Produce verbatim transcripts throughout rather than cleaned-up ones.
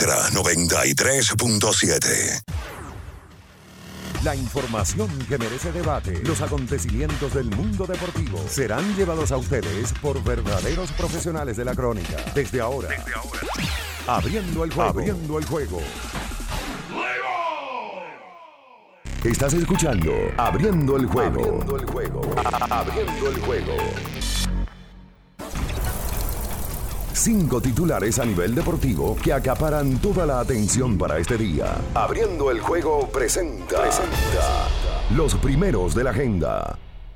Ultra noventa y tres punto siete. La información que merece debate, los acontecimientos del mundo deportivo serán llevados a ustedes por verdaderos profesionales de la crónica. Desde ahora, Desde ahora. Abriendo el juego. Abriendo el juego. Estás escuchando Abriendo el juego. Abriendo el juego. Abriendo el juego. Cinco titulares a nivel deportivo que acaparan toda la atención para este día. Abriendo el juego presenta, presenta los primeros de la agenda.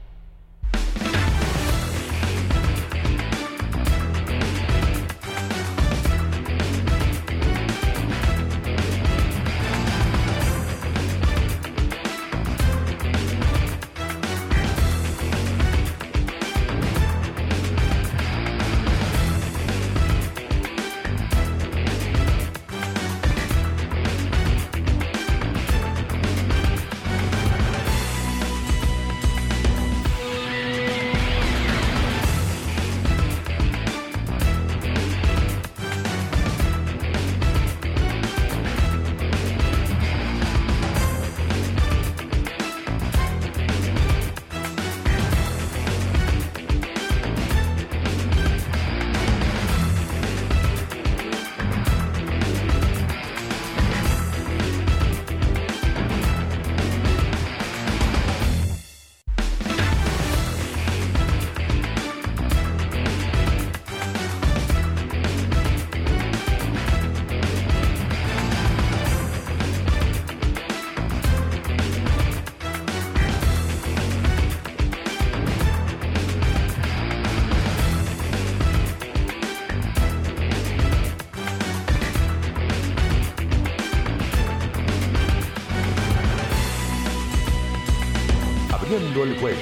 El juego.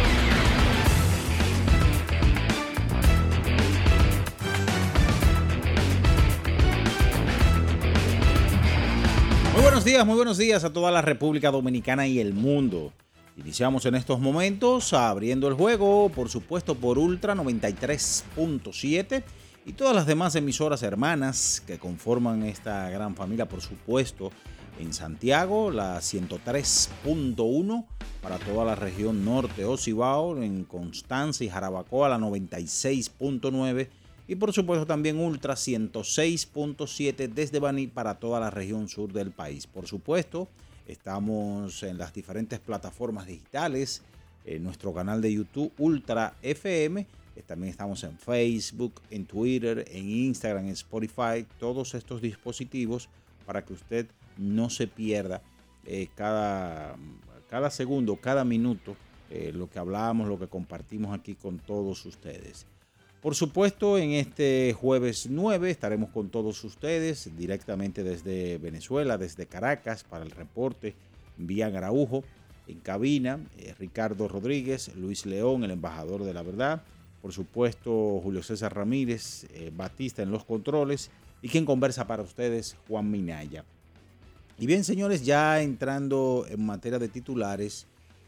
Muy buenos días, muy buenos días a toda la República Dominicana y el mundo. Iniciamos en estos momentos abriendo el juego, por supuesto por Ultra noventa y tres punto siete y todas las demás emisoras hermanas que conforman esta gran familia, por supuesto. En Santiago, la ciento tres punto uno para toda la región norte o Cibao, en Constanza y Jarabacoa, la noventa y seis punto nueve y por supuesto también Ultra ciento seis punto siete desde Baní para toda la región sur del país. Por supuesto, estamos en las diferentes plataformas digitales, en nuestro canal de YouTube Ultra F M, también estamos en Facebook, en Twitter, en Instagram, en Spotify, todos estos dispositivos para que usted no se pierda eh, cada, cada segundo, cada minuto, eh, lo que hablamos, lo que compartimos aquí con todos ustedes. Por supuesto, en este jueves nueve estaremos con todos ustedes directamente desde Venezuela, desde Caracas, para el reporte vía Araujo, en cabina, eh, Ricardo Rodríguez, Luis León, el embajador de la verdad, por supuesto Julio César Ramírez, eh, Batista en los controles y quien conversa para ustedes, Juan Minaya. Y bien, señores, ya entrando en materia de titulares,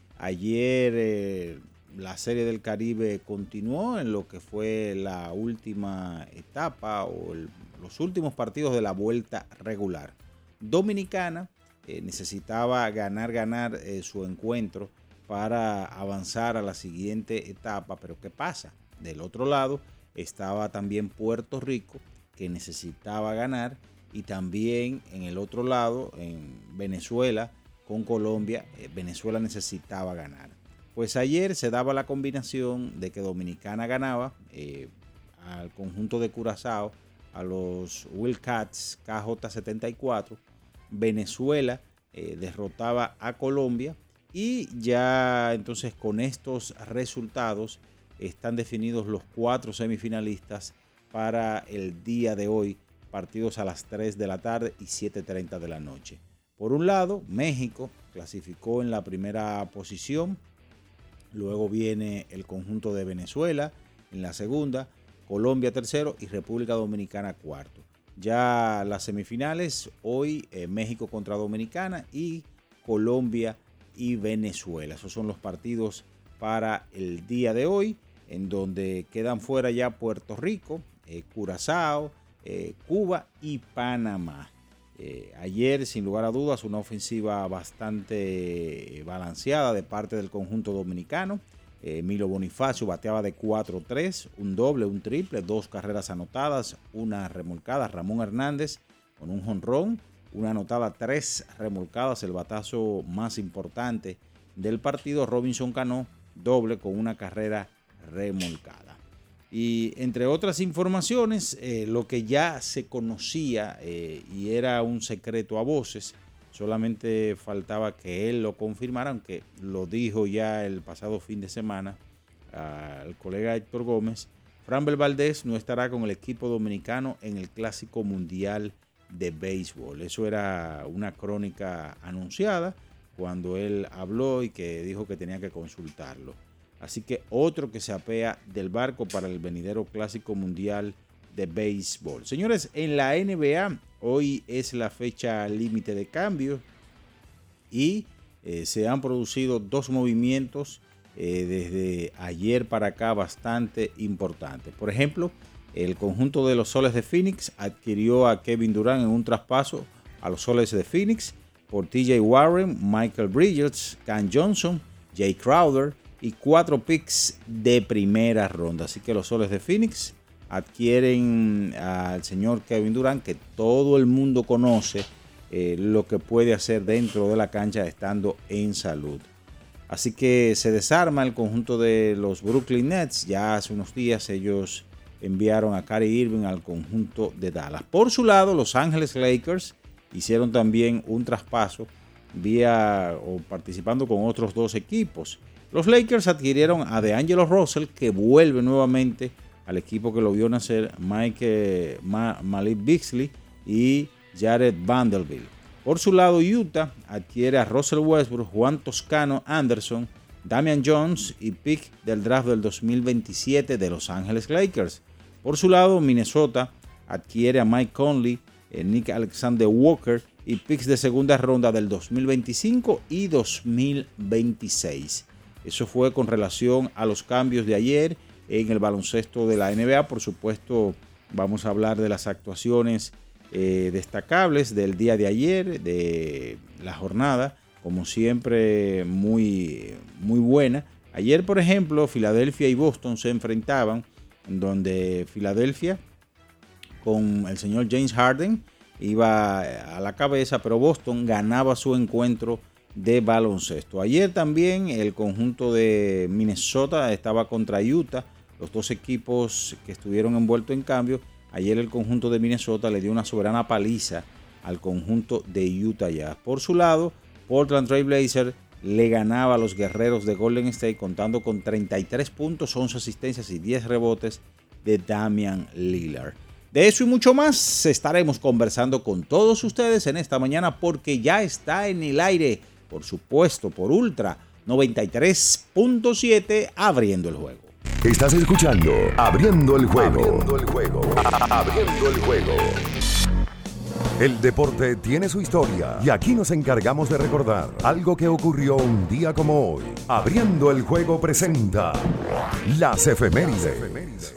ayer eh, la Serie del Caribe continuó en lo que fue la última etapa o el, los últimos partidos de la vuelta regular. Dominicana eh, necesitaba ganar, ganar eh, su encuentro para avanzar a la siguiente etapa, pero ¿qué pasa? Del otro lado estaba también Puerto Rico, que necesitaba ganar, y también en el otro lado, en Venezuela, con Colombia, eh, Venezuela necesitaba ganar. Pues ayer se daba la combinación de que Dominicana ganaba eh, al conjunto de Curazao, a los Wildcats K J setenta y cuatro, Venezuela eh, derrotaba a Colombia y ya entonces con estos resultados están definidos los cuatro semifinalistas para el día de hoy, partidos a las tres de la tarde y siete y treinta de la noche. Por un lado, México clasificó en la primera posición, luego viene el conjunto de Venezuela en la segunda, Colombia tercero y República Dominicana cuarto. Ya las semifinales, hoy eh, México contra Dominicana y Colombia y Venezuela. Esos son los partidos para el día de hoy, en donde quedan fuera ya Puerto Rico, eh, Curazao, eh, Cuba y Panamá. Eh, ayer, sin lugar a dudas, una ofensiva bastante balanceada de parte del conjunto dominicano. Eh, Milo Bonifacio bateaba de cuatro tres, un doble, un triple, dos carreras anotadas, una remolcada. Ramón Hernández con un jonrón, una anotada, tres remolcadas, el batazo más importante del partido. Robinson Cano, doble con una carrera remolcada. Y entre otras informaciones, eh, lo que ya se conocía eh, y era un secreto a voces, solamente faltaba que él lo confirmara, aunque lo dijo ya el pasado fin de semana al colega Héctor Gómez. Framber Valdez no estará con el equipo dominicano en el Clásico Mundial de Béisbol. Eso era una crónica anunciada cuando él habló y que dijo que tenía que consultarlo. Así que otro que se apea del barco para el venidero Clásico Mundial de Béisbol. Señores, en la N B A hoy es la fecha límite de cambio y eh, se han producido dos movimientos eh, desde ayer para acá bastante importantes. Por ejemplo, el conjunto de los Soles de Phoenix adquirió a Kevin Durant en un traspaso a los Soles de Phoenix por T J Warren, Michael Bridges, Cam Johnson, Jay Crowder y cuatro picks de primera ronda. Así que los Soles de Phoenix adquieren al señor Kevin Durant, que todo el mundo conoce eh, lo que puede hacer dentro de la cancha estando en salud. Así que se desarma el conjunto de los Brooklyn Nets. Ya hace unos días ellos enviaron a Kyrie Irving al conjunto de Dallas. Por su lado, Los Ángeles Lakers hicieron también un traspaso vía o participando con otros dos equipos. Los Lakers adquirieron a DeAngelo Russell, que vuelve nuevamente al equipo que lo vio nacer, Mike, Ma, Malik Beasley y Jared Vanderbilt. Por su lado, Utah adquiere a Russell Westbrook, Juan Toscano Anderson, Damian Jones y pick del draft del dos mil veintisiete de Los Ángeles Lakers. Por su lado, Minnesota adquiere a Mike Conley, Nick Alexander Walker y picks de segunda ronda del dos mil veinticinco y dos mil veintiséis. Eso fue con relación a los cambios de ayer en el baloncesto de la N B A. Por supuesto, vamos a hablar de las actuaciones eh, destacables del día de ayer, de la jornada, como siempre, muy, muy buena. Ayer, por ejemplo, Filadelfia y Boston se enfrentaban, donde Filadelfia con el señor James Harden iba a la cabeza, pero Boston ganaba su encuentro de baloncesto. Ayer también el conjunto de Minnesota estaba contra Utah, los dos equipos que estuvieron envueltos en cambio. Ayer el conjunto de Minnesota le dio una soberana paliza al conjunto de Utah Jazz. Por su lado, Portland Trail Blazers le ganaba a los guerreros de Golden State, contando con treinta y tres puntos, once asistencias y diez rebotes de Damian Lillard. De eso y mucho más estaremos conversando con todos ustedes en esta mañana, porque ya está en el aire, por supuesto, por Ultra noventa y tres punto siete, abriendo el juego. Estás escuchando Abriendo el juego. Abriendo el juego. Abriendo el juego. El deporte tiene su historia y aquí nos encargamos de recordar algo que ocurrió un día como hoy. Abriendo el juego presenta las efemérides.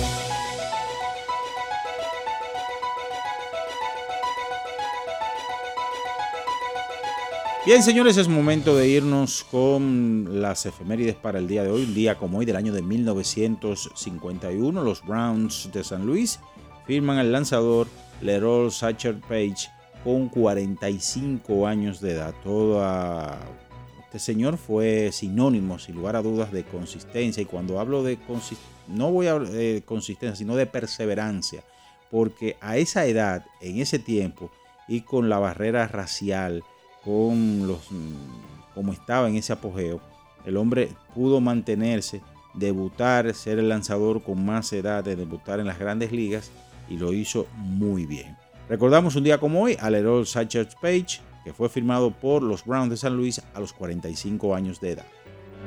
Bien, señores, es momento de irnos con las efemérides para el día de hoy. Un día como hoy del año de mil novecientos cincuenta y uno, los Browns de San Luis firman al lanzador Leroy Satchel Paige con cuarenta y cinco años de edad. Toda... Este señor fue sinónimo, sin lugar a dudas, de consistencia. Y cuando hablo de consistencia, no voy a hablar de consistencia, sino de perseverancia. Porque a esa edad, en ese tiempo, y con la barrera racial, con los, como estaba en ese apogeo, el hombre pudo mantenerse, debutar, ser el lanzador con más edad de debutar en las grandes ligas, y lo hizo muy bien. Recordamos un día como hoy a Leroy Satchel Paige, que fue firmado por los Browns de San Luis a los cuarenta y cinco años de edad.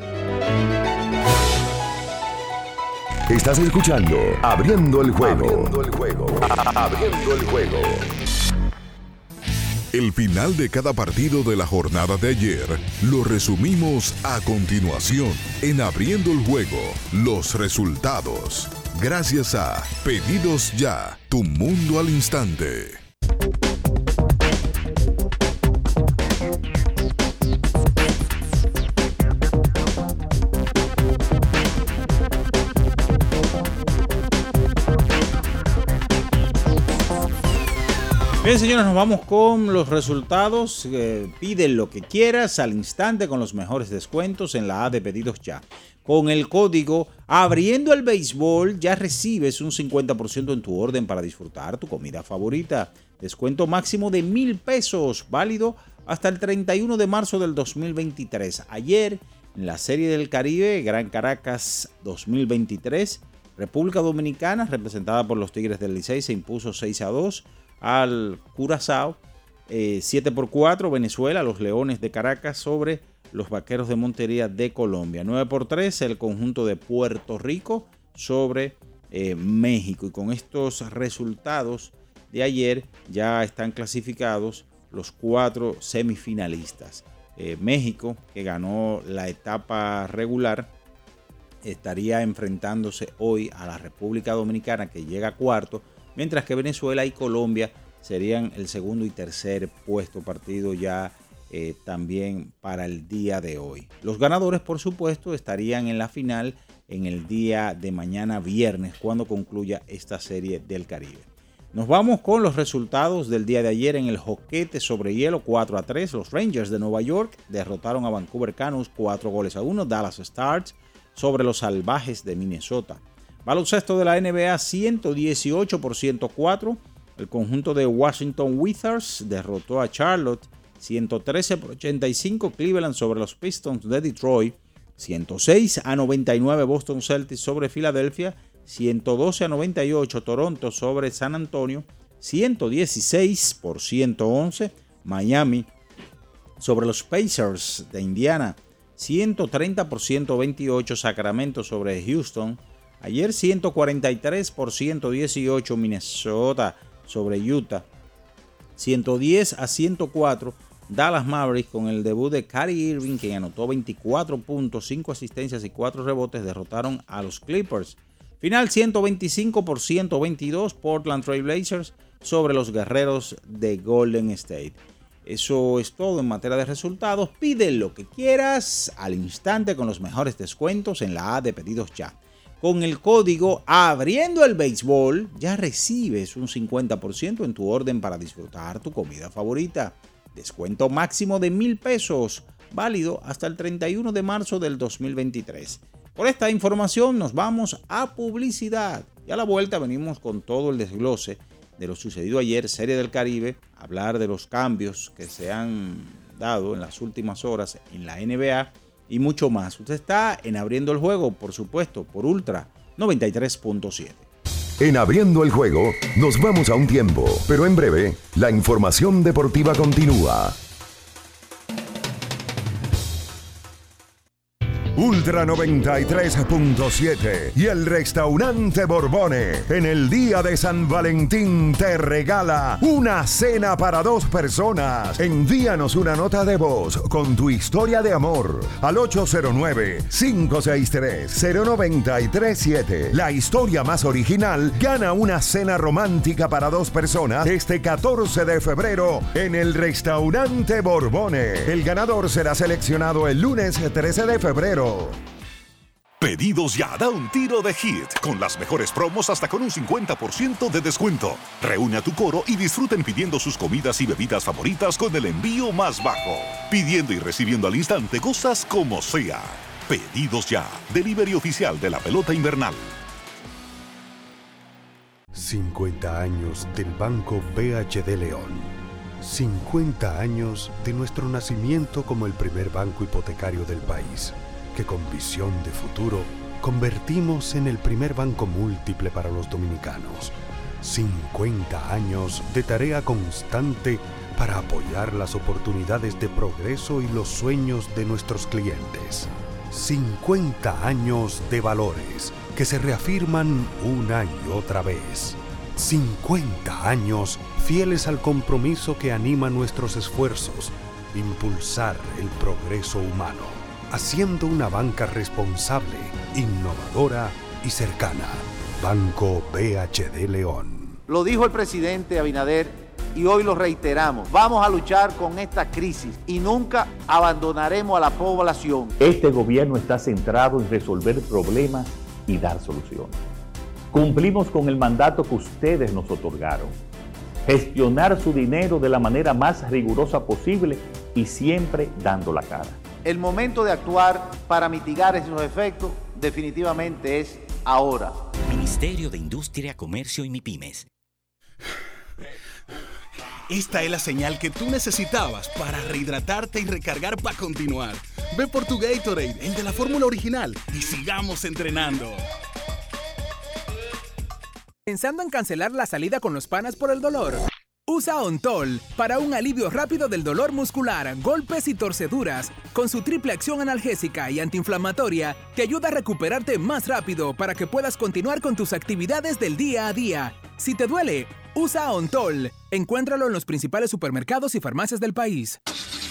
Estás escuchando Abriendo el juego. Abriendo el juego. Abriendo el juego. El final de cada partido de la jornada de ayer lo resumimos a continuación en Abriendo el juego, los resultados. Gracias a Pedidos Ya, tu mundo al instante. Bien, señores, nos vamos con los resultados. Eh, pide lo que quieras al instante con los mejores descuentos en la A de Pedidos Ya. Con el código Abriendo el Béisbol ya recibes un cincuenta por ciento en tu orden para disfrutar tu comida favorita. Descuento máximo de mil pesos, válido hasta el treinta y uno de marzo del dos mil veintitrés. Ayer, en la Serie del Caribe, Gran Caracas dos mil veintitrés, República Dominicana, representada por los Tigres del Licey, se impuso seis a dos al Curazao, eh, siete por cuatro Venezuela, los Leones de Caracas sobre los Vaqueros de Montería de Colombia, nueve por tres el conjunto de Puerto Rico sobre eh, México. Y con estos resultados de ayer ya están clasificados los cuatro semifinalistas. Eh, México, que ganó la etapa regular, estaría enfrentándose hoy a la República Dominicana, que llega a cuarto, mientras que Venezuela y Colombia serían el segundo y tercer puesto, partido ya eh, también para el día de hoy. Los ganadores, por supuesto, estarían en la final en el día de mañana viernes, cuando concluya esta Serie del Caribe. Nos vamos con los resultados del día de ayer en el hoquete sobre hielo. Cuatro a tres, los Rangers de Nueva York derrotaron a Vancouver Canucks cuatro goles a uno. Dallas Stars sobre los Salvajes de Minnesota. Baloncesto de la N B A, ciento dieciocho por ciento cuatro. El conjunto de Washington Wizards derrotó a Charlotte ciento trece por ochenta y cinco. Cleveland sobre los Pistons de Detroit, ciento seis a noventa y nueve. Boston Celtics sobre Filadelfia, ciento doce a noventa y ocho. Toronto sobre San Antonio, ciento dieciséis por ciento once. Miami sobre los Pacers de Indiana, ciento treinta por ciento veintiocho. Sacramento sobre Houston. Ayer ciento cuarenta y tres por ciento dieciocho. Minnesota sobre Utah, ciento diez a ciento cuatro. Dallas Mavericks, con el debut de Kyrie Irving, quien anotó veinticuatro puntos, cinco asistencias y cuatro rebotes, derrotaron a los Clippers. Final ciento veinticinco por ciento veintidós. Portland Trail Blazers sobre los Guerreros de Golden State. Eso es todo en materia de resultados. Pide lo que quieras al instante con los mejores descuentos en la A de Pedidos Ya. Con el código Abriendo el Béisbol ya recibes un cincuenta por ciento en tu orden para disfrutar tu comida favorita. Descuento máximo de mil pesos, válido hasta el treinta y uno de marzo del dos mil veintitrés. Por esta información nos vamos a publicidad y a la vuelta venimos con todo el desglose de lo sucedido ayer, Serie del Caribe, hablar de los cambios que se han dado en las últimas horas en la N B A y mucho más. Usted está en Abriendo el Juego, por supuesto, por Ultra noventa y tres punto siete. En Abriendo el Juego nos vamos a un tiempo, pero en breve la información deportiva continúa. Ultra noventa y tres punto siete y el restaurante Borbone en el día de San Valentín te regala una cena para dos personas. Envíanos una nota de voz con tu historia de amor al ocho cero nueve, cinco seis tres, cero nueve tres siete. La historia más original gana una cena romántica para dos personas este catorce de febrero en el restaurante Borbone. El ganador será seleccionado el lunes trece de febrero. Pedidos Ya da un tiro de hit, con las mejores promos hasta con un cincuenta por ciento de descuento. Reúne a tu coro y disfruten pidiendo sus comidas y bebidas favoritas con el envío más bajo. Pidiendo y recibiendo al instante cosas como sea. Pedidos Ya, delivery oficial de la pelota invernal. cincuenta años del Banco B H D León. cincuenta años de nuestro nacimiento como el primer banco hipotecario del país, que con visión de futuro convertimos en el primer banco múltiple para los dominicanos. cincuenta años de tarea constante para apoyar las oportunidades de progreso y los sueños de nuestros clientes. cincuenta años de valores que se reafirman una y otra vez. cincuenta años fieles al compromiso que anima nuestros esfuerzos, impulsar el progreso humano, haciendo una banca responsable, innovadora y cercana. Banco B H D León. Lo dijo el presidente Abinader y hoy lo reiteramos. Vamos a luchar con esta crisis y nunca abandonaremos a la población. Este gobierno está centrado en resolver problemas y dar soluciones. Cumplimos con el mandato que ustedes nos otorgaron. Gestionar su dinero de la manera más rigurosa posible y siempre dando la cara. El momento de actuar para mitigar esos efectos definitivamente es ahora. Ministerio de Industria, Comercio y MIPYMES. Esta es la señal que tú necesitabas para rehidratarte y recargar para continuar. Ve por tu Gatorade, el de la fórmula original, y sigamos entrenando. ¿Pensando en cancelar la salida con los panas por el dolor? Usa Ontol para un alivio rápido del dolor muscular, golpes y torceduras. Con su triple acción analgésica y antiinflamatoria, te ayuda a recuperarte más rápido para que puedas continuar con tus actividades del día a día. Si te duele, usa Ontol. Encuéntralo en los principales supermercados y farmacias del país.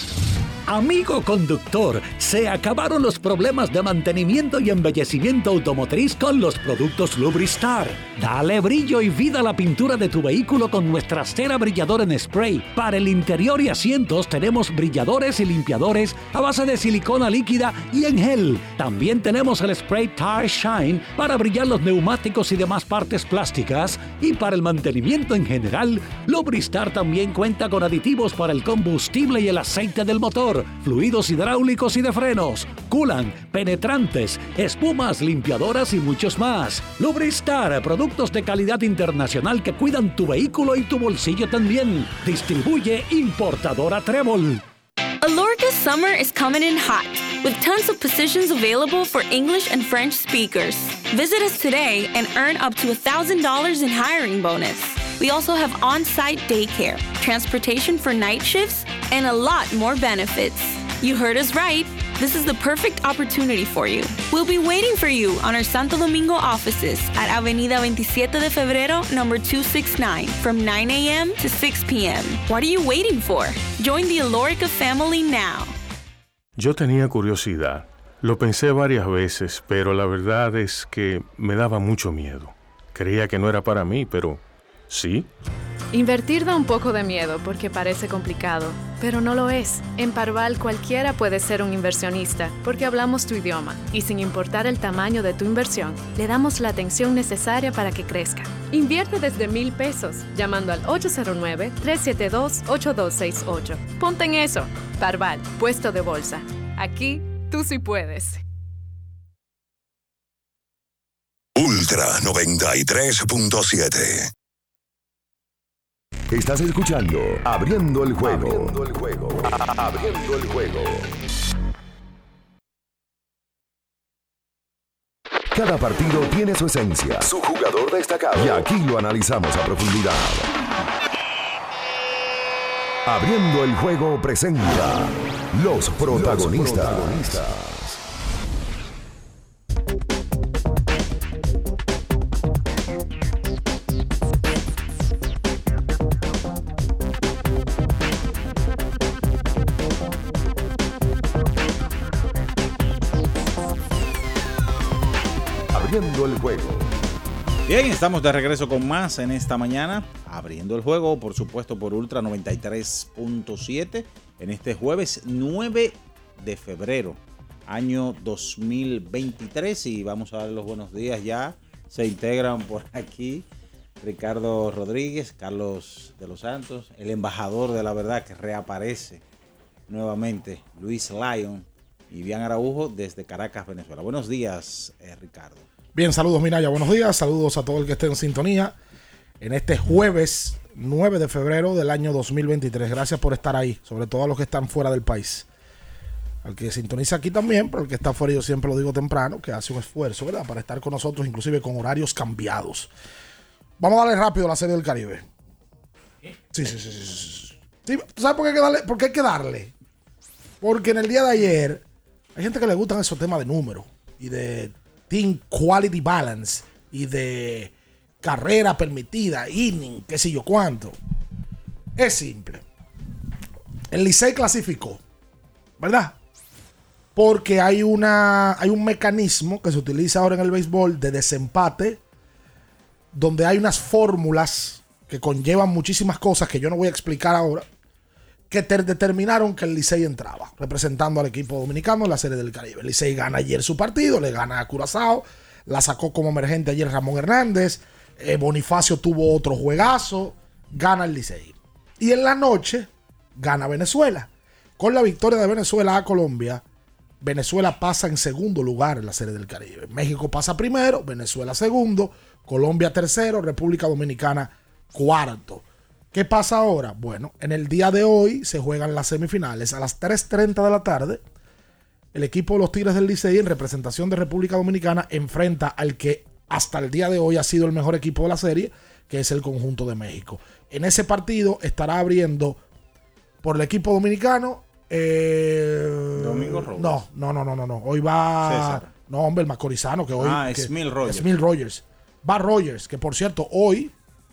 Amigo conductor, se acabaron los problemas de mantenimiento y embellecimiento automotriz con los productos Lubristar. Dale brillo y vida a la pintura de tu vehículo con nuestra cera brilladora en spray. Para el interior y asientos tenemos brilladores y limpiadores a base de silicona líquida y en gel. También tenemos el spray Tire Shine para brillar los neumáticos y demás partes plásticas. Y para el mantenimiento en general, Lubristar también cuenta con aditivos para el combustible y el aceite del motor, fluidos hidráulicos y de frenos, culan, penetrantes, espumas, limpiadoras y muchos más. Lubristar, productos de calidad internacional que cuidan tu vehículo y tu bolsillo también. Distribuye importadora Trébol. Alorca's summer is coming in hot, with tons of positions available for English and French speakers. Visit us today and earn up to one thousand dollars in hiring bonus. We also have on-site daycare, transportation for night shifts, and a lot more benefits. You heard us right. This is the perfect opportunity for you. We'll be waiting for you on our Santo Domingo offices at Avenida veintisiete de Febrero, number two sixty-nine, from nine a.m. to six p.m. What are you waiting for? Join the Alorica family now. Yo tenía curiosidad. Lo pensé varias veces, pero la verdad es que me daba mucho miedo. Creía que no era para mí, pero sí. Invertir da un poco de miedo porque parece complicado, pero no lo es. En Parval cualquiera puede ser un inversionista porque hablamos tu idioma y sin importar el tamaño de tu inversión, le damos la atención necesaria para que crezca. Invierte desde mil pesos llamando al ocho cero nueve, tres siete dos, ocho dos seis ocho. Ponte en eso. Parval, puesto de bolsa. Aquí tú sí puedes. Ultra noventa y tres punto siete. Estás escuchando Abriendo el Juego. Abriendo el Juego. Abriendo el Juego. Cada partido tiene su esencia, su jugador destacado. Y aquí lo analizamos a profundidad. Abriendo el Juego presenta Los protagonistas. Los protagonistas. Abriendo el Juego. Bien, estamos de regreso con más en esta mañana. Abriendo el Juego, por supuesto, por Ultra noventa y tres punto siete. En este jueves nueve de febrero, año dos mil veintitrés. Y vamos a dar los buenos días ya. Se integran por aquí Ricardo Rodríguez, Carlos de los Santos, el embajador de la verdad que reaparece nuevamente, Luis Lyon y Bian Araujo desde Caracas, Venezuela. Buenos días, eh, Ricardo. Bien, saludos Minaya, buenos días, saludos a todo el que esté en sintonía en este jueves nueve de febrero del año dos mil veintitrés. Gracias por estar ahí, sobre todo a los que están fuera del país. Al que sintoniza aquí también, pero el que está fuera yo siempre lo digo temprano, que hace un esfuerzo, ¿verdad? Para estar con nosotros, inclusive con horarios cambiados. Vamos a darle rápido a la Serie del Caribe. Sí, sí, sí, sí. sí. sí ¿Tú sabes por qué hay que darle? ¿Por qué hay que darle? Porque en el día de ayer hay gente que le gustan esos temas de números y de team quality balance y de carrera permitida, inning, qué sé yo cuánto. Es simple. El Licey clasificó, ¿verdad? Porque hay una hay un mecanismo que se utiliza ahora en el béisbol de desempate donde hay unas fórmulas que conllevan muchísimas cosas que yo no voy a explicar ahora, que ter- determinaron que el Licey entraba, representando al equipo dominicano en la Serie del Caribe. El Licey gana ayer su partido, le gana a Curazao, la sacó como emergente ayer Ramón Hernández, eh, Bonifacio tuvo otro juegazo, gana el Licey. Y en la noche gana Venezuela. Con la victoria de Venezuela a Colombia, Venezuela pasa en segundo lugar en la Serie del Caribe. México pasa primero, Venezuela segundo, Colombia tercero, República Dominicana cuarto. ¿Qué pasa ahora? Bueno, en el día de hoy se juegan las semifinales. A las tres treinta de la tarde, el equipo de los Tigres del Licey, en representación de República Dominicana, enfrenta al que hasta el día de hoy ha sido el mejor equipo de la serie, que es el conjunto de México. En ese partido estará abriendo por el equipo dominicano eh, Domingo Robles. No, no, no, no, no, no. Hoy va César. No, hombre, el macorizano que hoy Ah, que, Smil Rogers. Smil Rogers. Va Rogers, que por cierto, hoy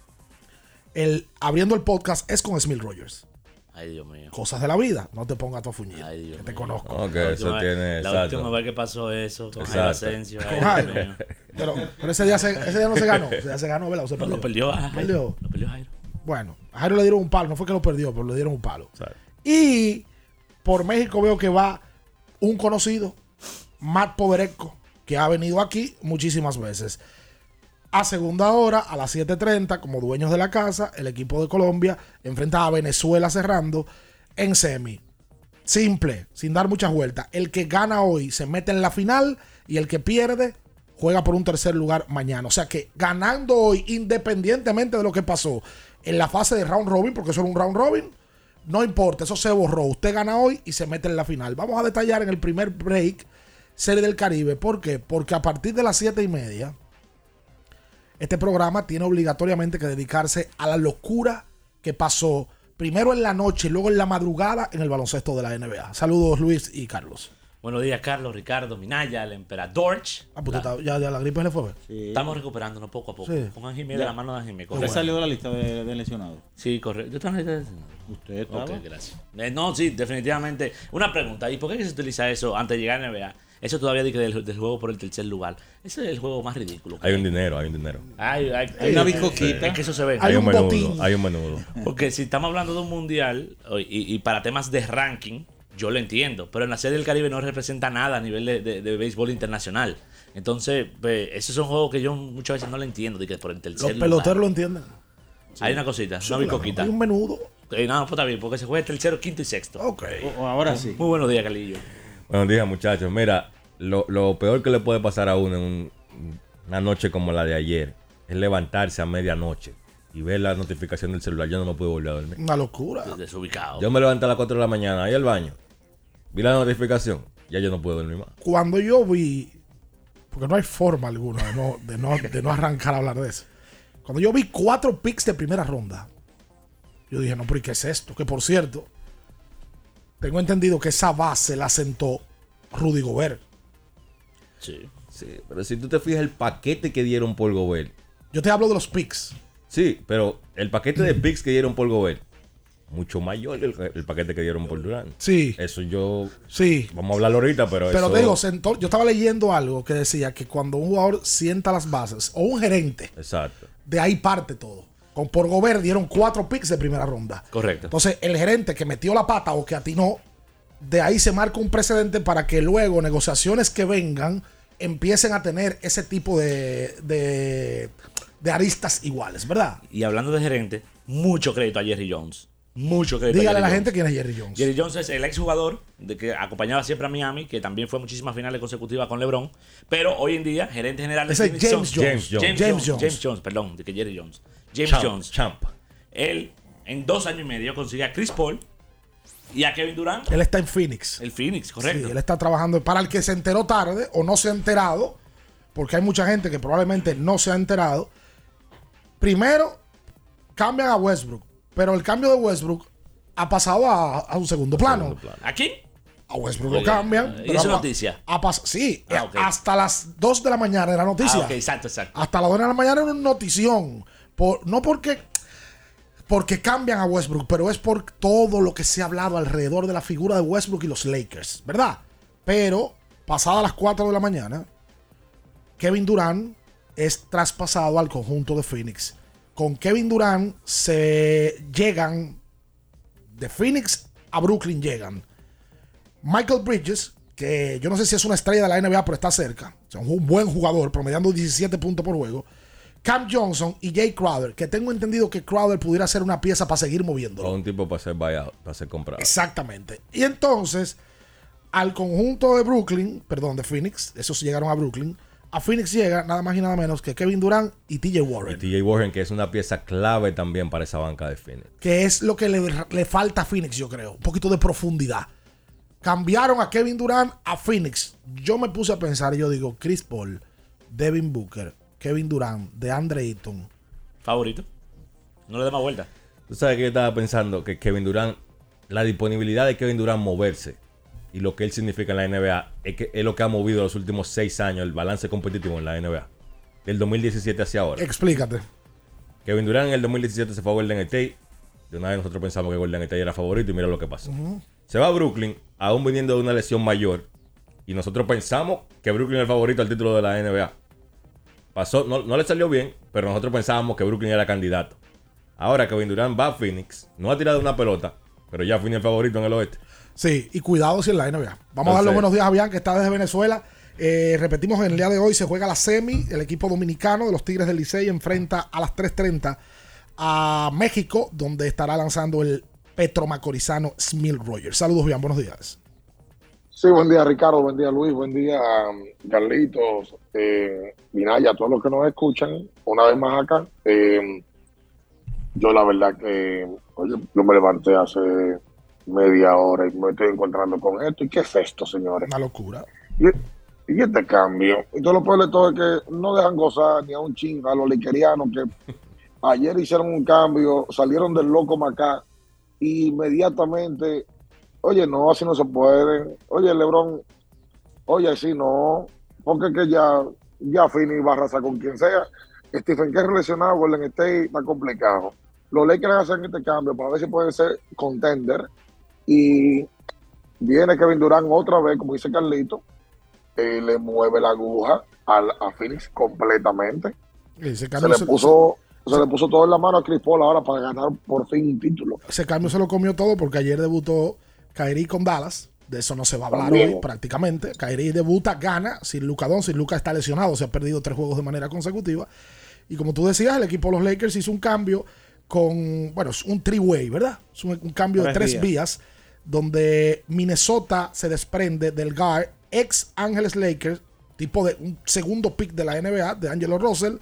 el abriendo el podcast es con Smil Rogers. Ay, Dios mío. Cosas de la vida. No te pongas tu fuñir. Ay, Dios que te mío. conozco. Ok, La eso última- tiene. La exacto. última vez que pasó eso con Exacto. Jairo Asensio. ay, Con Dios Jairo. mío. Pero, pero ese, día se, ese día no se ganó. Ese día se ganó, ¿verdad? O se No, perdió. lo perdió a Jairo. Perdió. Lo perdió Jairo. Bueno, a Jairo le dieron un palo. No fue que lo perdió, pero le dieron un palo. Y por México veo que va un conocido, Matt Poverenko, que ha venido aquí muchísimas veces. A segunda hora, a las siete treinta, como dueños de la casa, el equipo de Colombia enfrenta a Venezuela cerrando en semi. Simple, sin dar muchas vueltas. El que gana hoy se mete en la final y el que pierde juega por un tercer lugar mañana. O sea que ganando hoy, independientemente de lo que pasó en la fase de round robin, porque eso era un round robin, no importa, eso se borró. Usted gana hoy y se mete en la final. Vamos a detallar en el primer break Serie del Caribe. ¿Por qué? Porque a partir de las siete y media, este programa tiene obligatoriamente que dedicarse a la locura que pasó primero en la noche y luego en la madrugada en el baloncesto de la N B A. Saludos, Luis y Carlos. Buenos días, Carlos, Ricardo, Minaya, el emperador. Ah, pues la, ya, ya la gripe le fue. Sí. Estamos recuperándonos poco a poco. Sí. Con Anjimé de la mano de Anjimé. ¿Usted Bueno. salió de la lista de, de lesionados? Sí, correcto. ¿Yo estaba en la lista de lesionados? ¿Usted estaba? Ok, gracias. Eh, no, sí, definitivamente. Una pregunta. ¿Y por qué se utiliza eso antes de llegar a N B A? Eso todavía dice del, del juego por el tercer lugar. Ese es el juego más ridículo. Hay un dinero, hay un dinero. Hay, hay, Hay una bizcoquita. Es que eso se ve. Hay, Hay un un menudo, botín. hay un menudo. Porque si estamos hablando de un mundial y, y para temas de ranking, yo lo entiendo. Pero en la Serie del Caribe no representa nada a nivel de, de, de béisbol internacional. Entonces, pues, esos son juegos que yo muchas veces no lo entiendo. De que por el tercer Los peloteros lugar. lo entienden. Hay una cosita, Sí, una claro. bicoquita. Hay un menudo. Eh, no, pues está bien, porque se juega tercero, quinto y sexto. Ok. O- o ahora sí. Muy buenos días, Carlillo. Buenos días, muchachos. Mira, lo, lo peor que le puede pasar a uno en un- una noche como la de ayer es levantarse a medianoche y ver la notificación del celular. Yo no me puedo volver a dormir. Una locura. Desubicado. Yo me levanté a las cuatro de la mañana, ahí al baño. Vi la notificación, ya yo no puedo dormir más. Cuando yo vi, porque no hay forma alguna de no, de no, de no arrancar a hablar de eso. Cuando yo vi cuatro picks de primera ronda, yo dije, no, pero ¿y qué es esto? Que por cierto, tengo entendido que esa base la sentó Rudy Gobert. Sí. Sí, pero si tú te fijas el paquete que dieron por Gobert. Yo te hablo de los picks. Sí, pero el paquete de picks que dieron por Gobert, mucho mayor que el, el paquete que dieron por Durant. Sí. Eso yo... Sí. Vamos a hablarlo ahorita, pero, Pero eso... te digo, sentó- yo estaba leyendo algo que decía que cuando un jugador sienta las bases, o un gerente, Exacto. de ahí parte todo. Con por Gobert dieron cuatro picks de primera ronda. Correcto. Entonces, el gerente que metió la pata o que atinó, de ahí se marca un precedente para que luego negociaciones que vengan empiecen a tener ese tipo de, de, de aristas iguales, ¿verdad? Y hablando de gerente, mucho crédito a Jerry Jones. Mucho crédito Dígale a la Jerry gente Jones. quién es Jerry Jones. Jerry Jones es el exjugador de que acompañaba siempre a Miami, que también fue muchísimas finales consecutivas con LeBron, pero hoy en día gerente general de Ese es Phoenix James Suns. Jones. James Jones. James, James Jones. Jones. James Jones, perdón, de que Jerry Jones. James Champ, Jones. Champ. Él en dos años y medio consigue a Chris Paul y a Kevin Durant. Él está en Phoenix. El Phoenix, correcto. Sí, él está trabajando. Para el que se enteró tarde o no se ha enterado, porque hay mucha gente que probablemente no se ha enterado. Primero, cambian a Westbrook, pero el cambio de Westbrook ha pasado a, a un segundo plano. ¿A quién? A Westbrook lo Oye, cambian. ¿y pero eso ha- noticia? ha pas- sí, Ah, ok. hasta las dos de la mañana era noticia. Ah, ok, exacto, exacto. Hasta las dos de la mañana era una notición. Por, no porque, porque cambian a Westbrook, pero es por todo lo que se ha hablado alrededor de la figura de Westbrook y los Lakers, ¿verdad? Pero, pasadas las cuatro de la mañana, Kevin Durant es traspasado al conjunto de Phoenix. Con Kevin Durant se llegan de Phoenix a Brooklyn llegan Michael Bridges, que yo no sé si es una estrella de la N B A, pero está cerca. O sea, un buen jugador, promediando diecisiete puntos por juego. Cam Johnson y Jay Crowder, que tengo entendido que Crowder pudiera ser una pieza para seguir moviéndolo. O un tipo para ser buyout, para ser comprado. Exactamente. Y entonces, al conjunto de Brooklyn, perdón, de Phoenix, esos llegaron a Brooklyn. A Phoenix llega nada más y nada menos que Kevin Durant y T J Warren. Y T J Warren, que es una pieza clave también para esa banca de Phoenix. Que es lo que le, le falta a Phoenix, yo creo. Un poquito de profundidad. Cambiaron a Kevin Durant a Phoenix. Yo me puse a pensar y yo digo, Chris Paul, Devin Booker, Kevin Durant, DeAndre Ayton. Favorito. No le dé más vuelta. Tú sabes que yo estaba pensando que Kevin Durant, la disponibilidad de Kevin Durant moverse y lo que él significa en la N B A es, que es lo que ha movido los últimos seis años el balance competitivo en la N B A. Del dos mil diecisiete hacia ahora. Explícate. Kevin Durant en el dos mil diecisiete se fue a Golden State. De una vez nosotros pensamos que Golden State era favorito y mira lo que pasó. Uh-huh. Se va a Brooklyn, aún viniendo de una lesión mayor. Y nosotros pensamos que Brooklyn era el favorito al título de la N B A. Pasó, no, no le salió bien, pero nosotros pensábamos que Brooklyn era candidato. Ahora Kevin Durant va a Phoenix, no ha tirado una pelota, pero ya fue el favorito en el oeste. Sí, y cuidado si en la N B A. Vamos Entonces, a dar los buenos días a Bian, que está desde Venezuela. Eh, repetimos, en el día de hoy se juega la semi. El equipo dominicano de los Tigres del Licey enfrenta a las tres treinta a México, donde estará lanzando el petromacorizano Smil Rogers. Saludos, Bian, buenos días. Sí, buen día Ricardo, buen día Luis, buen día Carlitos, eh, Minaya, todos los que nos escuchan, una vez más acá. Eh, yo la verdad que, oye, yo me levanté hace media hora y me estoy encontrando con esto. ¿Y qué es esto, señores? Una locura. Y, y este cambio, y todo lo peor de todo es que no dejan gozar ni a un chingo a los liquerianos que ayer hicieron un cambio, salieron del loco Macá y inmediatamente... Oye, no, así no se puede. Oye, LeBron, oye, así no. Porque es que ya, ya Fini va a arrasar con quien sea. Stephen Curry lesionado, Golden State está complicado. Los Lakers hacen este cambio para ver si pueden ser contender. Y viene Kevin Durant otra vez, como dice Carlito, eh, le mueve la aguja a, a Phoenix completamente. Se le puso... Se le puso todo en la mano a Chris Paul ahora para ganar por fin un título. Ese cambio se lo comió todo porque ayer debutó Kyrie con Dallas. De eso no se va a hablar También. hoy prácticamente. Kyrie debuta, gana sin Luka Doncic. Luka está lesionado, se ha perdido tres juegos de manera consecutiva. Y como tú decías, el equipo de los Lakers hizo un cambio con, bueno, es un three-way, ¿verdad? Es un, un cambio tres de tres vías. vías, donde Minnesota se desprende del guard ex Ángeles Lakers, tipo de un segundo pick de la N B A, de D'Angelo Russell.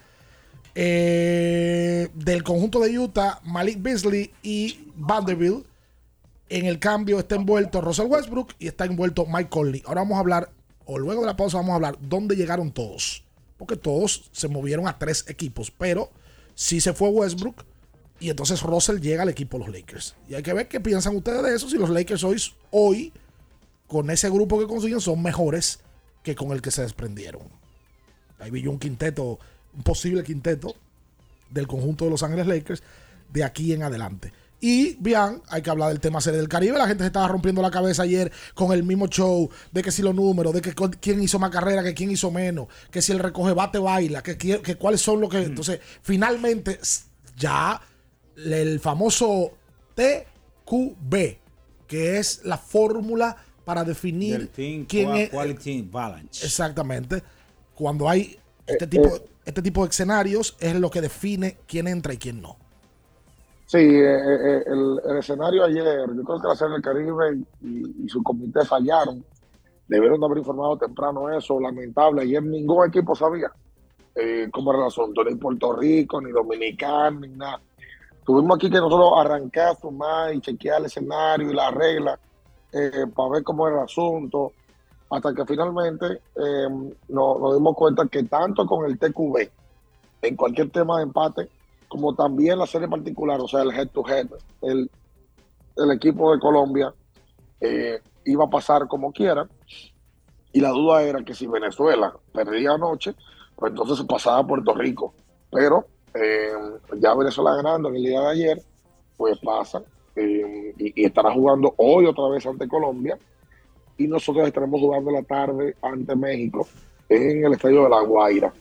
Eh, del conjunto de Utah, Malik Beasley y Vanderbilt. En el cambio está envuelto Russell Westbrook y está envuelto Mike Conley. Ahora vamos a hablar, o luego de la pausa vamos a hablar dónde llegaron todos, porque todos se movieron a tres equipos, pero sí se fue Westbrook y entonces Russell llega al equipo de los Lakers. Y hay que ver qué piensan ustedes de eso, si los Lakers hoy, hoy con ese grupo que consiguen son mejores que con el que se desprendieron. Ahí vi yo un quinteto, un posible quinteto del conjunto de Los Ángeles Lakers de aquí en adelante. Y bien, hay que hablar del tema Serie del Caribe. La gente se estaba rompiendo la cabeza ayer con el mismo show de que si los números, de que quién hizo más carrera, que quién hizo menos, que si el recoge bate baila, que, que, que cuáles son los que... Mm. Entonces, finalmente, ya el famoso T Q B, que es la fórmula para definir team, quién qual, es... Quality Balance. Exactamente. Cuando hay este tipo, este tipo de escenarios, es lo que define quién entra y quién no. Sí, eh, el, el escenario ayer, yo creo que la Serie del Caribe y, y su comité fallaron. Debieron haber informado temprano eso, lamentable. Ayer ningún equipo sabía eh, cómo era el asunto, ni Puerto Rico, ni Dominicano, ni nada. Tuvimos aquí que nosotros arrancar, sumar y chequear el escenario y la regla eh, para ver cómo era el asunto, hasta que finalmente eh, nos, nos dimos cuenta que tanto con el T Q B, en cualquier tema de empate, como también la serie particular, o sea, el head to head, el, el equipo de Colombia eh, iba a pasar como quiera, y la duda era que si Venezuela perdía anoche, pues entonces se pasaba a Puerto Rico, pero eh, ya Venezuela ganando en el día de ayer, pues pasa, eh, y, y estará jugando hoy otra vez ante Colombia, y nosotros estaremos jugando la tarde ante México en el estadio de La Guaira.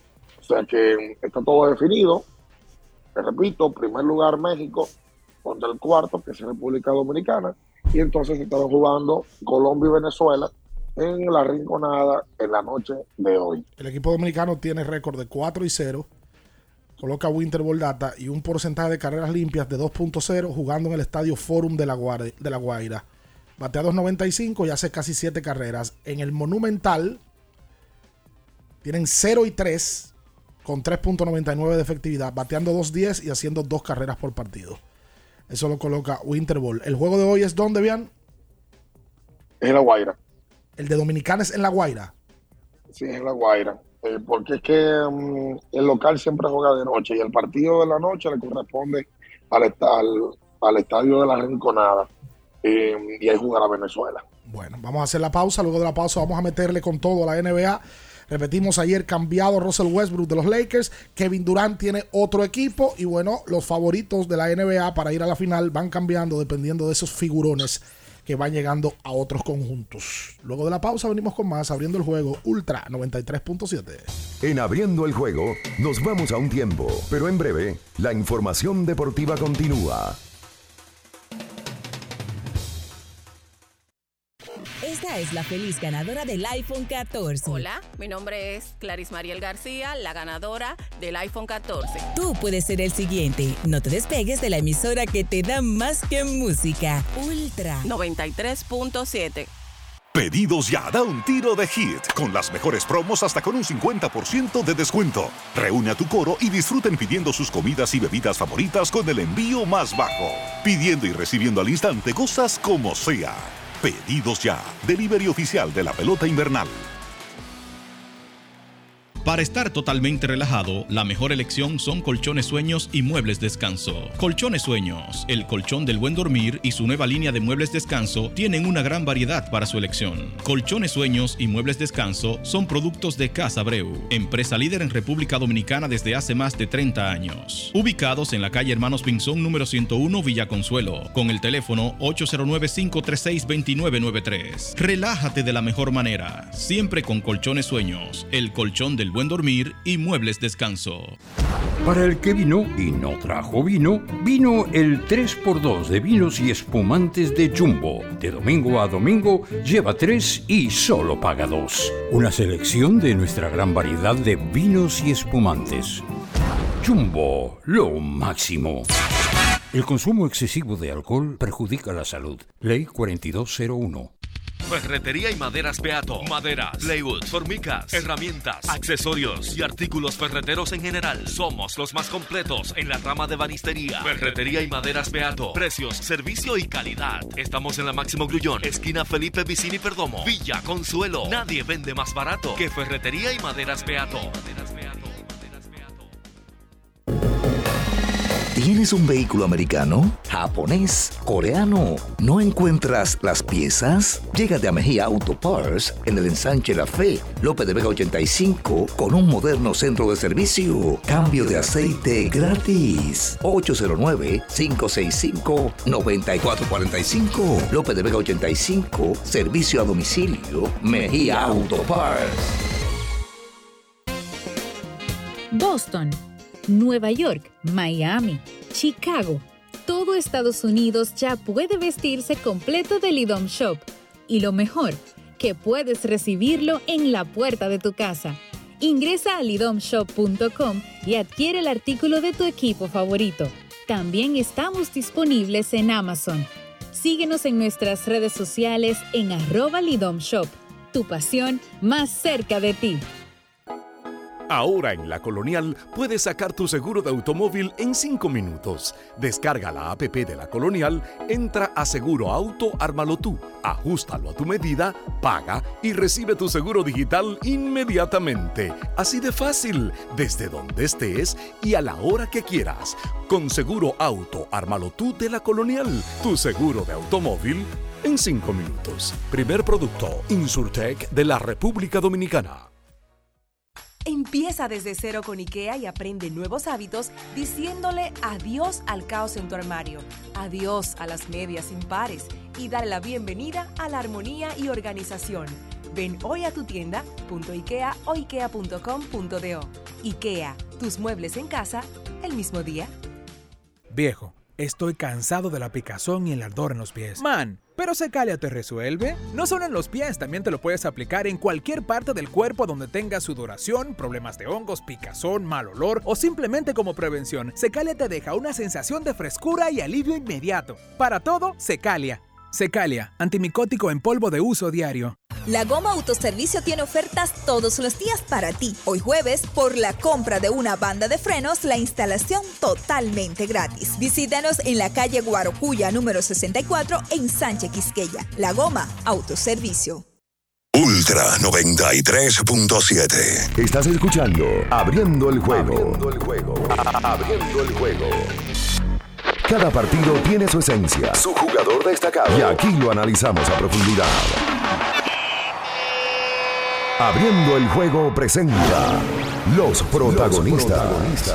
O sea que está todo definido. Te repito, primer lugar México contra el cuarto, que es República Dominicana, y entonces estarán jugando Colombia y Venezuela en la Rinconada en la noche de hoy. El equipo dominicano tiene récord de cuatro y cero, coloca Winterball Data y un porcentaje de carreras limpias de dos punto cero jugando en el estadio Forum de la, Guardia, de la Guaira. Batea dos noventa y cinco y hace casi siete carreras. En el Monumental tienen cero y tres con tres punto noventa y nueve de efectividad, bateando dos diez y haciendo dos carreras por partido. Eso lo coloca Winterball. El juego de hoy es ¿dónde, Bian? Es en la Guaira. El de Dominicana es en la Guaira. Sí, es en la Guaira. Eh, porque es que um, el local siempre juega de noche y el partido de la noche le corresponde al, al, al estadio de la Rinconada. Eh, y ahí jugará Venezuela. Bueno, vamos a hacer la pausa. Luego de la pausa vamos a meterle con todo a la N B A. Repetimos, ayer cambiado Russell Westbrook de los Lakers. Kevin Durant tiene otro equipo. Y bueno, los favoritos de la N B A para ir a la final van cambiando dependiendo de esos figurones que van llegando a otros conjuntos. Luego de la pausa venimos con más, abriendo el juego Ultra noventa y tres punto siete. En Abriendo el Juego nos vamos a un tiempo, pero en breve la información deportiva continúa. Esta es la feliz ganadora del iPhone catorce. Hola, mi nombre es Clarice Mariel García, la ganadora del iPhone catorce. Tú puedes ser el siguiente. No te despegues de la emisora que te da más que música. Ultra noventa y tres punto siete. Pedidos ya, da un tiro de hit, con las mejores promos hasta con un cincuenta por ciento de descuento. Reúne a tu coro y disfruten pidiendo sus comidas y bebidas favoritas con el envío más bajo. Pidiendo y recibiendo al instante cosas como sea. Pedidos ya, delivery oficial de la pelota invernal. Para estar totalmente relajado, la mejor elección son Colchones Sueños y Muebles Descanso. Colchones Sueños, el colchón del buen dormir y su nueva línea de muebles descanso tienen una gran variedad para su elección. Colchones Sueños y Muebles Descanso son productos de Casa Abreu, empresa líder en República Dominicana desde hace más de treinta años. Ubicados en la calle Hermanos Pinzón número ciento uno, Villa Consuelo, con el teléfono ocho cero nueve, cinco tres seis, dos nueve nueve tres. Relájate de la mejor manera, siempre con Colchones Sueños, el colchón del buen dormir y Muebles Descanso. Para el que vino y no trajo vino, vino el tres por dos de vinos y espumantes de Jumbo. De domingo a domingo, lleva tres y solo paga dos. Una selección de nuestra gran variedad de vinos y espumantes. Jumbo, lo máximo. El consumo excesivo de alcohol perjudica la salud. Ley cuarenta y dos cero uno. Ferretería y maderas Beato. Maderas, plywood, formicas, herramientas, accesorios y artículos ferreteros en general. Somos los más completos en la rama de banistería. Ferretería y maderas Beato. Precios, servicio y calidad. Estamos en la Máximo Grullón, esquina Felipe Vicini Perdomo, Villa Consuelo. Nadie vende más barato que Ferretería y maderas Beato. ¿Tienes un vehículo americano, japonés, coreano? ¿No encuentras las piezas? Llégate a Mejía Auto Parts en el ensanche La Fe, López de Vega ochenta y cinco, con un moderno centro de servicio. Cambio de aceite gratis. ocho cero nueve, cinco seis cinco, nueve cuatro cuatro cinco. López de Vega ochenta y cinco, servicio a domicilio. Mejía Auto Parts. Boston, Nueva York, Miami, Chicago. Todo Estados Unidos ya puede vestirse completo del IDOM Shop. Y lo mejor, que puedes recibirlo en la puerta de tu casa. Ingresa a lidom shop punto com y adquiere el artículo de tu equipo favorito. También estamos disponibles en Amazon. Síguenos en nuestras redes sociales en arroba Lidom Shop. Tu pasión más cerca de ti. Ahora en La Colonial puedes sacar tu seguro de automóvil en cinco minutos. Descarga la app de La Colonial, entra a Seguro Auto, ármalo tú, ajústalo a tu medida, paga y recibe tu seguro digital inmediatamente. Así de fácil, desde donde estés y a la hora que quieras. Con Seguro Auto, ármalo tú de La Colonial, tu seguro de automóvil en cinco minutos. Primer producto, Insurtech de la República Dominicana. Empieza desde cero con IKEA y aprende nuevos hábitos diciéndole adiós al caos en tu armario, adiós a las medias impares y dale la bienvenida a la armonía y organización. Ven hoy a tu tienda punto ikea o ikea punto com punto do. IKEA, tus muebles en casa el mismo día. Viejo, estoy cansado de la picazón y el ardor en los pies. Man, ¿pero Secalia te resuelve? No solo en los pies, también te lo puedes aplicar en cualquier parte del cuerpo donde tengas sudoración, problemas de hongos, picazón, mal olor o simplemente como prevención. Secalia te deja una sensación de frescura y alivio inmediato. Para todo, Secalia. Secalia, antimicótico en polvo de uso diario. La Goma Autoservicio tiene ofertas todos los días para ti. Hoy jueves, por la compra de una banda de frenos, la instalación totalmente gratis. Visítanos en la calle Guarocuya, número sesenta y cuatro, en Sánchez Quisqueya. La Goma Autoservicio. Ultra noventa y tres punto siete. Estás escuchando Abriendo el Juego. Abriendo el Juego. Abriendo el Juego. Cada partido tiene su esencia, su jugador destacado. Y aquí lo analizamos a profundidad. Abriendo el Juego presenta Los protagonistas. Los protagonistas.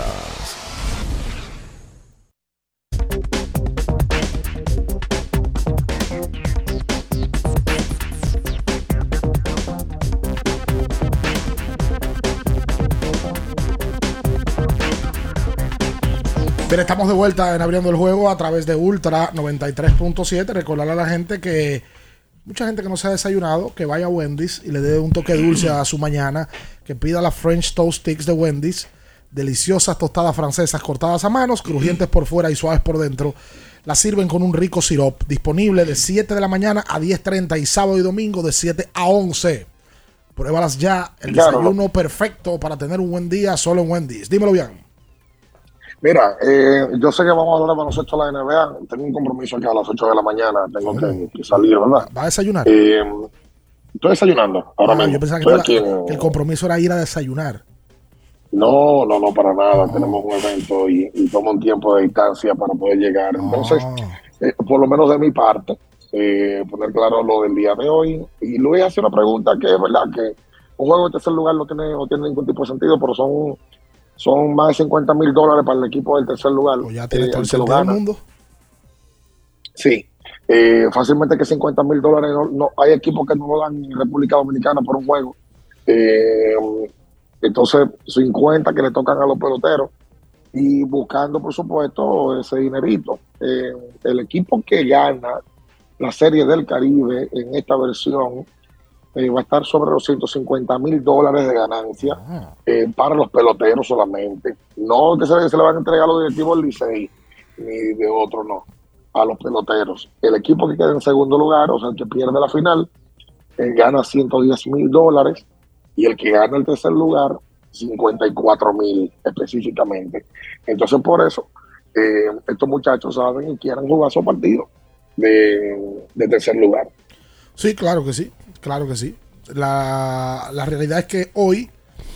Bien, estamos de vuelta en Abriendo el Juego a través de Ultra noventa y tres punto siete. Recordarle a la gente que mucha gente que no se ha desayunado, que vaya a Wendy's y le dé un toque dulce a su mañana, que pida las French Toast Sticks de Wendy's, deliciosas tostadas francesas cortadas a manos, crujientes por fuera y suaves por dentro. Las sirven con un rico sirop, disponible de siete de la mañana a diez treinta y sábado y domingo de siete a once. Pruébalas ya, el Claro. desayuno perfecto para tener un buen día solo en Wendy's. Dímelo bien. Mira, eh, yo sé que vamos a hablar de baloncesto de la N B A. Tengo un compromiso aquí a las ocho de la mañana. Tengo que, que salir, ¿verdad? ¿Va a desayunar? Eh, estoy desayunando ahora Ah, mismo. yo pensaba que, Estoy te aquí iba- en- que el compromiso era ir a desayunar. No, no, no, para nada. Tenemos un evento y, y tomo un tiempo de distancia para poder llegar. Entonces, eh, por lo menos de mi parte, eh, poner claro lo del día de hoy. Y Luis hace una pregunta que es verdad que un juego de tercer lugar no tiene, no tiene ningún tipo de sentido, pero son, son más de cincuenta mil dólares para el equipo del tercer lugar. Pues ya tiene eh, todo el el que lo sentido del gana. mundo. Sí, eh, fácilmente que cincuenta mil dólares. No, no- hay equipos que no lo dan en República Dominicana por un juego. Eh, entonces, cincuenta que le tocan a los peloteros y buscando, por supuesto, ese dinerito. Eh, el equipo que gana la Serie del Caribe en esta versión eh, va a estar sobre los ciento cincuenta mil dólares de ganancia eh, para los peloteros solamente. No que se, se le van a entregar a los directivos del Licey ni de otro, no. A los peloteros. El equipo que queda en segundo lugar, o sea, el que pierde la final, eh, gana ciento diez mil dólares y el que gana el tercer lugar, cincuenta y cuatro mil específicamente. Entonces, por eso, eh, estos muchachos saben y quieren jugar su partido de, de tercer lugar. Sí, claro que sí, claro que sí. La, la realidad es que hoy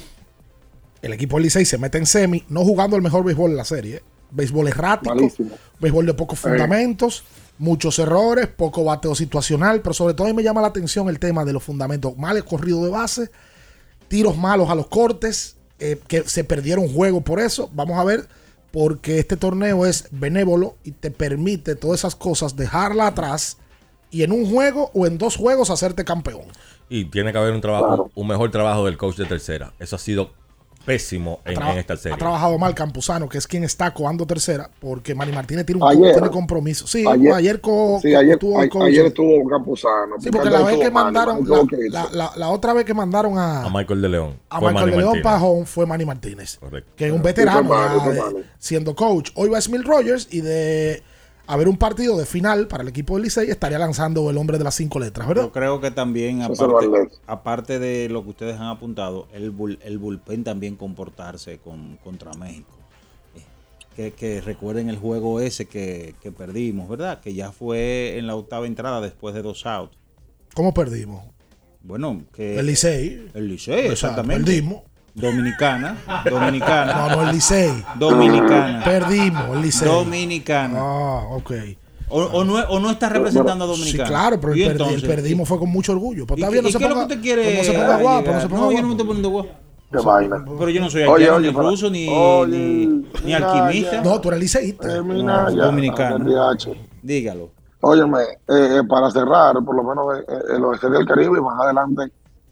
el equipo del Licey se mete en semi, no jugando el mejor béisbol de la serie. ¿eh? Béisbol errático, Malísimo. béisbol de pocos fundamentos, muchos errores, poco bateo situacional, pero sobre todo a mí me llama la atención el tema de los fundamentos. Mal corrido de base, tiros malos a los cortes, eh, que se perdieron juegos por eso. Vamos a ver, porque este torneo es benévolo y te permite todas esas cosas dejarla atrás y en un juego o en dos juegos hacerte campeón. Y tiene que haber un trabajo, Claro. un mejor trabajo del coach de tercera. Eso ha sido pésimo en, Traba- en esta serie. Ha trabajado mal Campuzano, que es quien está coando tercera, porque Manny Martínez tiene un Ayer. tiene compromiso. Sí, Ayer- ayer, co- Sí, co- ayer, tuvo a- el coach. ayer estuvo Campuzano. Sí, porque la vez que mandaron, la, tuvo que irse. la- la- la otra vez que mandaron a, A Michael de León. a Fue Michael Manny de León Martínez. Pajón fue Manny Martínez, Correcto. que es un Sí, veterano fue Manny, ya fue de- Manny. siendo coach. Hoy va Smith Rogers y de haber un partido de final para el equipo del Licey estaría lanzando el hombre de las cinco letras, ¿verdad? Yo creo que también, César aparte, Valdés. aparte de lo que ustedes han apuntado, el, bull- el bullpen también comportarse con, contra México. Eh, Que, que recuerden el juego ese que, que perdimos, ¿verdad? Que ya fue en la octava entrada después de dos outs. ¿Cómo perdimos? Bueno, que... El Licey. El Licey, O sea, exactamente. perdimos. Dominicana. Dominicana. No, no, el Licey. Dominicana. Perdimos, el Licey. Dominicana. Ah, ok. O, o no, o no está representando a Dominicana. Sí, claro, pero ¿Y el, perdi- el entonces? perdimos fue con mucho orgullo. Pues ¿Y está qué- bien, no y se qué es lo ponga, que usted quiere no se ponga guapo, no se llegar? ponga No, yo no me guapo. estoy poniendo guapo. Qué vaina. Pero yo no soy Oye, haitiano, oye, ni para- ruso, ni, oye, ni, ni mira, alquimista. ya. No, tú eres liceísta. Eh, mira, No, ya, dominicano. D H. Dígalo. Óyeme, eh, eh, para cerrar, por lo menos eh, eh, el oeste del Caribe y más adelante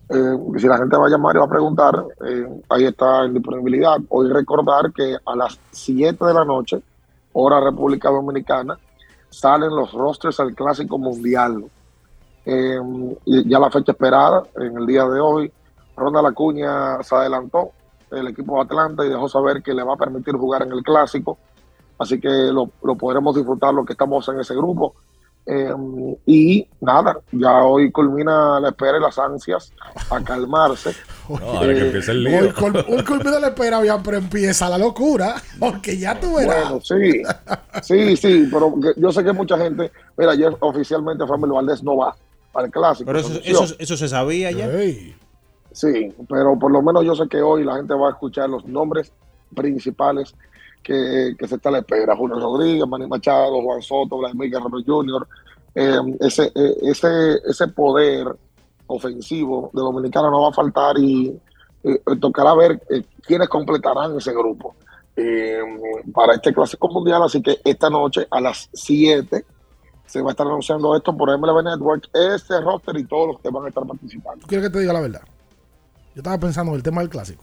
Eh, si la gente va a llamar y va a preguntar, eh, ahí está en disponibilidad. Hoy recordar que a las siete de la noche, hora República Dominicana, salen los rosters al Clásico Mundial. Eh, y ya la fecha esperada, en el día de hoy, Ronald Acuña se adelantó el equipo de Atlanta y dejó saber que le va a permitir jugar en el Clásico. Así que lo, lo podremos disfrutar los que estamos en ese grupo. Eh, y nada, ya hoy culmina la espera y las ansias a calmarse. No, ahora que empieza el lío. Hoy, cul- hoy culmina la espera, bien, pero empieza la locura, porque ya tú verás. Bueno, sí, sí, sí, pero que- yo sé que mucha gente, mira, ayer oficialmente Framil Valdés no va al Clásico. Pero eso, anunció. eso, eso se sabía ya. Sí, pero por lo menos yo sé que hoy la gente va a escuchar los nombres principales que, que se está a la espera. Julio Rodríguez, Manny Machado, Juan Soto, Vladimir Guerrero junior Eh, ese, eh, ese, ese poder ofensivo de Dominicana no va a faltar y eh, tocará ver eh, quiénes completarán ese grupo eh, para este Clásico Mundial. Así que esta noche a las siete se va a estar anunciando esto por M L B Network, este roster y todos los que van a estar participando. ¿Quieres que te diga la verdad? Yo estaba pensando en el tema del Clásico.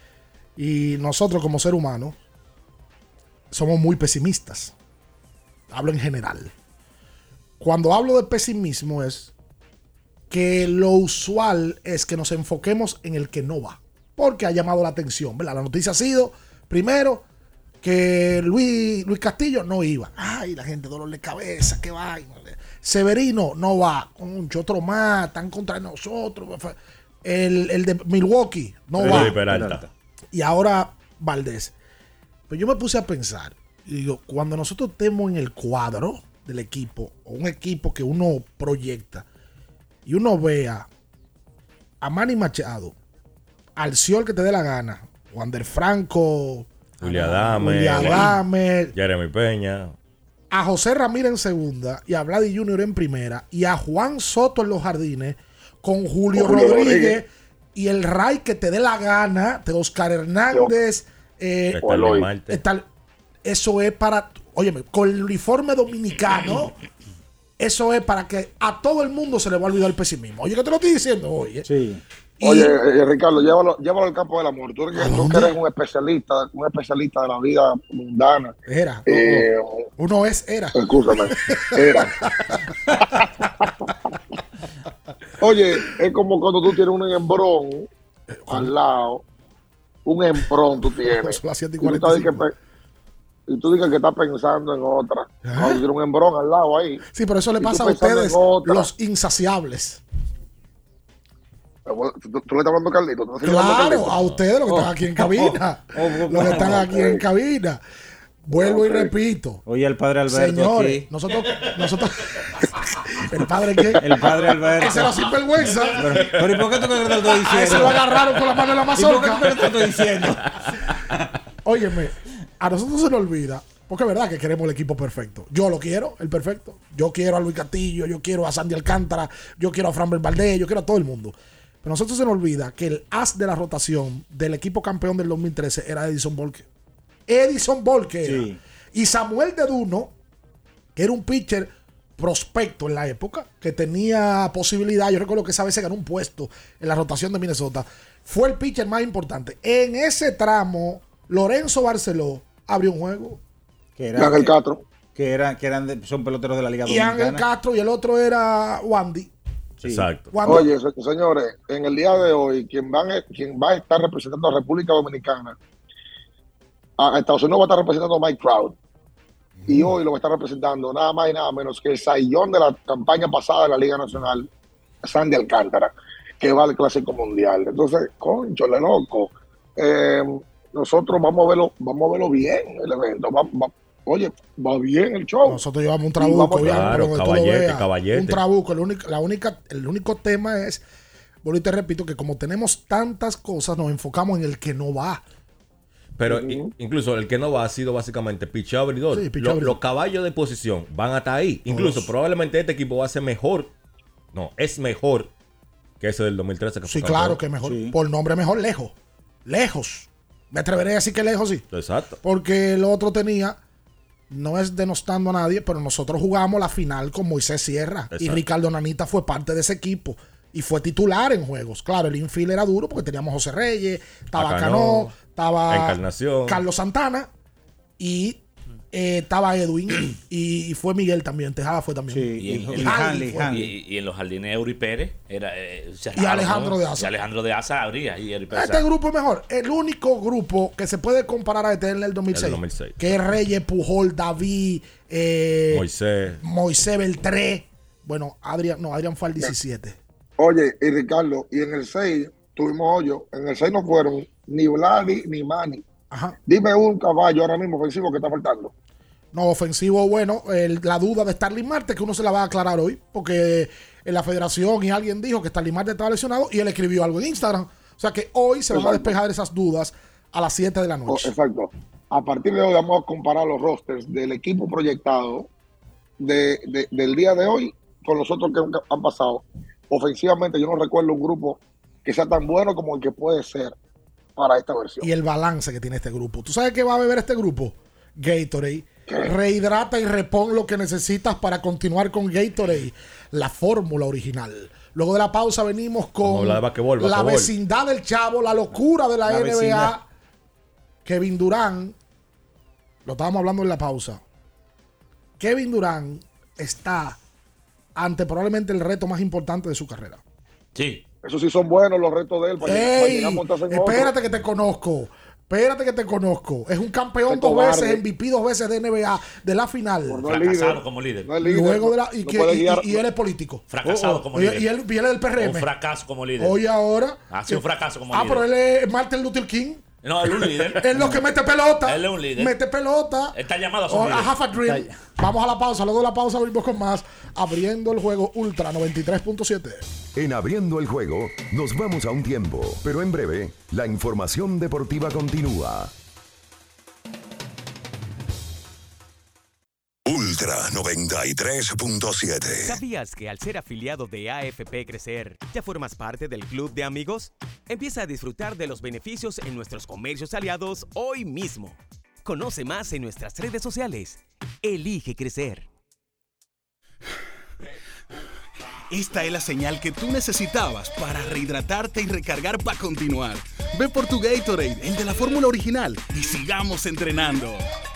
Y nosotros como ser humano somos muy pesimistas. Hablo en general. Cuando hablo de pesimismo es que lo usual es que nos enfoquemos en el que no va. Porque ha llamado la atención, ¿verdad? La noticia ha sido, primero, que Luis, Luis Castillo no iba. Ay, la gente, dolor de cabeza, qué vaina. Severino no va. Concho, otro más, están contra nosotros. El, el de Milwaukee no El va. de Peralta. Y ahora Valdés. Pero yo me puse a pensar, y digo, cuando nosotros estemos en el cuadro del equipo, o un equipo que uno proyecta, y uno vea a Manny Machado, al Ciol que te dé la gana, Wander Franco, Julia Dame, Julia Dame, Jeremy Peña, a José Ramírez en segunda, y a Vladi Junior en primera, y a Juan Soto en los jardines, con Julio, Julio Rodríguez, Rodríguez, y el Ray que te dé la gana, de Oscar Hernández, eh, Starling Marte. Estar- eso es para, óyeme, con el uniforme dominicano, eso es para que a todo el mundo se le va a olvidar el pesimismo. Oye, que te lo estoy diciendo hoy. ¿eh? Sí. Y- Oye, eh, Ricardo, llévalo, llévalo al campo del amor. Tú, eres- tú que eres un especialista, un especialista de la vida mundana. Era. Eh, Uno es, era. Escúchame, era. Oye, es como cuando tú tienes un embrón al lado, un embrón tú tienes. Son las siete y Y tú cuarenta y sabes que cinco. pe- y tú dices que estás pensando en otra. Cuando tú tienes un embrón al lado ahí. Sí, pero eso le y tú pasa a pensando ustedes, en otra. los insaciables. Tú, tú le estás hablando a Carlito. ¿tú no estás hablando a Claro, Carlito? a ustedes los que están aquí en cabina. Los que están aquí en cabina. Vuelvo y repito. Oye, el padre Alberto Señores, aquí. nosotros, nosotros, ¿el padre qué? El padre Alberto. Ese era sinvergüenza. Pero, pero ¿y por qué tú crees que te lo estoy A diciendo? ese lo agarraron con la mano en la ¿Y por qué tú mazorca. crees que te lo estoy diciendo? Óyeme, a nosotros se nos olvida, porque es verdad que queremos el equipo perfecto. Yo lo quiero, el perfecto. Yo quiero a Luis Castillo, yo quiero a Sandy Alcántara, yo quiero a Framber Valdés, yo quiero a todo el mundo. Pero a nosotros se nos olvida que el as de la rotación del equipo campeón del dos mil trece era Edison Volque. Edison Volque era. Sí. Y Samuel de Duno, que era un pitcher prospecto en la época, que tenía posibilidad, yo recuerdo que esa vez se ganó un puesto en la rotación de Minnesota, fue el pitcher más importante. En ese tramo, Lorenzo Barceló abrió un juego. Que Y Ángel que- Castro. Que, eran, que eran de- son peloteros de la Liga Y Ángel Dominicana. Castro y el otro era Wandy. Sí. Exacto. Wandy. Oye, se- señores, en el día de hoy, quien, van, a- quien va a estar representando a República Dominicana, a Estados Unidos va a estar representando a Mike Trout. Y hoy lo va a estar representando nada más y nada menos que el saillón de la campaña pasada de la Liga Nacional, Sandy Alcántara, que va al Clásico Mundial. Entonces, concho, le loco. Eh, nosotros vamos a verlo, vamos a verlo bien el evento. Va- va- oye, va bien el show. Nosotros llevamos un Y trabuco, vamos- bien, Claro, pero donde tú lo caballete, veas, caballete. un trabuco. El único, la única, el único tema es, bueno, y te repito, que como tenemos tantas cosas, nos enfocamos en el que no va. Pero i- incluso el que no va ha sido básicamente picheo abridor. Sí, picheo Lo- abridor. Los caballos de posición van hasta ahí. Incluso Todos. probablemente este equipo va a ser mejor. No, es mejor que ese del dos mil trece. Que Sí, fue claro campeón. que mejor. Sí. Por nombre mejor, lejos. Lejos. Me atreveré a decir que lejos, sí. Exacto. Porque el otro tenía, no es denostando a nadie, pero nosotros jugamos la final con Moisés Sierra. Y Exacto. Ricardo Nanita fue parte de ese equipo. y fue titular en juegos. Claro, el infield era duro porque teníamos José Reyes, estaba Acanó, Cano, estaba Encarnación, Carlos Santana y eh, estaba Edwin y, y fue Miguel también. Tejada fue también. Sí, y, en, y, y, Hanley, y, y, y en los jardines Eury Pérez era, eh, y Alejandro ¿no? de Asa. Y Alejandro de Asa habría. Y Eury Pérez este grupo es mejor. El único grupo que se puede comparar a este en el dos mil seis, el dos mil seis. que es Reyes, Pujol, David, eh, Moisés, Moisés Beltré. Bueno, Adrián, no, Adrián fue al diecisiete. Oye, y Ricardo, y en el seis tuvimos hoyo. En el seis no fueron ni Vladi ni Manny. Ajá. Dime un caballo ahora mismo ofensivo que está faltando. No, ofensivo, bueno, el, la duda de Starling Marte, que uno se la va a aclarar hoy, porque en la federación y alguien dijo que Starling Marte estaba lesionado y él escribió algo en Instagram. O sea que hoy se van a despejar esas dudas a las siete de la noche. Oh, exacto. A partir de hoy vamos a comparar los rosters del equipo proyectado de, de, del día de hoy con los otros que han pasado. Ofensivamente yo no recuerdo un grupo que sea tan bueno como el que puede ser para esta versión. Y el balance que tiene este grupo. ¿Tú sabes qué va a beber este grupo? Gatorade. Rehidrata y repon lo que necesitas para continuar con Gatorade, la fórmula original. Luego de la pausa venimos con la, basquetbol, la basquetbol. vecindad del Chavo, la locura de la, La N B A. vecindad. Kevin Durant, lo estábamos hablando en la pausa. Kevin Durant está ante probablemente el reto más importante de su carrera. Sí. Esos sí son buenos los retos de él. Para Ey, llegar a montarse en espérate otro. que te conozco. Espérate que te conozco. Es un campeón Qué dos cobarde. veces, M V P dos veces de N B A, de la final. No es Fracasado líder. como líder. No es líder. Luego de la, y, No que- puede y- guiar. y- y él es político. Fracasado Oh, como y- líder. Y él, y él es del P R M. Un fracaso como líder. Oye, ahora. Ha sido un fracaso como Ah, líder. pero él es Martin Luther King. No, él es un líder. Él es lo que mete pelota. Él es un líder. Mete pelota. Él está llamado a su Oh, líder. a half a dream. Vamos a la pausa. Luego de la pausa venimos con más. Abriendo el juego Ultra noventa y tres punto siete. En Abriendo el Juego nos vamos a un tiempo, pero en breve la información deportiva continúa. Ultra noventa y tres punto siete. ¿Sabías que al ser afiliado de A F P Crecer, ya formas parte del club de amigos? Empieza a disfrutar de los beneficios en nuestros comercios aliados hoy mismo. Conoce más en nuestras redes sociales. Elige crecer. Esta es la señal que tú necesitabas para rehidratarte y recargar para continuar. Ve por tu Gatorade, el de la fórmula original, y sigamos entrenando.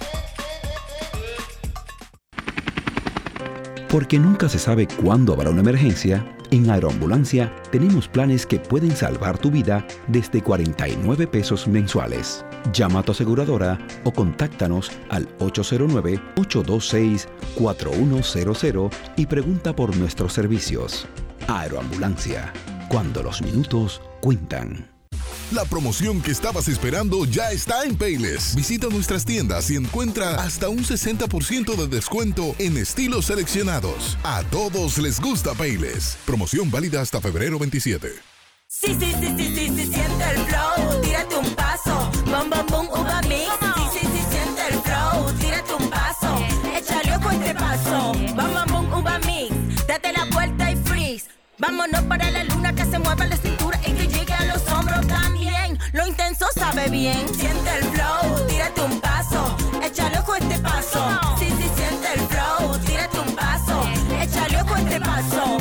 Porque nunca se sabe cuándo habrá una emergencia, en Aeroambulancia tenemos planes que pueden salvar tu vida desde cuarenta y nueve pesos mensuales. Llama a tu aseguradora o contáctanos al ocho cero nueve, ocho dos seis, cuatro uno cero cero y pregunta por nuestros servicios. Aeroambulancia, cuando los minutos cuentan. La promoción que estabas esperando ya está en Payless. Visita nuestras tiendas y encuentra hasta un sesenta por ciento de descuento en estilos seleccionados. A todos les gusta Payless. Promoción válida hasta febrero veintisiete. Sí, sí, sí, sí, sí, sí, siente el flow, tírate un paso, bom, bom, bom, uva mix. Sí, sí, sí, siente el flow, tírate un paso, échale ojo a este paso, bom, bom, bom, uva mix. Date la vuelta y freeze, vámonos para la luna que se mueva la cintura y que llegue a los hombros también. Lo intenso sabe bien, siente el flow, tírate un paso, échale ojo a este paso. Sí, sí, siente el flow, tírate un paso, échale ojo a este paso.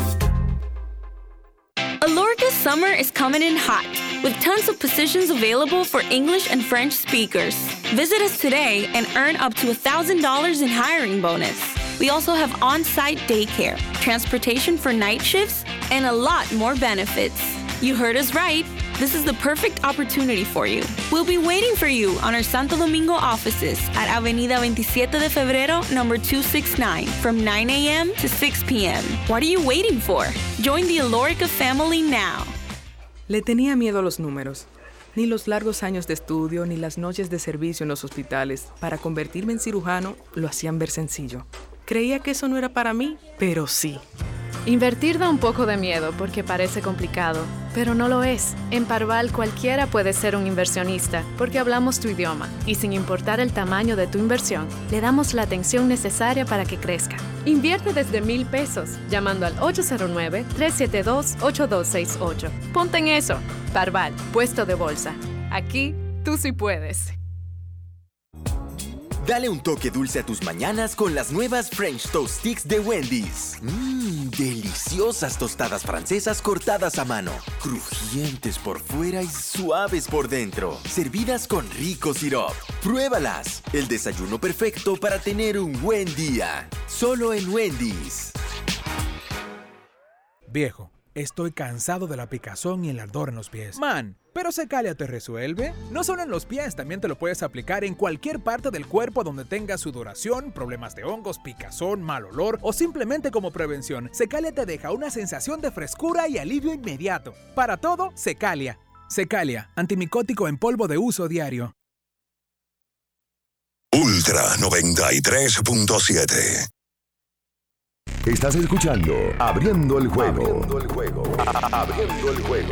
Alorca's summer is coming in hot, with tons of positions available for English and French speakers. Visit us today and earn up to one thousand dollars in hiring bonus. We also have on-site daycare, transportation for night shifts, and a lot more benefits. You heard us right. This is the perfect opportunity for you. We'll be waiting for you on our Santo Domingo offices at Avenida veintisiete de Febrero, number two sixty-nine, from nine a.m. to six p.m. What are you waiting for? Join the Alorica family now. Le tenía miedo a los números. Ni los largos años de estudio, ni las noches de servicio en los hospitales para convertirme en cirujano lo hacían ver sencillo. Creía que eso no era para mí, pero sí. Invertir da un poco de miedo porque parece complicado, pero no lo es. En Parval cualquiera puede ser un inversionista porque hablamos tu idioma y sin importar el tamaño de tu inversión, le damos la atención necesaria para que crezca. Invierte desde mil pesos llamando al ocho cero nueve, tres siete dos, ocho dos seis ocho. Ponte en eso. Parval, puesto de bolsa. Aquí tú sí puedes. Dale un toque dulce a tus mañanas con las nuevas French Toast Sticks de Wendy's. Mmm, deliciosas tostadas francesas cortadas a mano, crujientes por fuera y suaves por dentro, servidas con rico sirope. ¡Pruébalas! El desayuno perfecto para tener un buen día. Solo en Wendy's. Viejo, estoy cansado de la picazón y el ardor en los pies. Man, ¿pero Secalia te resuelve? No solo en los pies, también te lo puedes aplicar en cualquier parte del cuerpo donde tengas sudoración, problemas de hongos, picazón, mal olor o simplemente como prevención. Secalia te deja una sensación de frescura y alivio inmediato. Para todo, Secalia. Secalia, antimicótico en polvo de uso diario. Ultra noventa y tres punto siete. Estás escuchando Abriendo el Juego. Abriendo el Juego. Abriendo el Juego.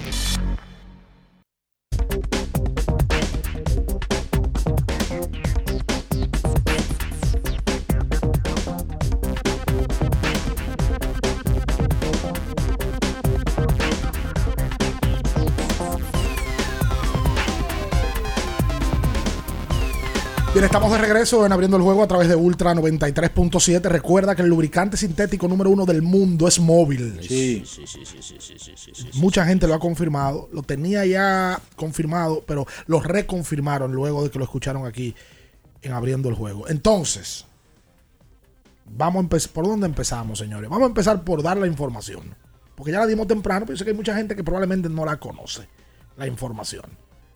Bien, estamos de regreso en Abriendo el Juego a través de Ultra noventa y tres punto siete. Recuerda que el lubricante sintético número uno del mundo es Móvil. Sí. Sí, sí, sí, sí, sí, sí, sí, sí. Mucha gente lo ha confirmado. Lo tenía ya confirmado, pero lo reconfirmaron luego de que lo escucharon aquí en Abriendo el Juego. Entonces, vamos a empezar. ¿Por dónde empezamos, señores? Vamos a empezar por dar la información. Porque ya la dimos temprano, pero yo sé que hay mucha gente que probablemente no la conoce, la información.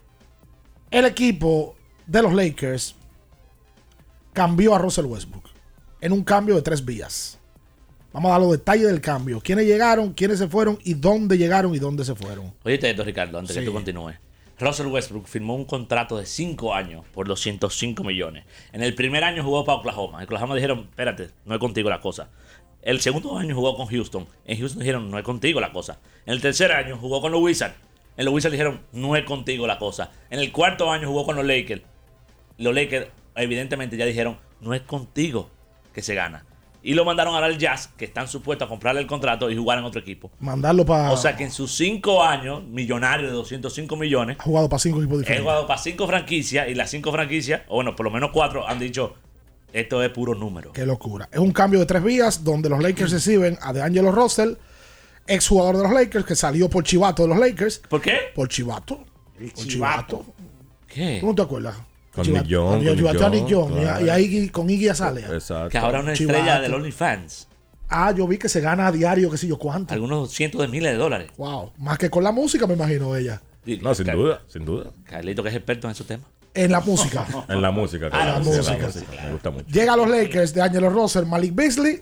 El equipo de los Lakers cambió a Russell Westbrook en un cambio de tres vías. Vamos a dar los detalles del cambio. Quiénes llegaron, quiénes se fueron y dónde llegaron y dónde se fueron. Oye, esto, Ricardo, antes Sí. que tú continúes. Russell Westbrook firmó un contrato de cinco años por doscientos cinco millones. En el primer año jugó para Oklahoma. En Oklahoma dijeron, espérate, no es contigo la cosa. El segundo año jugó con Houston. En Houston dijeron, no es contigo la cosa. En el tercer año jugó con los Wizards. En los Wizards dijeron, no es contigo la cosa. En el cuarto año jugó con los Lakers. Los Lakers evidentemente ya dijeron, no es contigo que se gana. Y lo mandaron ahora al Jazz, que están supuestos a comprarle el contrato y jugar en otro equipo. Mandarlo para... O sea que en sus cinco años, millonario de doscientos cinco millones, ha jugado para cinco equipos he diferentes. jugado para cinco franquicias y las cinco franquicias, o bueno, por lo menos cuatro, han dicho, esto es puro número. Qué locura. Es un cambio de tres vías donde los Lakers reciben a DeAngelo Russell, exjugador de los Lakers, que salió por chivato de los Lakers. ¿Por qué? Por chivato. El Por chivato. ¿Qué? ¿Tú no te acuerdas? Con Chivato- Nick Young, con con Nick Chivato a Nick Young, Young, y- claro. y ahí con Iggy Azalea. Exacto. Que ahora una Chivato. estrella del OnlyFans. Ah, yo vi que se gana a diario, qué sé yo cuánto. Algunos cientos de miles de dólares. Wow. Más que con la música, me imagino ella. No, sin duda, sin duda. Carlito, que es experto en esos temas. En la música. En la música, Ah, claro. la Sí, música. Me gusta mucho. Llega a los Lakers de Angelo Russell, Malik Beasley,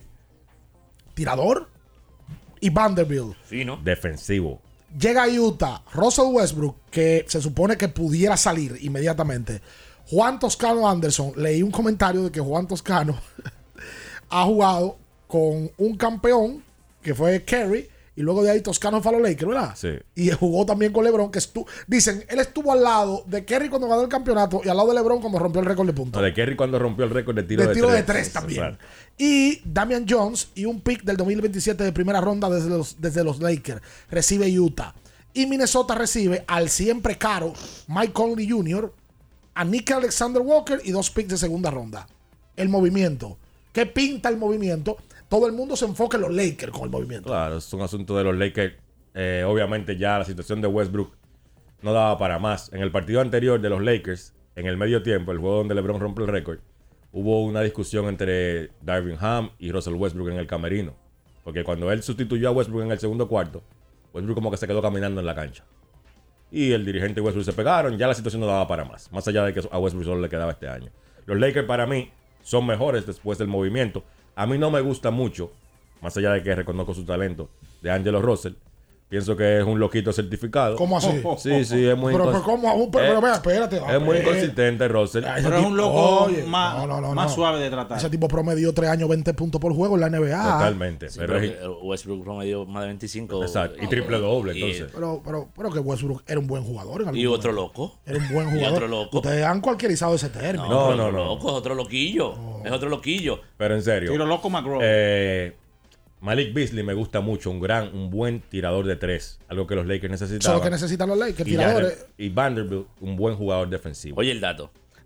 tirador, y Vanderbilt. Fino. Defensivo. Llega a Utah, Russell Westbrook, que se supone que pudiera salir inmediatamente. Juan Toscano Anderson, leí un comentario de que Juan Toscano ha jugado con un campeón que fue Kerry, y luego de ahí Toscano fue a los Lakers, ¿verdad? Sí. Y jugó también con LeBron, que estu dicen, él estuvo al lado de Kerry cuando ganó el campeonato y al lado de LeBron cuando rompió el récord de puntos. No, de Kerry cuando rompió el récord de tiro de de, tiro tres. de tres también. Claro. Y Damian Jones y un pick del dos mil veintisiete de primera ronda desde los, desde los Lakers. Recibe Utah. Y Minnesota recibe al siempre caro Mike Conley junior, a Nick Alexander Walker y dos picks de segunda ronda. El movimiento. ¿Qué pinta el movimiento? Todo el mundo se enfoca en los Lakers con el movimiento. Claro, es un asunto de los Lakers. Eh, obviamente ya la situación de Westbrook no daba para más. En el partido anterior de los Lakers, en el medio tiempo, el juego donde LeBron rompe el récord, hubo una discusión entre Darvin Ham y Russell Westbrook en el camerino. Porque cuando él sustituyó a Westbrook en el segundo cuarto, Westbrook como que se quedó caminando en la cancha. Y el dirigente y Westbrook se pegaron. Ya la situación no daba para más. Más allá de que a Westbrook solo le quedaba este año. Los Lakers para mí son mejores después del movimiento. A mí no me gusta mucho, más allá de que reconozco su talento, de Angelo Russell. Pienso que es un loquito certificado. ¿Cómo así? Sí, sí, es muy Pero, pero, incons- ¿cómo? Pero, pero, vea, espérate. Es muy Eh, inconsistente, Russell. ese Pero es tipo- un loco oye, más, no, no, no, más no. suave de tratar. Ese tipo promedió tres años, veinte puntos por juego en la N B A. Totalmente. Sí, pero pero es- que Westbrook promedió más de veinticinco. Exacto. Y triple doble, Y- entonces. Pero, pero, pero que Westbrook era un buen jugador. En algún Y otro momento. loco. Era un buen Y jugador. otro loco. Ustedes han cualquierizado ese término. No, pero no, otro no. loco, es otro loquillo. Es otro loquillo. Pero en serio. Tiro loco McGraw. Eh, Malik Beasley me gusta mucho. Un gran, un buen tirador de tres. Algo que los Lakers Eso es necesitaban. lo que necesitan los Lakers, y, tiradores. Jared- y Vanderbilt, un buen jugador defensivo. Oye el dato.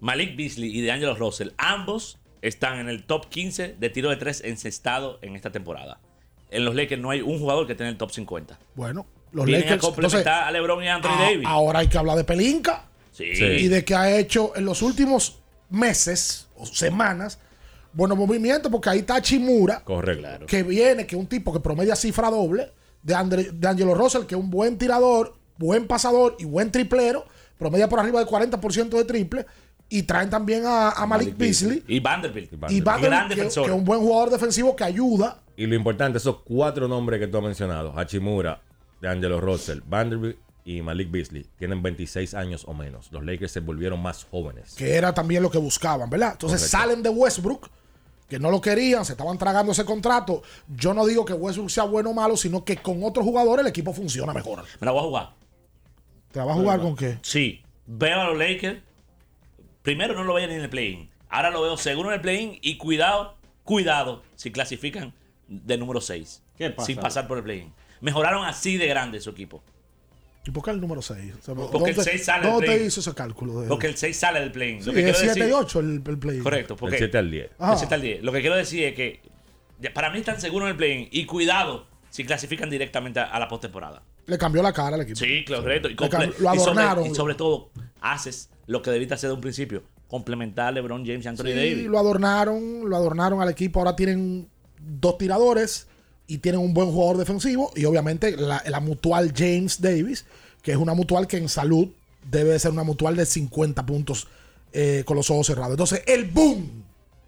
Malik Beasley y D'Angelo Russell, ambos están en el top quince de tiro de tres encestado en esta temporada. En los Lakers no hay un jugador que esté en el top cincuenta. Bueno, los Vienen Lakers a complementar entonces, a LeBron y a Anthony a, Davis. Ahora hay que hablar de Pelinka. Sí. Sí. Y de que ha hecho en los últimos meses o semanas buenos movimientos, porque ahí está Chimura, Correcto. Claro. que viene, que es un tipo que promedia cifra doble, de, Andre, de Angelo Russell, que es un buen tirador, buen pasador y buen triplero, promedia por arriba del cuarenta por ciento de triple, y traen también a, a Malik, Malik Beasley. Y Vanderbilt. Y Vanderbilt, gran que, defensor. que es un buen jugador defensivo que ayuda. Y lo importante, esos cuatro nombres que tú has mencionado, Hachimura, D'Angelo Russell, Vanderbilt y Malik Beasley, tienen veintiséis años o menos. Los Lakers se volvieron más jóvenes. Que era también lo que buscaban, ¿verdad? Entonces Correcto. salen de Westbrook, que no lo querían, se estaban tragando ese contrato. Yo no digo que Westbrook sea bueno o malo, sino que con otros jugadores el equipo funciona mejor. Me la voy a jugar. ¿Te la vas a jugar con qué? Sí. Veo a los Lakers. Primero no lo veía ni en el play-in. Ahora lo veo seguro en el play-in. Y cuidado, cuidado, si clasifican de número seis. ¿Qué pasa? Sin pasar por el play-in. Mejoraron así de grande su equipo. ¿Y por qué el número seis? O sea, Porque el seis sale del ¿Dónde te play-in. hizo ese cálculo? De... Porque el seis sale del play-in. Sí, Lo que es quiero siete decir- y ocho el, el play. Correcto. Porque Del siete al diez. Del siete al diez. Lo que quiero decir es que ya, para mí están seguros en el play-in. Y cuidado si clasifican directamente a, a la postemporada. Le cambió la cara al equipo. Sí, correcto. Y, Le comple- cam- lo y sobre, adornaron. y sobre todo, haces lo que debiste hacer de un principio. Complementar a LeBron James y Anthony Sí, Davis. lo adornaron, lo adornaron al equipo. Ahora tienen dos tiradores y tienen un buen jugador defensivo. Y obviamente la, la mutual James Davis, que es una mutual que en salud debe de ser una mutual de cincuenta puntos eh, con los ojos cerrados. Entonces, el boom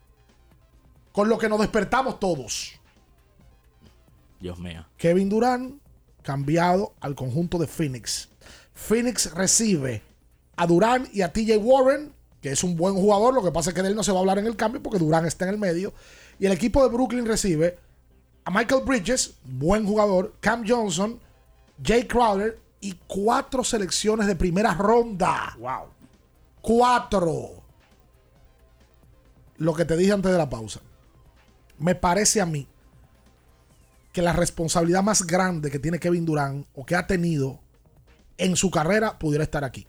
con lo que nos despertamos todos. Dios mío. Kevin Durant cambiado al conjunto de Phoenix. Phoenix recibe a Durant y a T J Warren, que es un buen jugador. Lo que pasa es que de él no se va a hablar en el cambio porque Durant está en el medio. Y el equipo de Brooklyn recibe a Michael Bridges, buen jugador, Cam Johnson, Jay Crowder y cuatro selecciones de primera ronda. Wow. Cuatro. Lo que te dije antes de la pausa. Me parece a mí que la responsabilidad más grande que tiene Kevin Durant o que ha tenido en su carrera pudiera estar aquí.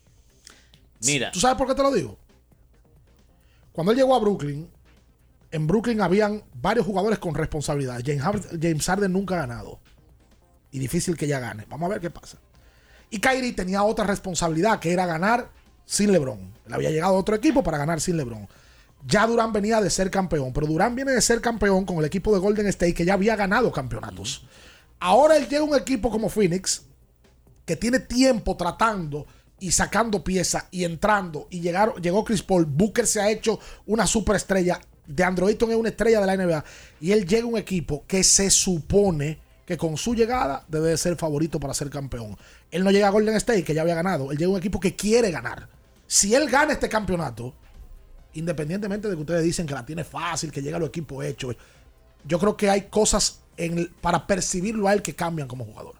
Mira. ¿Tú sabes por qué te lo digo? Cuando él llegó a Brooklyn, en Brooklyn habían varios jugadores con responsabilidad. James Harden, James Harden nunca ha ganado. Y difícil que ya gane. Vamos a ver qué pasa. Y Kyrie tenía otra responsabilidad, que era ganar sin LeBron. Él había llegado a otro equipo para ganar sin LeBron. Ya Durant venía de ser campeón, pero Durant viene de ser campeón con el equipo de Golden State, que ya había ganado campeonatos. Ahora él llega a un equipo como Phoenix, que tiene tiempo tratando y sacando piezas y entrando, y llegaron, llegó Chris Paul, Booker se ha hecho una superestrella, DeAndre Ayton es una estrella de la N B A, y él llega a un equipo que se supone que con su llegada debe de ser favorito para ser campeón. Él no llega a Golden State, que ya había ganado, él llega a un equipo que quiere ganar. Si él gana este campeonato, independientemente de que ustedes dicen que la tiene fácil, que llega a los equipos hechos, yo creo que hay cosas en el, para percibirlo a él que cambian como jugador.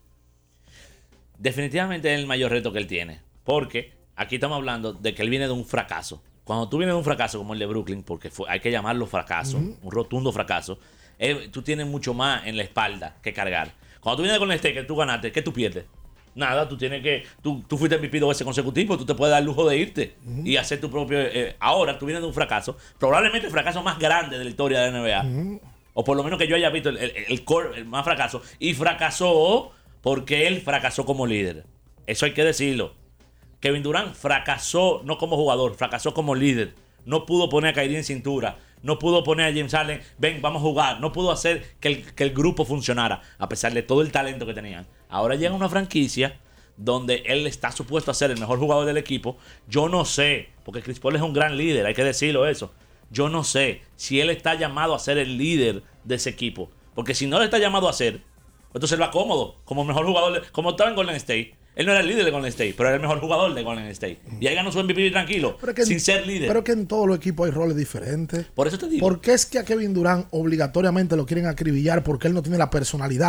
Definitivamente es el mayor reto que él tiene. Porque aquí estamos hablando de que él viene de un fracaso. Cuando tú vienes de un fracaso como el de Brooklyn, porque fue, hay que llamarlo fracaso, Uh-huh. un rotundo fracaso, eh, tú tienes mucho más en la espalda que cargar. Cuando tú vienes con el State que tú ganaste, ¿qué tú pierdes? Nada, tú tienes que. Tú, tú fuiste M V P dos veces consecutivo, tú te puedes dar el lujo de irte Uh-huh. y hacer tu propio. Eh, ahora tú vienes de un fracaso, probablemente el fracaso más grande de la historia de la N B A. Uh-huh. O por lo menos que yo haya visto el, el, el core, el más fracaso. Y fracasó porque él fracasó como líder. Eso hay que decirlo. Kevin Durant fracasó no como jugador, fracasó como líder. No pudo poner a Kyrie en cintura. No pudo poner a James Harden, ven, vamos a jugar. No pudo hacer que el, que el grupo funcionara, a pesar de todo el talento que tenían. Ahora llega una franquicia donde él está supuesto a ser el mejor jugador del equipo. Yo no sé, porque Chris Paul es un gran líder, hay que decirlo eso. Yo no sé si él está llamado a ser el líder de ese equipo. Porque si no le está llamado a ser, entonces él va cómodo, como mejor jugador, de- como estaba en Golden State. Él no era el líder de Golden State, pero era el mejor jugador de Golden State. Y ahí ganó su M V P tranquilo, Pero que en- sin ser líder. Pero que en todos los equipos hay roles diferentes. Por eso te digo. ¿Por qué es que a Kevin Durant obligatoriamente lo quieren acribillar? Porque él no tiene la personalidad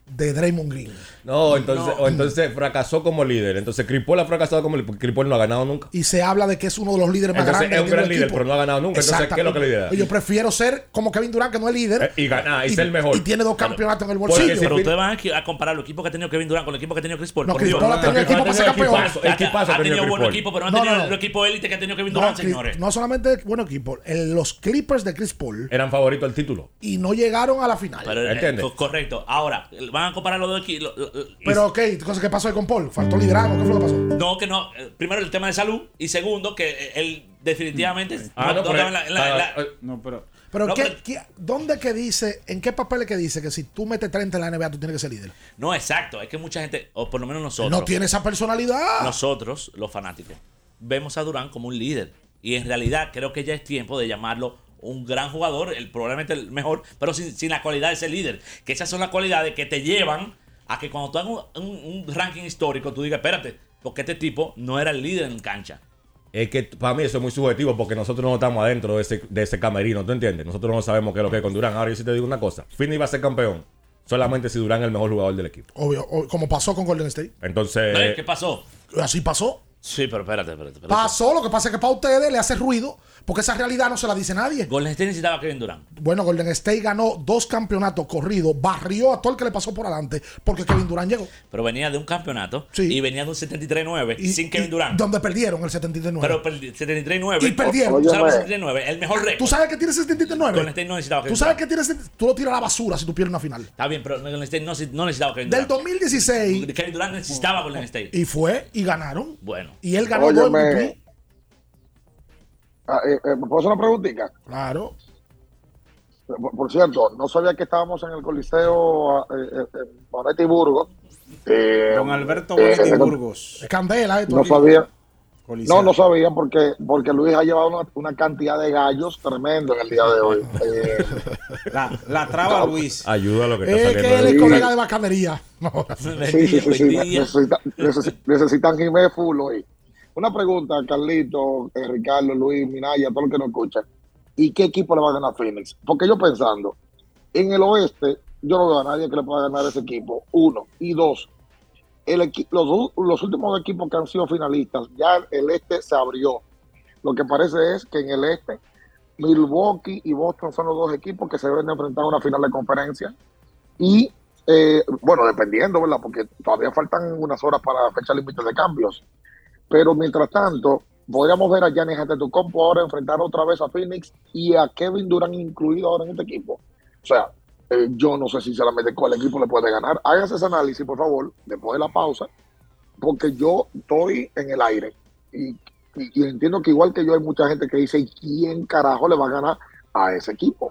de Draymond Green. No, entonces, No. o entonces fracasó como líder. Entonces Chris Paul ha fracasado como líder porque Chris Paul no ha ganado nunca. Y se habla de que es uno de los líderes más Entonces, grandes. es un que tiene gran el líder, equipo. pero no ha ganado nunca. Entonces, ¿qué es lo que le lidera? Yo prefiero ser como Kevin Durant, que no es líder. Eh, y ganar, y ser el mejor. Y tiene dos campeonatos en el Porque bolsillo. pero ustedes van a comparar los equipos que ha tenido Kevin Durant con el equipo que ha tenido Chris Paul. No, Por Chris Dios. Paul ha tenido equipo para ser campeón. Equipazo, equipazo ha ha tenido tenido Chris buenos Paul. equipos, pero no ha No, tenido no, no. el equipo élite que ha tenido Kevin No, Durant, Chris- señores. no solamente buen equipo, el- los Clippers de Chris Paul Eran favoritos al título. y no llegaron a la final. Pero, eh, ¿Entiendes? co- correcto. Ahora, van a comparar los dos equipos. lo- lo- Pero ok, entonces, ¿qué pasó ahí con Paul? ¿Faltó liderazgo? ¿Qué fue lo que pasó? No, que no. eh, Primero, el tema de salud. Y segundo, que eh, él definitivamente. Ah, no, pero- estaba en la- en la- en la- No, pero. Pero, No, ¿qué, pero- qué- ¿dónde que dice, en qué papeles que dice que si tú metes treinta en la N B A tú tienes que ser líder? no, exacto. Es que mucha gente, o por lo menos nosotros. No tiene esa personalidad. Nosotros, los fanáticos, vemos a Durán como un líder. Y en realidad creo que ya es tiempo de llamarlo un gran jugador, el, probablemente el mejor, pero sin, sin la cualidad de ser líder. Que esas son las cualidades que te llevan a que cuando tú hagas un, un- un ranking histórico, tú digas, espérate, porque este tipo no era el líder en cancha. Es que para mí eso es muy subjetivo porque nosotros no estamos adentro de ese, de ese camerino, ¿tú entiendes? Nosotros no sabemos qué es lo que es con Durán. Ahora yo sí te digo una cosa. Finney va a ser campeón solamente si Durán es el mejor jugador del equipo. Obvio, o- como pasó con Golden State. Entonces... ¿Ves? ¿Qué pasó? Así pasó. Sí, pero espérate, espérate. espérate. Pasó, lo que pasa es que para ustedes le hace ruido porque esa realidad no se la dice nadie. Golden State necesitaba a Kevin Durant. Bueno, Golden State ganó dos campeonatos corridos, barrió a todo el que le pasó por adelante porque Kevin Durant llegó. Pero venía de un campeonato Sí. y venía de un setenta y tres nueve sin Kevin Durant. Donde perdieron el setenta y tres nueve. Pero perdi- setenta y tres nueve. Y perdieron. ¿Tú sabes el setenta y tres nueve? El mejor récord. ¿Tú sabes que tiene setenta y tres nueve? Golden State no necesitaba a Kevin ¿Tú sabes Durant. que tiene setenta? Tú lo tiras a la basura si tú pierdes una final. Está bien, pero Golden State no, no necesitaba a Kevin Del Durant. dos mil dieciséis. Kevin Durant necesitaba a Golden State. Y fue y ganaron. Bueno. Y él ganó dos Óyeme. M V P. Ah, eh, eh, ¿me puedo hacer una preguntita? Claro. Por, por cierto, no sabía que estábamos en el Coliseo eh, eh, en Bonetti Burgos. Eh, Don Alberto eh, Bonetti eh, Burgos. Es candela esto. No aquí. sabía. Coliseo. No, no sabía porque, porque Luis ha llevado una, una cantidad de gallos tremendo en el día de hoy. Eh, La, la traba Luis. Ayuda a lo que está Es saliendo. que él es Sí. colega de bacanería. No. sí, sí, sí, sí. Necesita- necesi- necesitan Jiménez full hoy. Una pregunta, Carlito, eh, Ricardo, Luis, Minaya, todo lo que nos escucha. ¿Y qué equipo le va a ganar Phoenix? Porque yo pensando, en el oeste, yo no veo a nadie que le pueda ganar ese equipo. Uno. Y dos, el equi- los, u- los últimos equipos que han sido finalistas, ya el este se abrió. Lo que parece es que en el este, Milwaukee y Boston son los dos equipos que se deben de enfrentar a una final de conferencia. Y, eh, bueno, dependiendo, ¿verdad? Porque todavía faltan unas horas para la fecha límite de cambios. Pero mientras tanto, podríamos ver a Giannis Antetokounmpo ahora enfrentar otra vez a Phoenix y a Kevin Durant incluido ahora en este equipo. O sea, eh, yo no sé sinceramente cuál equipo le puede ganar. Hágase ese análisis, por favor, después de la pausa, porque yo estoy en el aire. Y, y- y entiendo que igual que yo hay mucha gente que dice, ¿y quién carajo le va a ganar a ese equipo?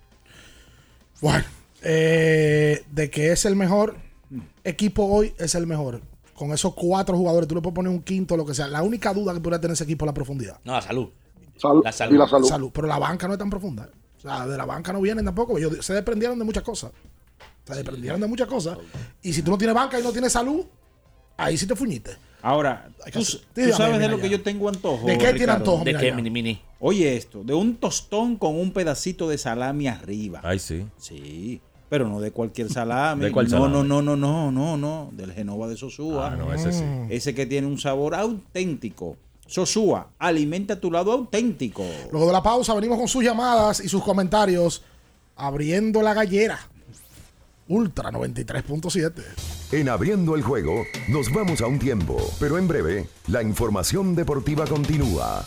Bueno, eh, de que es el mejor equipo hoy, es el mejor. Con esos cuatro jugadores, tú le puedes poner un quinto, lo que sea. La única duda que podría tener ese equipo es la profundidad. No, la salud. Salud. La salud. Y la salud. Pero la banca no es tan profunda. O sea, de la banca no vienen tampoco. Ellos se desprendieron de muchas cosas. Se desprendieron de muchas cosas. Y si tú no tienes banca y no tienes salud, ahí sí te fuñiste. Ahora, Hay que tú, hacer- tú dígame, sabes de mira lo ya. que yo tengo antojo. ¿De qué tiene Ricardo? antojo? ¿De Mira qué, ya. mini mini? Oye esto, de un tostón con un pedacito de salami arriba. Ay, sí. Sí, pero no de cualquier salami. ¿De cuál no, salami? no, no, no, no, no, no, del Genova de Sosúa. Ah, no, ese sí. Ese que tiene un sabor auténtico. Sosúa, alimenta tu lado auténtico. Luego de la pausa, venimos con sus llamadas y sus comentarios. Abriendo la gallera. Ultra noventa y tres punto siete. En Abriendo el Juego nos vamos a un tiempo, pero en breve la información deportiva continúa.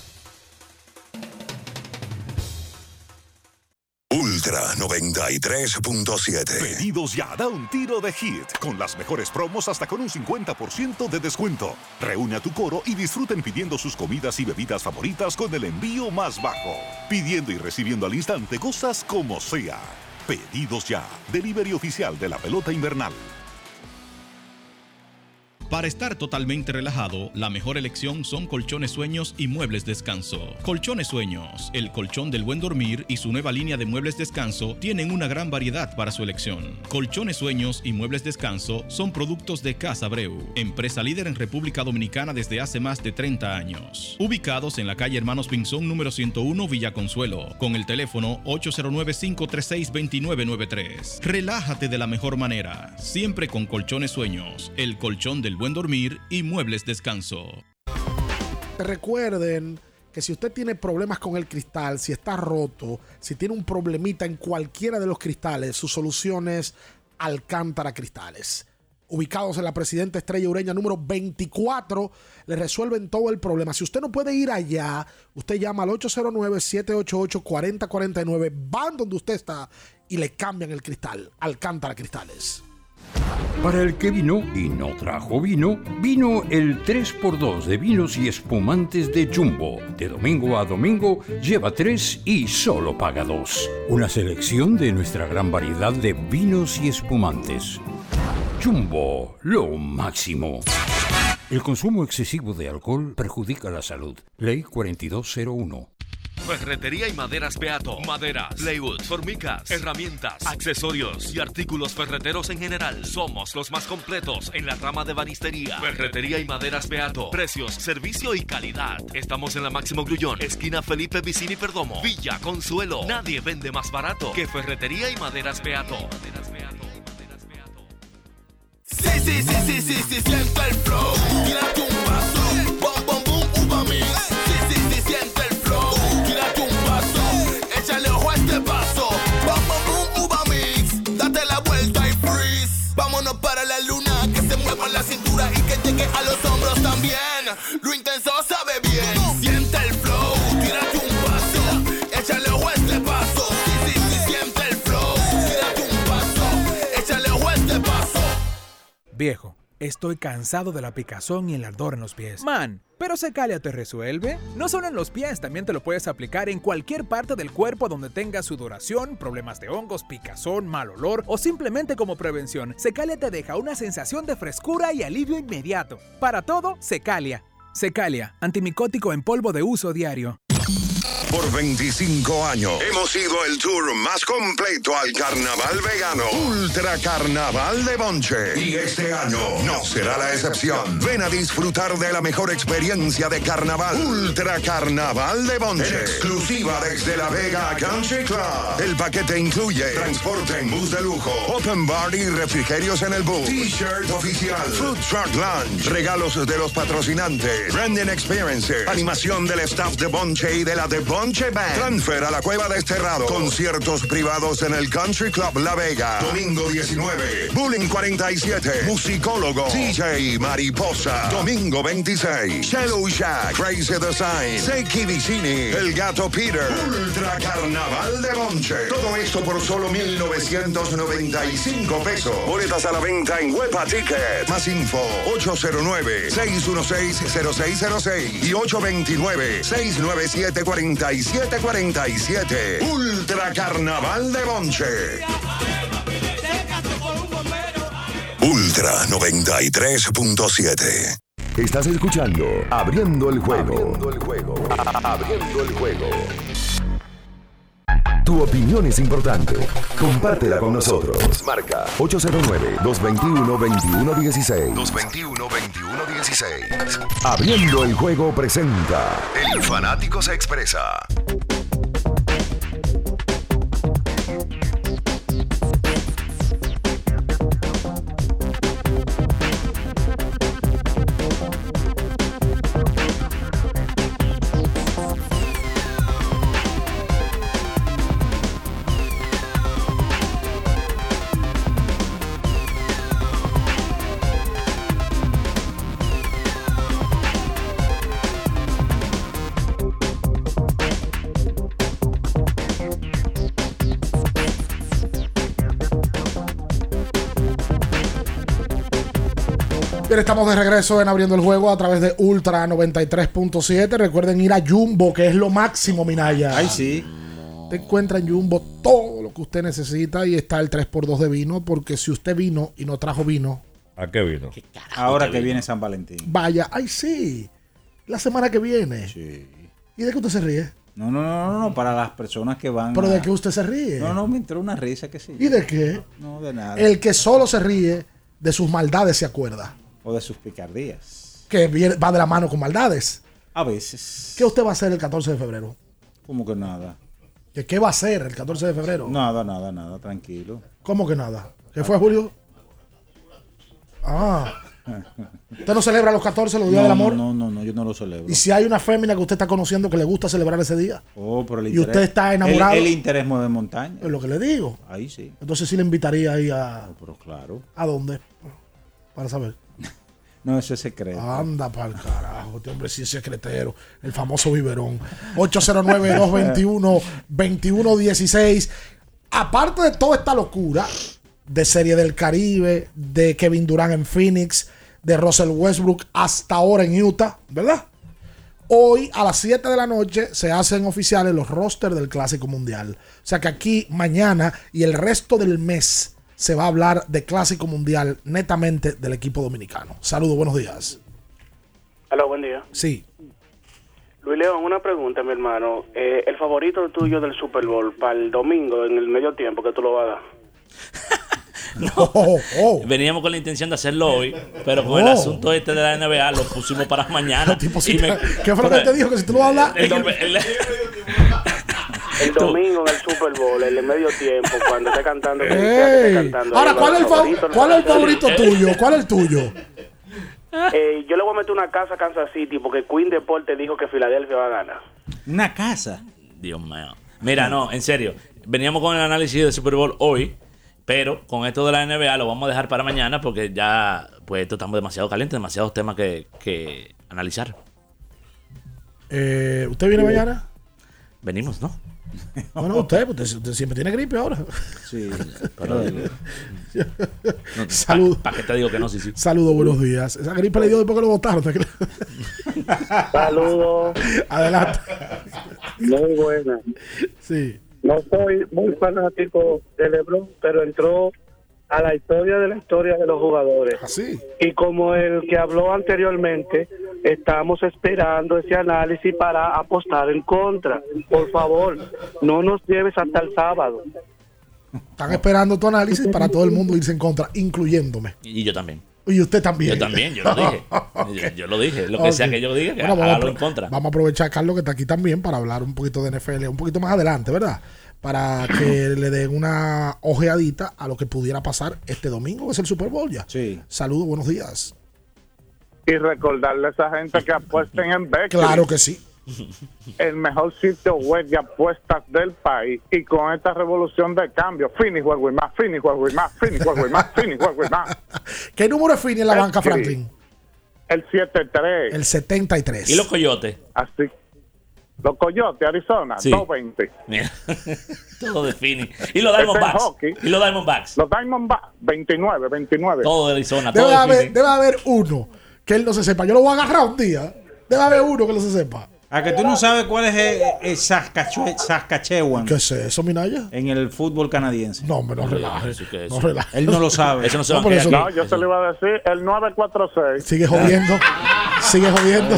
Ultra noventa y tres punto siete. Pedidos ya, da un tiro de hit, con las mejores promos hasta con un cincuenta por ciento de descuento. Reúne a tu coro y disfruten pidiendo sus comidas y bebidas favoritas con el envío más bajo. Pidiendo y recibiendo al instante cosas como sea. Pedidos ya, delivery oficial de la pelota invernal. Para estar totalmente relajado, la mejor elección son Colchones Sueños y Muebles Descanso. Colchones Sueños, el colchón del buen dormir y su nueva línea de muebles descanso tienen una gran variedad para su elección. Colchones Sueños y Muebles Descanso son productos de Casa Abreu, empresa líder en República Dominicana desde hace más de treinta años. Ubicados en la calle Hermanos Pinzón número ciento uno, Villa Consuelo, con el teléfono ocho cero nueve, cinco tres seis, dos nueve nueve tres. Relájate de la mejor manera, siempre con Colchones Sueños, el colchón del buen dormir y Muebles Descanso. Recuerden que si usted tiene problemas con el cristal, si está roto, si tiene un problemita en cualquiera de los cristales, su solución es Alcántara Cristales. Ubicados en la Presidenta Estrella Ureña número veinticuatro, le resuelven todo el problema. Si usted no puede ir allá, usted llama al ocho cero nueve, siete ocho ocho, cuatro cero cuatro nueve, van donde usted está y le cambian el cristal. Alcántara Cristales. Para el que vino y no trajo vino, vino el tres por dos de vinos y espumantes de Jumbo. De domingo a domingo, lleva tres y solo paga dos. Una selección de nuestra gran variedad de vinos y espumantes. Jumbo, lo máximo. El consumo excesivo de alcohol perjudica la salud. Ley cuarenta y dos cero uno. Ferretería y maderas Beato. Maderas, plywood, formicas, herramientas, accesorios y artículos ferreteros en general. Somos los más completos en la rama de banistería. Ferretería y maderas Beato. Precios, servicio y calidad. Estamos en la Máximo Grullón, esquina Felipe Vicini Perdomo, Villa Consuelo. Nadie vende más barato que Ferretería y maderas Beato. Sí, sí, sí, sí, sí, sí, siente el flow. Tírate un vaso, bom, bom, boom, uva mix. Sí, sí, sí, siente el flow. Tírate un vaso, échale ojo a este paso. Bom, bom, boom, uva mix. Date la vuelta y freeze. Vámonos para la luna, que se mueva la cintura y que llegue a los hombros también. Lo intenso sabe bien. Siente el flow, tírate un vaso, échale ojo a este paso. Sí, sí, sí, siente el flow. Tírate un vaso, échale ojo a este paso. Viejo, estoy cansado de la picazón y el ardor en los pies. Man, ¿pero Secalia te resuelve? No solo en los pies, también te lo puedes aplicar en cualquier parte del cuerpo donde tengas sudoración, problemas de hongos, picazón, mal olor o simplemente como prevención. Secalia te deja una sensación de frescura y alivio inmediato. Para todo, Secalia. Secalia, antimicótico en polvo de uso diario. Por veinticinco años hemos sido el tour más completo al carnaval vegano. Ultra Carnaval de Bonche. Y este año no será la excepción. Ven a disfrutar de la mejor experiencia de carnaval. Ultra Carnaval de Bonche. En exclusiva desde La Vega Country Club. El paquete incluye transporte en bus de lujo, open bar y refrigerios en el bus, t-shirt oficial, food truck lunch, regalos de los patrocinantes, branding experiences, animación del staff de Bonche y de la de Bonche Band, transfer a la Cueva Desterrado, conciertos privados en el Country Club La Vega, domingo diecinueve, Bullying cuarenta y siete, musicólogo, D J Mariposa, domingo veintiséis, Shallow Shack, Crazy Design, Seiki Vicini, El Gato Peter, Ultra Carnaval de Bonche. Todo esto por solo mil novecientos noventa y cinco pesos. Boletas a la venta en Huepa Ticket. Más info, ocho cero nueve, seis uno seis, cero seis cero seis y ocho dos nueve, seis nueve siete, cuatro siete cuatro siete. Ultra Carnaval de Bonche. Ultra noventa y tres punto siete. Estás escuchando Abriendo el Juego. Abriendo el Juego. Abriendo el Juego. Tu opinión es importante. Compártela con nosotros. Marca ocho cero nueve, dos dos uno, dos uno uno seis. dos dos uno, dos uno uno seis. Abriendo el Juego presenta El Fanático se expresa. Estamos de regreso en Abriendo el Juego a través de Ultra noventa y tres punto siete. Recuerden ir a Jumbo, que es lo máximo, Minaya. Ay, sí. Te encuentra en Jumbo todo lo que usted necesita y está el tres por dos de vino, porque si usted vino y no trajo vino, ¿A qué vino? Ahora que viene San Valentín. Vaya, ay sí. La semana que viene. Sí. ¿Y de qué usted se ríe? No, no, no, no, no, para las personas que van. ¿Pero a... de qué usted se ríe? No, no, me entró una risa que sí. ¿Y de qué? No, de nada. El que solo se ríe de sus maldades se acuerda. O de sus picardías. Que viene, va de la mano con maldades. A veces. ¿Qué usted va a hacer el catorce de febrero? ¿Cómo que nada? ¿Que qué va a hacer el catorce de febrero? Nada, nada, nada, tranquilo. ¿Cómo que nada? ¿Qué fue, Julio? Ah. ¿Usted no celebra los catorce, los días no, del amor? No, no, no, yo no lo celebro. ¿Y si hay una fémina que usted está conociendo que le gusta celebrar ese día? Oh, por el y interés. usted está enamorado. El, el interés mueve montaña. Es lo que le digo. Ahí sí. Entonces sí le invitaría ahí a... No, pero claro. ¿A dónde? Para saber. No, eso es secreto. Anda pa'l carajo, este hombre sí es secretero. El famoso biberón. ocho cero nueve, dos dos uno, dos uno uno seis. Aparte de toda esta locura de Serie del Caribe, de Kevin Durant en Phoenix, de Russell Westbrook hasta ahora en Utah, ¿verdad? Hoy a las siete de la noche se hacen oficiales los rosters del Clásico Mundial. O sea que aquí, mañana y el resto del mes se va a hablar de Clásico Mundial netamente del equipo dominicano. Saludos, buenos días. Hola, buen día. Sí. Luis León, una pregunta, mi hermano. Eh, el favorito tuyo del Super Bowl para el domingo, en el medio tiempo, que tú lo vas a dar. No. Oh, oh. Veníamos con la intención de hacerlo hoy, pero con oh. el asunto este de la N B A lo pusimos para mañana. Tipo, si me... ¿Qué fue lo que te dijo? Que si tú lo vas a hablar. El, el, el, el domingo en el Super Bowl, en el medio tiempo, cuando esté cantando. Esté cantando ahora, ¿cuál es el favorito, ¿cuál es el favorito tuyo? ¿Cuál es el tuyo? Eh, yo le voy a meter una casa a Kansas City porque Queen Deporte dijo que Filadelfia va a ganar. ¿Una casa? Dios mío. Mira, no, en serio. Veníamos con el análisis del Super Bowl hoy, pero con esto de la N B A lo vamos a dejar para mañana porque ya, pues, esto estamos demasiado calientes, demasiados temas que, que analizar. Eh, ¿Usted viene mañana? Venimos, ¿no? Bueno, usted, usted, usted siempre tiene gripe ahora. Sí, pero... no, Saludos. ¿Para pa qué te digo que no? Sí, sí. Saludos, buenos días. Esa gripe le dio después que lo votaron. Saludos. Adelante. Muy buena. Sí. No soy muy fanático de LeBron, pero entró a la historia de la historia de los jugadores. Así. Y como el que habló anteriormente, estamos esperando ese análisis para apostar en contra. Por favor, no nos lleves hasta el sábado. Están esperando tu análisis para todo el mundo irse en contra, incluyéndome. Y yo también. Y usted también. Yo también, yo lo dije. okay. yo, yo lo dije. Lo que okay. sea que yo diga, que bueno, hágalo en contra. Vamos a aprovechar a Carlos que está aquí también para hablar un poquito de N F L, un poquito más adelante, ¿verdad? Para que le den una ojeadita a lo que pudiera pasar este domingo, que es el Super Bowl ya. Sí. Saludos, buenos días. Y recordarle a esa gente que apuesten en Betcris. Claro que sí. El mejor sitio web de apuestas del país. Y con esta revolución de cambio, Fini juego y más, Fini juego y más, Fini juego y más, Fini juego y más. ¿Qué número es Fini en la banca, Franklin? El setenta y tres. El setenta y tres. ¿Y los coyotes? Así. Los Coyotes, Arizona, sí. doscientos veinte. Mira, todo de Fini. ¿Y los Diamondbacks? ¿Y los Diamondbacks? Los Diamondbacks, veintinueve, veintinueve. Todo de Arizona, debe todo de haber, Fini. Debe haber uno que él no se sepa. Yo lo voy a agarrar un día. Debe haber uno que no se sepa. A que tú no sabes cuál es el, el Saskatchewan. ¿Qué es eso, Minaya? En el fútbol canadiense. No, hombre, no relajes. Sí, no relajes. Él no lo sabe. Eso no se no, va a eso no, yo se lo iba a decir. El nueve cuatro seis. Sigue jodiendo. Sigue jodiendo.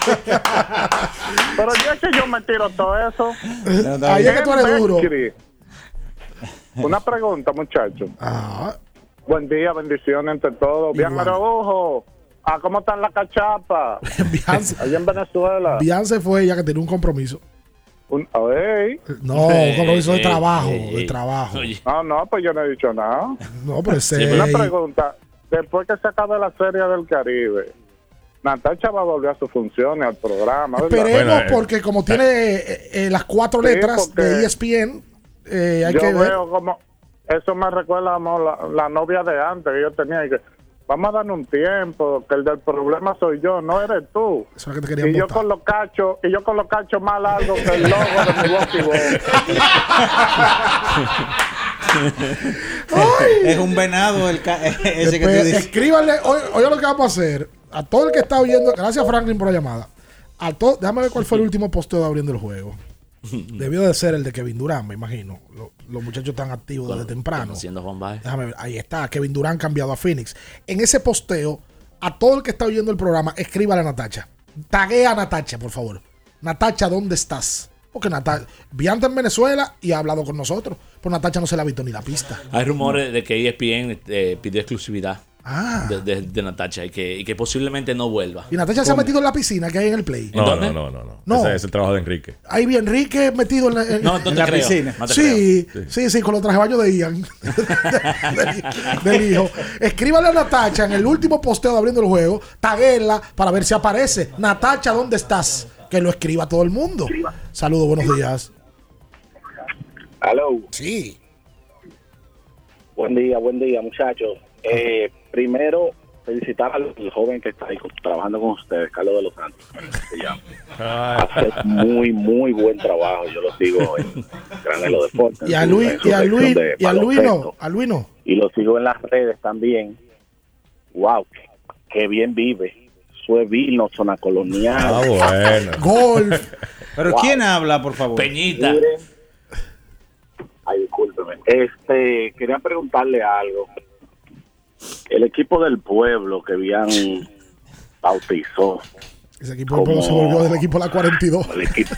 Pero yo es que yo me tiro todo eso. Ahí es que tú eres duro. Una pregunta, muchachos. Ah. Buen día, bendiciones entre todos. Bien, Ojo. Ah, ¿cómo están las cachapas? Allá en Venezuela. Bian se fue ya que tenía un compromiso. Un, hey. No, un compromiso de trabajo. De trabajo. No, no, pues yo no he dicho nada. No, pero sí, una pregunta. Después que se acabe la Serie del Caribe, Natacha va a volver a sus funciones, al programa. Esperemos, bueno, eh, porque como tiene eh, eh, las cuatro letras de E S P N, eh, hay yo que veo ver. Como, eso me recuerda a la, la novia de antes que yo tenía. Y que, vamos a darle un tiempo, que el del problema soy yo, no eres tú. Eso es que te querían y yo botar. con los cachos, y yo con los cachos más largos que el logo de mi voz. Es un venado el ca ese Después, que tú dices. Escríbanle, oye, oye lo que vamos a hacer. A todo el que está oyendo, gracias Franklin por la llamada. A todo, déjame ver cuál fue el último posteo de abriendo el juego. debió de ser el de Kevin Durant, me imagino. Los, los muchachos están activos desde temprano. Haciendo bombay. Déjame ver, ahí está, Kevin Durant cambiado a Phoenix. En ese posteo, a todo el que está oyendo el programa, escríbale a Natacha. Taguea a Natacha, por favor. Natacha, ¿dónde estás? Porque Natacha, Bianca en Venezuela y ha hablado con nosotros. Pero Natacha no se le ha visto ni la pista. Hay rumores de que E S P N eh, pidió exclusividad ah. de, de, de Natacha y que, y que posiblemente no vuelva. Y Natacha se ha metido en la piscina que hay en el play. No, no, no, no, no. No. Ese es el trabajo de Enrique. Ahí vi Enrique metido en la, en, no, en la creo. piscina. No te sí, creo. sí, sí, con los trajes baños de Ian. del, del hijo. Escríbale a Natacha en el último posteo de abriendo el juego. Taguela para ver si aparece. Natacha, ¿dónde estás? Que lo escriba todo el mundo. Saludos, buenos días. Aló. Sí. Buen día, buen día, muchachos. Eh, primero, felicitar al joven que está ahí trabajando con ustedes, Carlos de los Santos. Se llama. Hace muy, muy buen trabajo. Yo lo sigo en Granelo Deportes. Y a Luis, y a Luis, y a Luis no, a Luis no. Y lo sigo en las redes también. Wow, qué, qué bien vive. Sue vino, zona colonial. Ah, bueno. Golf. Pero Wow. ¿quién habla, por favor? Peñita. Miren. Ay, discúlpeme. Este, quería preguntarle algo. El equipo del pueblo que habían bautizó. Ese equipo del pueblo se volvió del equipo de la cuarenta y dos. El equipo.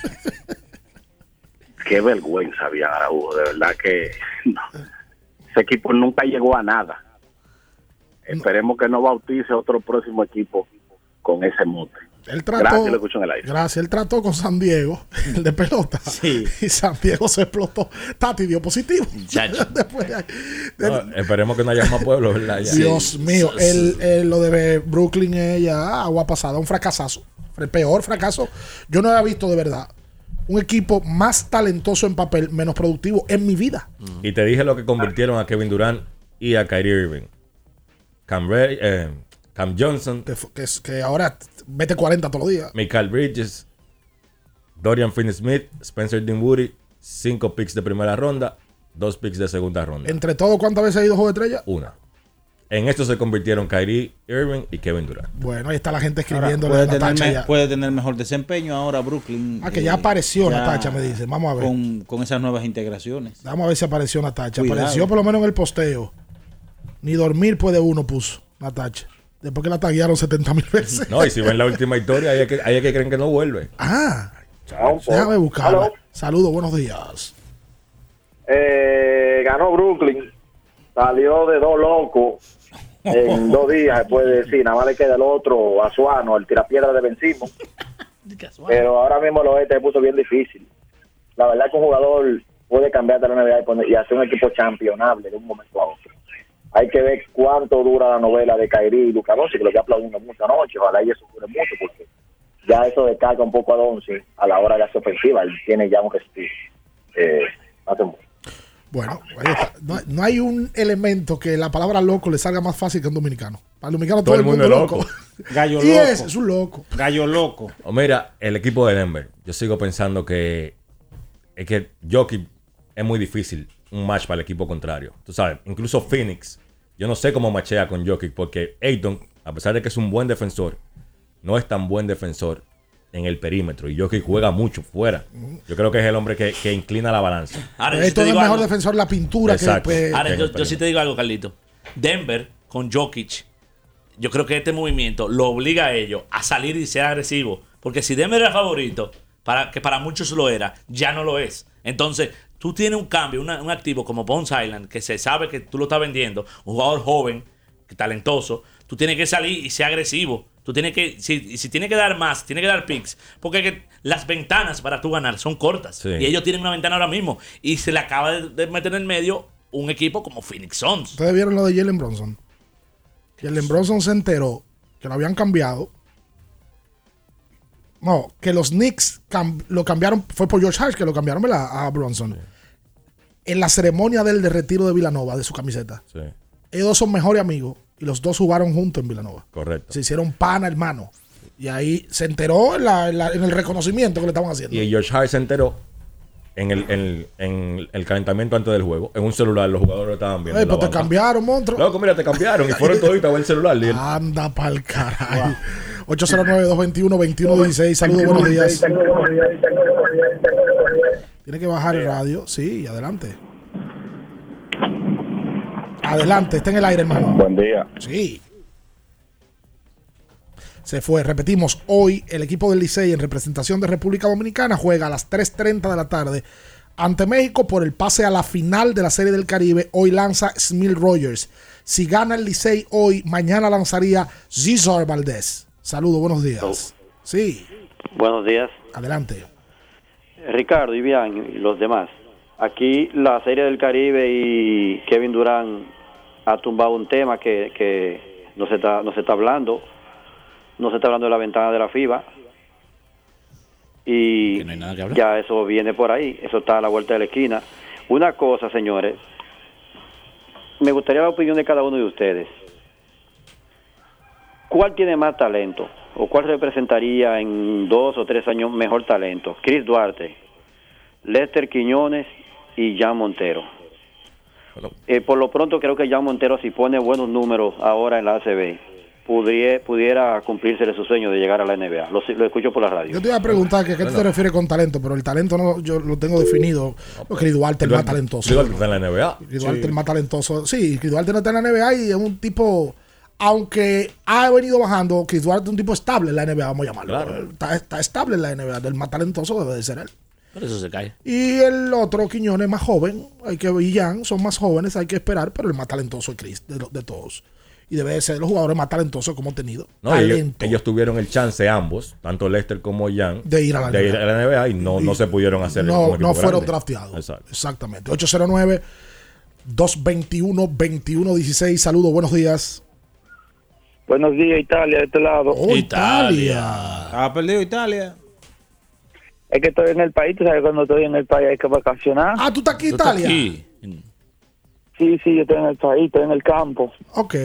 Qué vergüenza había, Araújo. De verdad que no. Ese equipo nunca llegó a nada. Esperemos que no bautice otro próximo equipo con ese mote. Él trató, Gracias, lo escucho en el aire. Gracias, él trató con San Diego, el de pelota. Sí. Y San Diego se explotó. Tati dio positivo. Después de ahí, de- No, esperemos que no haya más pueblos, ¿verdad? Ya. Dios Sí. mío, el, el- lo de Brooklyn es ya agua pasada, un fracasazo. El peor fracaso. Yo no había visto de verdad un equipo más talentoso en papel, menos productivo en mi vida. Y te dije lo que convirtieron a Kevin Durant y a Kyrie Irving. Cam, Ray, eh, Cam Johnson, Que, que, que ahora mete cuarenta todos los días. Michael Bridges, Dorian Finney-Smith, Spencer Dinwiddie, cinco picks de primera ronda, dos picks de segunda ronda. Entre todo, ¿cuántas veces ha ido Juego de Estrella? Una. En esto se convirtieron Kyrie Irving y Kevin Durant. Bueno, ahí está la gente Ahora, escribiendo. puede, la tener Natacha me- ya. puede tener mejor desempeño ahora Brooklyn. Ah, que ya apareció Natacha, me dicen. Vamos a ver. Con, con esas nuevas integraciones. Vamos a ver si apareció Natacha. Cuidado. Apareció por lo menos en el posteo. Ni dormir puede uno, puso Natacha. Después que la taguearon setenta mil veces. No, y si ven la última historia, ahí es que, ahí es que creen que no vuelve. Ah, déjame buscarla. Hello. Saludos, buenos días. Eh, ganó Brooklyn. Salió de dos locos en dos días, se puede decir. Nada más le queda el otro, Azuano, el tirapiedra de Vencimo. Pero ahora mismo el oeste se puso bien difícil. La verdad que un jugador puede cambiar de la N B A y, poner- y hacer un equipo championable de un momento a otro. Hay que ver cuánto dura la novela de Kyrie y Luka Doncic, que lo que aplaudimos mucho anoche. Ojalá y eso dure mucho, porque ya eso descarga un poco a Doncic a la hora de hacer ofensiva. Él tiene ya un respiro. Eh, hace mucho. Bueno, ahí está. No, no hay un elemento que la palabra loco le salga más fácil que a un dominicano. Para el dominicano todo, el mundo es loco. Gallo Y loco. es, es un loco. Gallo loco. O mira, el equipo de Denver, yo sigo pensando que es que Jokic es muy difícil un match para el equipo contrario. Tú sabes, incluso Phoenix, yo no sé cómo machea con Jokic porque Ayton, a pesar de que es un buen defensor, no es tan buen defensor en el perímetro y Jokic juega mucho fuera. Yo creo que es el hombre que, que inclina la balanza. Ahora, yo Esto sí te es el digo mejor algo. defensor de la pintura Exacto. que pues, Ahora, yo, yo sí te digo algo, Carlito. Denver con Jokic, yo creo que este movimiento lo obliga a ellos a salir y ser agresivos. Porque si Denver era favorito, para, que para muchos lo era, ya no lo es. Entonces, tú tienes un cambio, una- un activo como Bones Island, que se sabe que tú lo estás vendiendo, un jugador joven, talentoso, tú tienes que salir y ser agresivo. Tú tienes que, si, si tiene que dar más, tiene que dar picks, porque es que las ventanas para tú ganar son cortas. Sí. Y ellos tienen una ventana ahora mismo. Y se le acaba de, de meter en el medio un equipo como Phoenix Suns. ustedes vieron lo de Jalen Bronson. Jalen Bronson se enteró que lo habían cambiado. No, que los Knicks cam- lo cambiaron. Fue por George Harris que lo cambiaron, ¿verdad? A Bronson. En la ceremonia del de retiro de Villanova, de su camiseta. Sí, Ellos dos son mejores amigos y los dos jugaron juntos en Villanova. correcto. Se hicieron pana, hermano. Y ahí se enteró en, la- en la- en el reconocimiento que le estaban haciendo. Y George Harris se enteró en el, en, en el calentamiento antes del juego. En un celular los jugadores lo estaban viendo. Ey, en la pues te banca. cambiaron, monstruo. Loco, mira, te cambiaron. Y fueron toditos a ver el celular. Y él- Anda pa'l carajo. ocho cero nueve, dos dos uno, dos uno uno seis. Saludos, buenos días. Tiene que bajar el radio. Sí, adelante. Adelante, está en el aire, hermano. Buen día. Sí. Se fue. Repetimos, hoy el equipo del Licey en representación de República Dominicana juega a las tres treinta de la tarde ante México por el pase a la final de la Serie del Caribe. Hoy lanza Smil Rogers. Si gana el Licey hoy, mañana lanzaría César Valdés. Saludos, buenos días. Oh. Sí. Buenos días. Adelante. Ricardo y Bian y los demás. Aquí la Serie del Caribe y Kevin Durant ha tumbado un tema que, que no se está, no se está hablando. No se está hablando de la ventana de la FIBA. Y no hay nada que hablar. Ya eso viene por ahí. Eso está a la vuelta de la esquina. Una cosa, señores. Me gustaría la opinión de cada uno de ustedes. ¿Cuál tiene más talento? ¿O cuál representaría en dos o tres años mejor talento? Chris Duarte, Lester Quiñones y Jan Montero. Eh, por lo pronto creo que Jan Montero, si pone buenos números ahora en la A C B, pudiera, pudiera cumplirse su sueño de llegar a la N B A. Lo, lo escucho por la radio. Yo te iba a preguntar que, ¿qué bueno. te refieres con talento? Pero el talento no, yo lo tengo definido. No, Chris Duarte es el más talentoso. Chris Duarte está en la N B A. Chris Duarte es el más talentoso. Sí, Chris Duarte no está en la N B A y es un tipo... Aunque ha venido bajando, Chris Duarte es un tipo estable en la N B A, vamos a llamarlo. Claro. Está, está estable en la N B A, del más talentoso debe de ser él. Por eso se cae. Y el otro, Quiñones, más joven, hay que y Jan son más jóvenes, hay que esperar, pero el más talentoso es Chris, de, de todos. Y debe de ser los jugadores más talentosos que hemos tenido. No, ellos, ellos tuvieron el chance ambos, tanto Lester como Jan, de ir a la, de ir a la N B A y no, y no se pudieron hacer. No, no fueron grande. drafteados. Exacto. Exactamente. ocho cero nueve, dos dos uno, dos uno uno seis. Saludos, buenos días. Buenos días, Italia, de este lado. Oh, Italia. ¿Ha perdido Italia? Es que estoy en el país, tú sabes, cuando estoy en el país hay que vacacionar. Ah, ¿tú estás aquí, Italia? Aquí? Sí, sí, yo estoy en el país, estoy en el campo. Ok.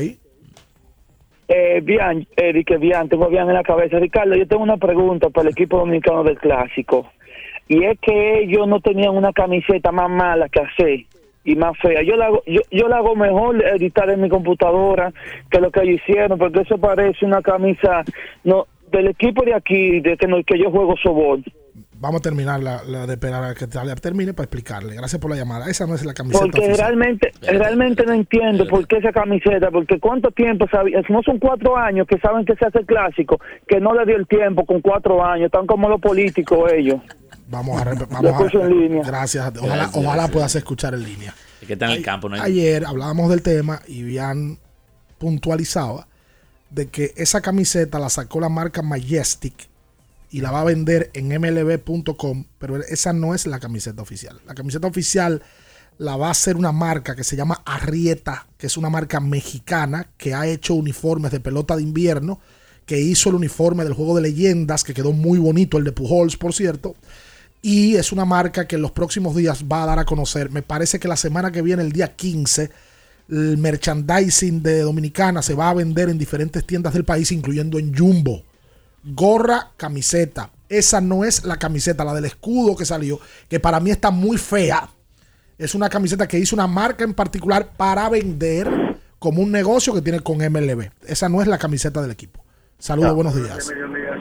Eh, bien, eh, que bien, tengo bien en la cabeza. Ricardo, yo tengo una pregunta para el equipo dominicano del Clásico. Y es que ellos no tenían una camiseta más mala que hacer. Y más fea. Yo la hago, yo, yo la hago mejor editar en mi computadora que lo que ellos hicieron, porque eso parece una camisa no del equipo de aquí, de que, no, que yo juego softball. Vamos a terminar la, la de esperar a que termine para explicarle. Gracias por la llamada. Esa no es la camiseta Porque oficial. realmente realmente no entiendo por qué esa camiseta, porque cuánto tiempo sabía, no son cuatro años que saben que se hace el Clásico, que no le dio el tiempo con cuatro años, están como los políticos ellos. Vamos a, vamos a en línea. Gracias. Ojalá, gracias, ojalá gracias. puedas escuchar en línea. Es que está en el campo, no hay... Ayer hablábamos del tema y bien puntualizaba de que esa camiseta la sacó la marca Majestic y la va a vender en M L B punto com, pero esa no es la camiseta oficial. La camiseta oficial la va a hacer una marca que se llama Arrieta, que es una marca mexicana que ha hecho uniformes de pelota de invierno, que hizo el uniforme del Juego de Leyendas, que quedó muy bonito, el de Pujols, por cierto. Y es una marca que en los próximos días va a dar a conocer. Me parece que la semana que viene, el día quince, el merchandising de Dominicana se va a vender en diferentes tiendas del país, incluyendo en Jumbo. Gorra, camiseta. Esa no es la camiseta, la del escudo que salió, que para mí está muy fea. Es una camiseta que hizo una marca en particular para vender como un negocio que tiene con M L B. Esa no es la camiseta del equipo. Saludos, buenos días.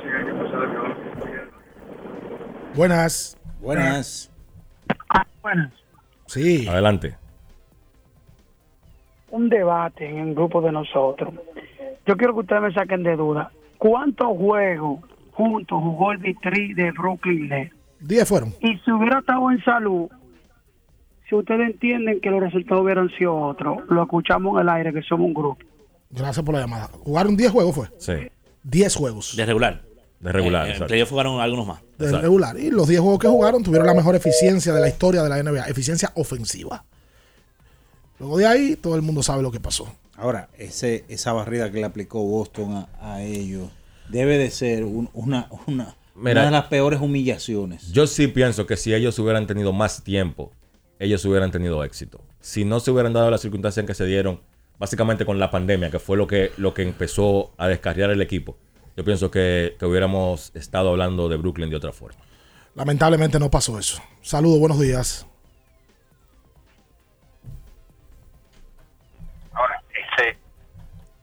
Buenas. Buenas. Ah, buenas. Sí. Adelante. Un debate en el grupo de nosotros. Yo quiero que ustedes me saquen de duda. ¿Cuántos juegos juntos jugó el Vitri de Brooklyn Nets? Diez fueron. Y si hubiera estado en salud, si ustedes entienden que los resultados hubieran sido otros, lo escuchamos en el aire, que somos un grupo. Gracias por la llamada. ¿Jugaron diez juegos fue? Sí. diez juegos. De regular. De regular. Eh, ellos jugaron algunos más. De exacto. regular. Y los diez juegos que jugaron tuvieron la mejor eficiencia de la historia de la N B A. Eficiencia ofensiva. Luego de ahí, todo el mundo sabe lo que pasó. Ahora, ese, esa barrida que le aplicó Boston a, a ellos debe de ser un, una, una, Mira, una de las peores humillaciones. Yo sí pienso que si ellos hubieran tenido más tiempo, ellos hubieran tenido éxito. Si no se hubieran dado las circunstancias en que se dieron, básicamente con la pandemia, que fue lo que, lo que empezó a descarriar el equipo, yo pienso que, que hubiéramos estado hablando de Brooklyn de otra forma. Lamentablemente no pasó eso. Saludos, buenos días. Ahora, ese.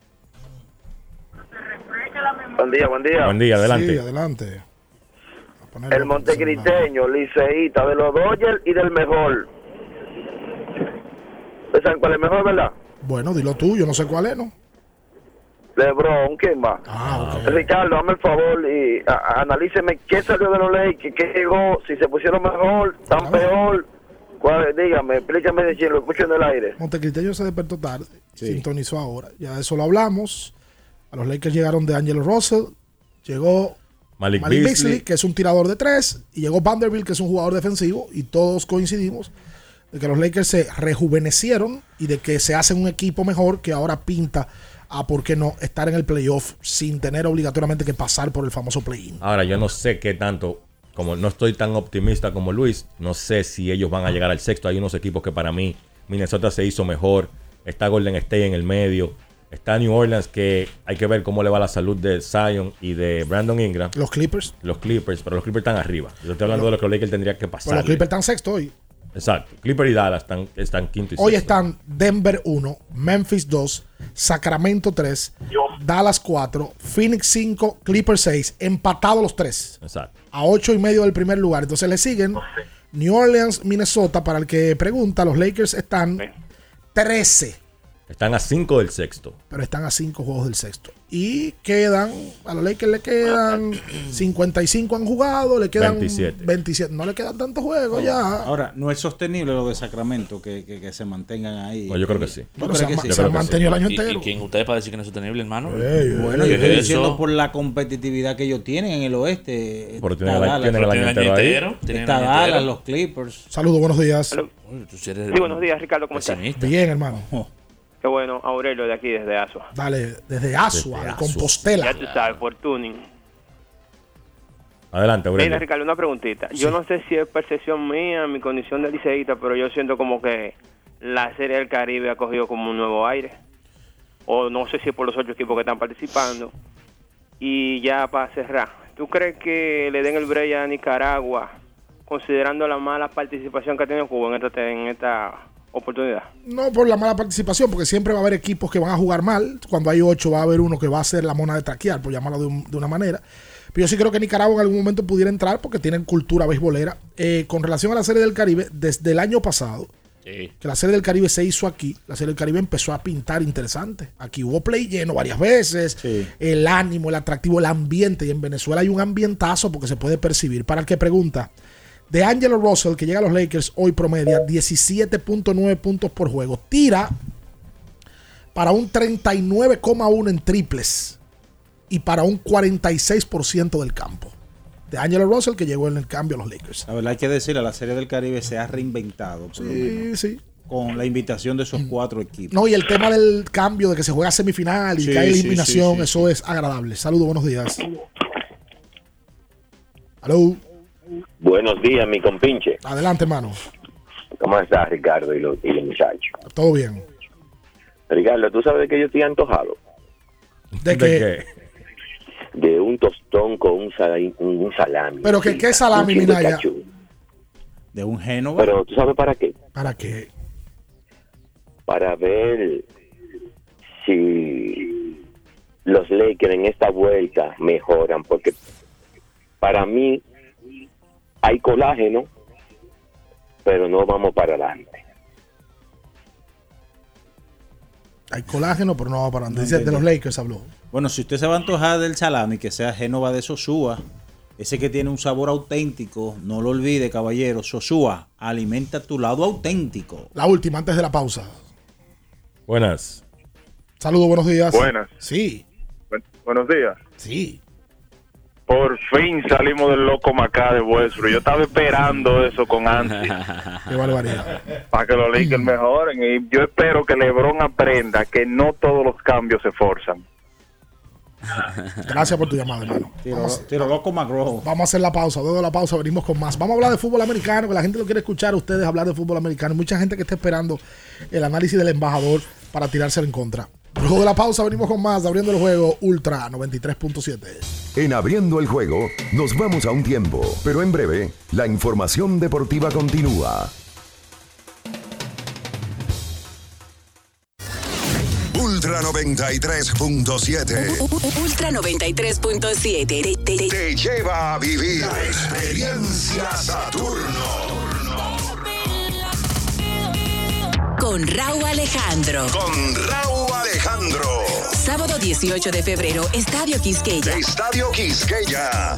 Buen día, buen día. Buen día, adelante. Sí, adelante. El montecristeño, liceísta, de los Dodgers y del mejor. ¿Ustedes saben cuál es el mejor, verdad? Bueno, dilo tú, yo no sé cuál es, ¿no? LeBron, ¿quién más? Ah, ok. Ricardo, hazme el favor y a, a, analíceme qué salió de los Lakers, qué llegó, si se pusieron mejor, tan peor. ¿Cuál? Dígame, explícame de quién, lo escucho en el aire. Montecristeño se despertó tarde, sí. Sintonizó ahora. Ya de eso lo hablamos. A los Lakers llegaron de Angelo Russell, llegó Malik, Malik Beasley. Beasley, que es un tirador de tres, y llegó Vanderbilt, que es un jugador defensivo, y todos coincidimos de que los Lakers se rejuvenecieron y de que se hacen un equipo mejor que ahora pinta a, ¿por qué no?, estar en el playoff sin tener obligatoriamente que pasar por el famoso play-in. Ahora, yo no sé qué tanto, como no estoy tan optimista como Luis, no sé si ellos van a llegar al sexto. Hay unos equipos que para mí, Minnesota se hizo mejor, está Golden State en el medio, está New Orleans, que hay que ver cómo le va la salud de Zion y de Brandon Ingram. Los Clippers. Los Clippers, pero los Clippers están arriba. Yo estoy hablando no. de lo que los Lakers tendría que pasar. Pero los Clippers están sexto hoy. Exacto. Clippers y Dallas están, están quinto y Hoy sexto. están Denver uno, Memphis dos, Sacramento tres, Dallas cuatro, Phoenix cinco, Clippers seis, empatados los tres. Exacto. A ocho y medio del primer lugar. Entonces le siguen New Orleans, Minnesota. Para el que pregunta, los Lakers están trece. Están a cinco del sexto. Pero están a cinco juegos del sexto. Y quedan, a los Lakers le quedan cincuenta y cinco han jugado, le quedan veintisiete. veintisiete. No le quedan tantos juegos ya. Ahora, no es sostenible lo de Sacramento, que, que, que se mantengan ahí. No, yo creo que sí. ¿Tú Bueno, crees se, que han, sí? se han mantenido el año ¿Y, entero. ¿Y quién ustedes para decir que no es sostenible, hermano? Ey, Bueno, ¿Qué yo estoy es diciendo eso? por la competitividad que ellos tienen en el oeste. Pero Está tienen el- Dallas, tienen el año entero ahí. Tienen está el año Dallas, entero. los Clippers. Saludos, buenos días. Tú sí eres Sí, buenos días, Ricardo, ¿cómo estás? pesimista. Bien, hermano. Qué bueno, Aurelio de aquí desde Asua. Dale, desde Asua, Desde de Asua. Compostela. Ya tú sabes, por tuning. Adelante, Mira, Aurelio. Ricardo, una preguntita. Yo no sé si es percepción mía, mi condición de liceísta, pero yo siento como que la Serie del Caribe ha cogido como un nuevo aire. O no sé si es por los ocho equipos que están participando. Y ya para cerrar, ¿tú crees que le den el break a Nicaragua, considerando la mala participación que ha tenido Cuba en esta, en esta oportunidad? No por la mala participación, porque siempre va a haber equipos que van a jugar mal. Cuando hay ocho va a haber uno que va a ser la mona de traquear, por llamarlo de, un- de una manera. Pero yo sí creo que Nicaragua en algún momento pudiera entrar porque tienen cultura beisbolera. Eh, con relación a la Serie del Caribe, desde el año pasado, Sí. que la Serie del Caribe se hizo aquí, la Serie del Caribe empezó a pintar interesante. Aquí hubo play lleno varias veces, Sí. el ánimo, el atractivo, el ambiente. Y en Venezuela hay un ambientazo porque se puede percibir. Para el que pregunta, de Angelo Russell, que llega a los Lakers, hoy promedia diecisiete punto nueve puntos por juego. Tira para un treinta y nueve coma uno en triples y para un cuarenta y seis por ciento del campo. De Angelo Russell, que llegó en el cambio a los Lakers. La verdad hay que decirle, la Serie del Caribe se ha reinventado. Por lo menos, Sí, sí. con la invitación de esos cuatro equipos. No, y el tema del cambio, de que se juega semifinal y Sí, que hay sí, eliminación, sí, sí, eso sí. es agradable. Saludos, buenos días. Aló, Buenos días, mi compinche. adelante, hermano. ¿Cómo estás, Ricardo y los, y los muchachos? Todo bien. Ricardo, ¿tú sabes de qué yo estoy antojado? ¿De qué? De un tostón con un, sal- un, un salami. Pero que qué salami, Un chin de Minaya. cachú. De un Génova. Pero ¿tú sabes para qué? ¿Para qué? Para ver si los Lakers en esta vuelta mejoran, porque para mí hay colágeno, pero no vamos para adelante. Hay colágeno, pero no va para adelante. No Dice, de entendí. los Lakers habló. Bueno, si usted se va a antojar del salami, que sea Génova de Sosúa, ese que tiene un sabor auténtico, no lo olvide, caballero. Sosúa, alimenta tu lado auténtico. La última, antes de la pausa. Buenas. Saludos, buenos días. Buenas. Sí, Bu- buenos días. sí. Por fin salimos del loco Macá de Westbrook. Yo estaba esperando eso con ansia Qué barbaridad. para que los Lakers mejoren. Y yo espero que LeBron aprenda que no todos los cambios se forzan. Gracias por tu llamada, hermano. Tiro, Vamos, tiro loco McGraw. vamos a hacer la pausa. Luego de la pausa venimos con más. Vamos a hablar de fútbol americano, que la gente lo quiere escuchar a ustedes hablar de fútbol americano. Hay mucha gente que está esperando el análisis del embajador para tirárselo en contra. Luego de la pausa venimos con más, abriendo el juego Ultra noventa y tres punto siete. En Abriendo el Juego nos vamos a un tiempo, pero en breve la información deportiva continúa. Ultra noventa noventa y tres punto siete. Ultra noventa y tres punto siete. Te, te, te lleva a vivir la experiencia Saturno. Con Raúl Alejandro. Con Raúl Alejandro. Sábado dieciocho de febrero, Estadio Quisqueya. Estadio Quisqueya.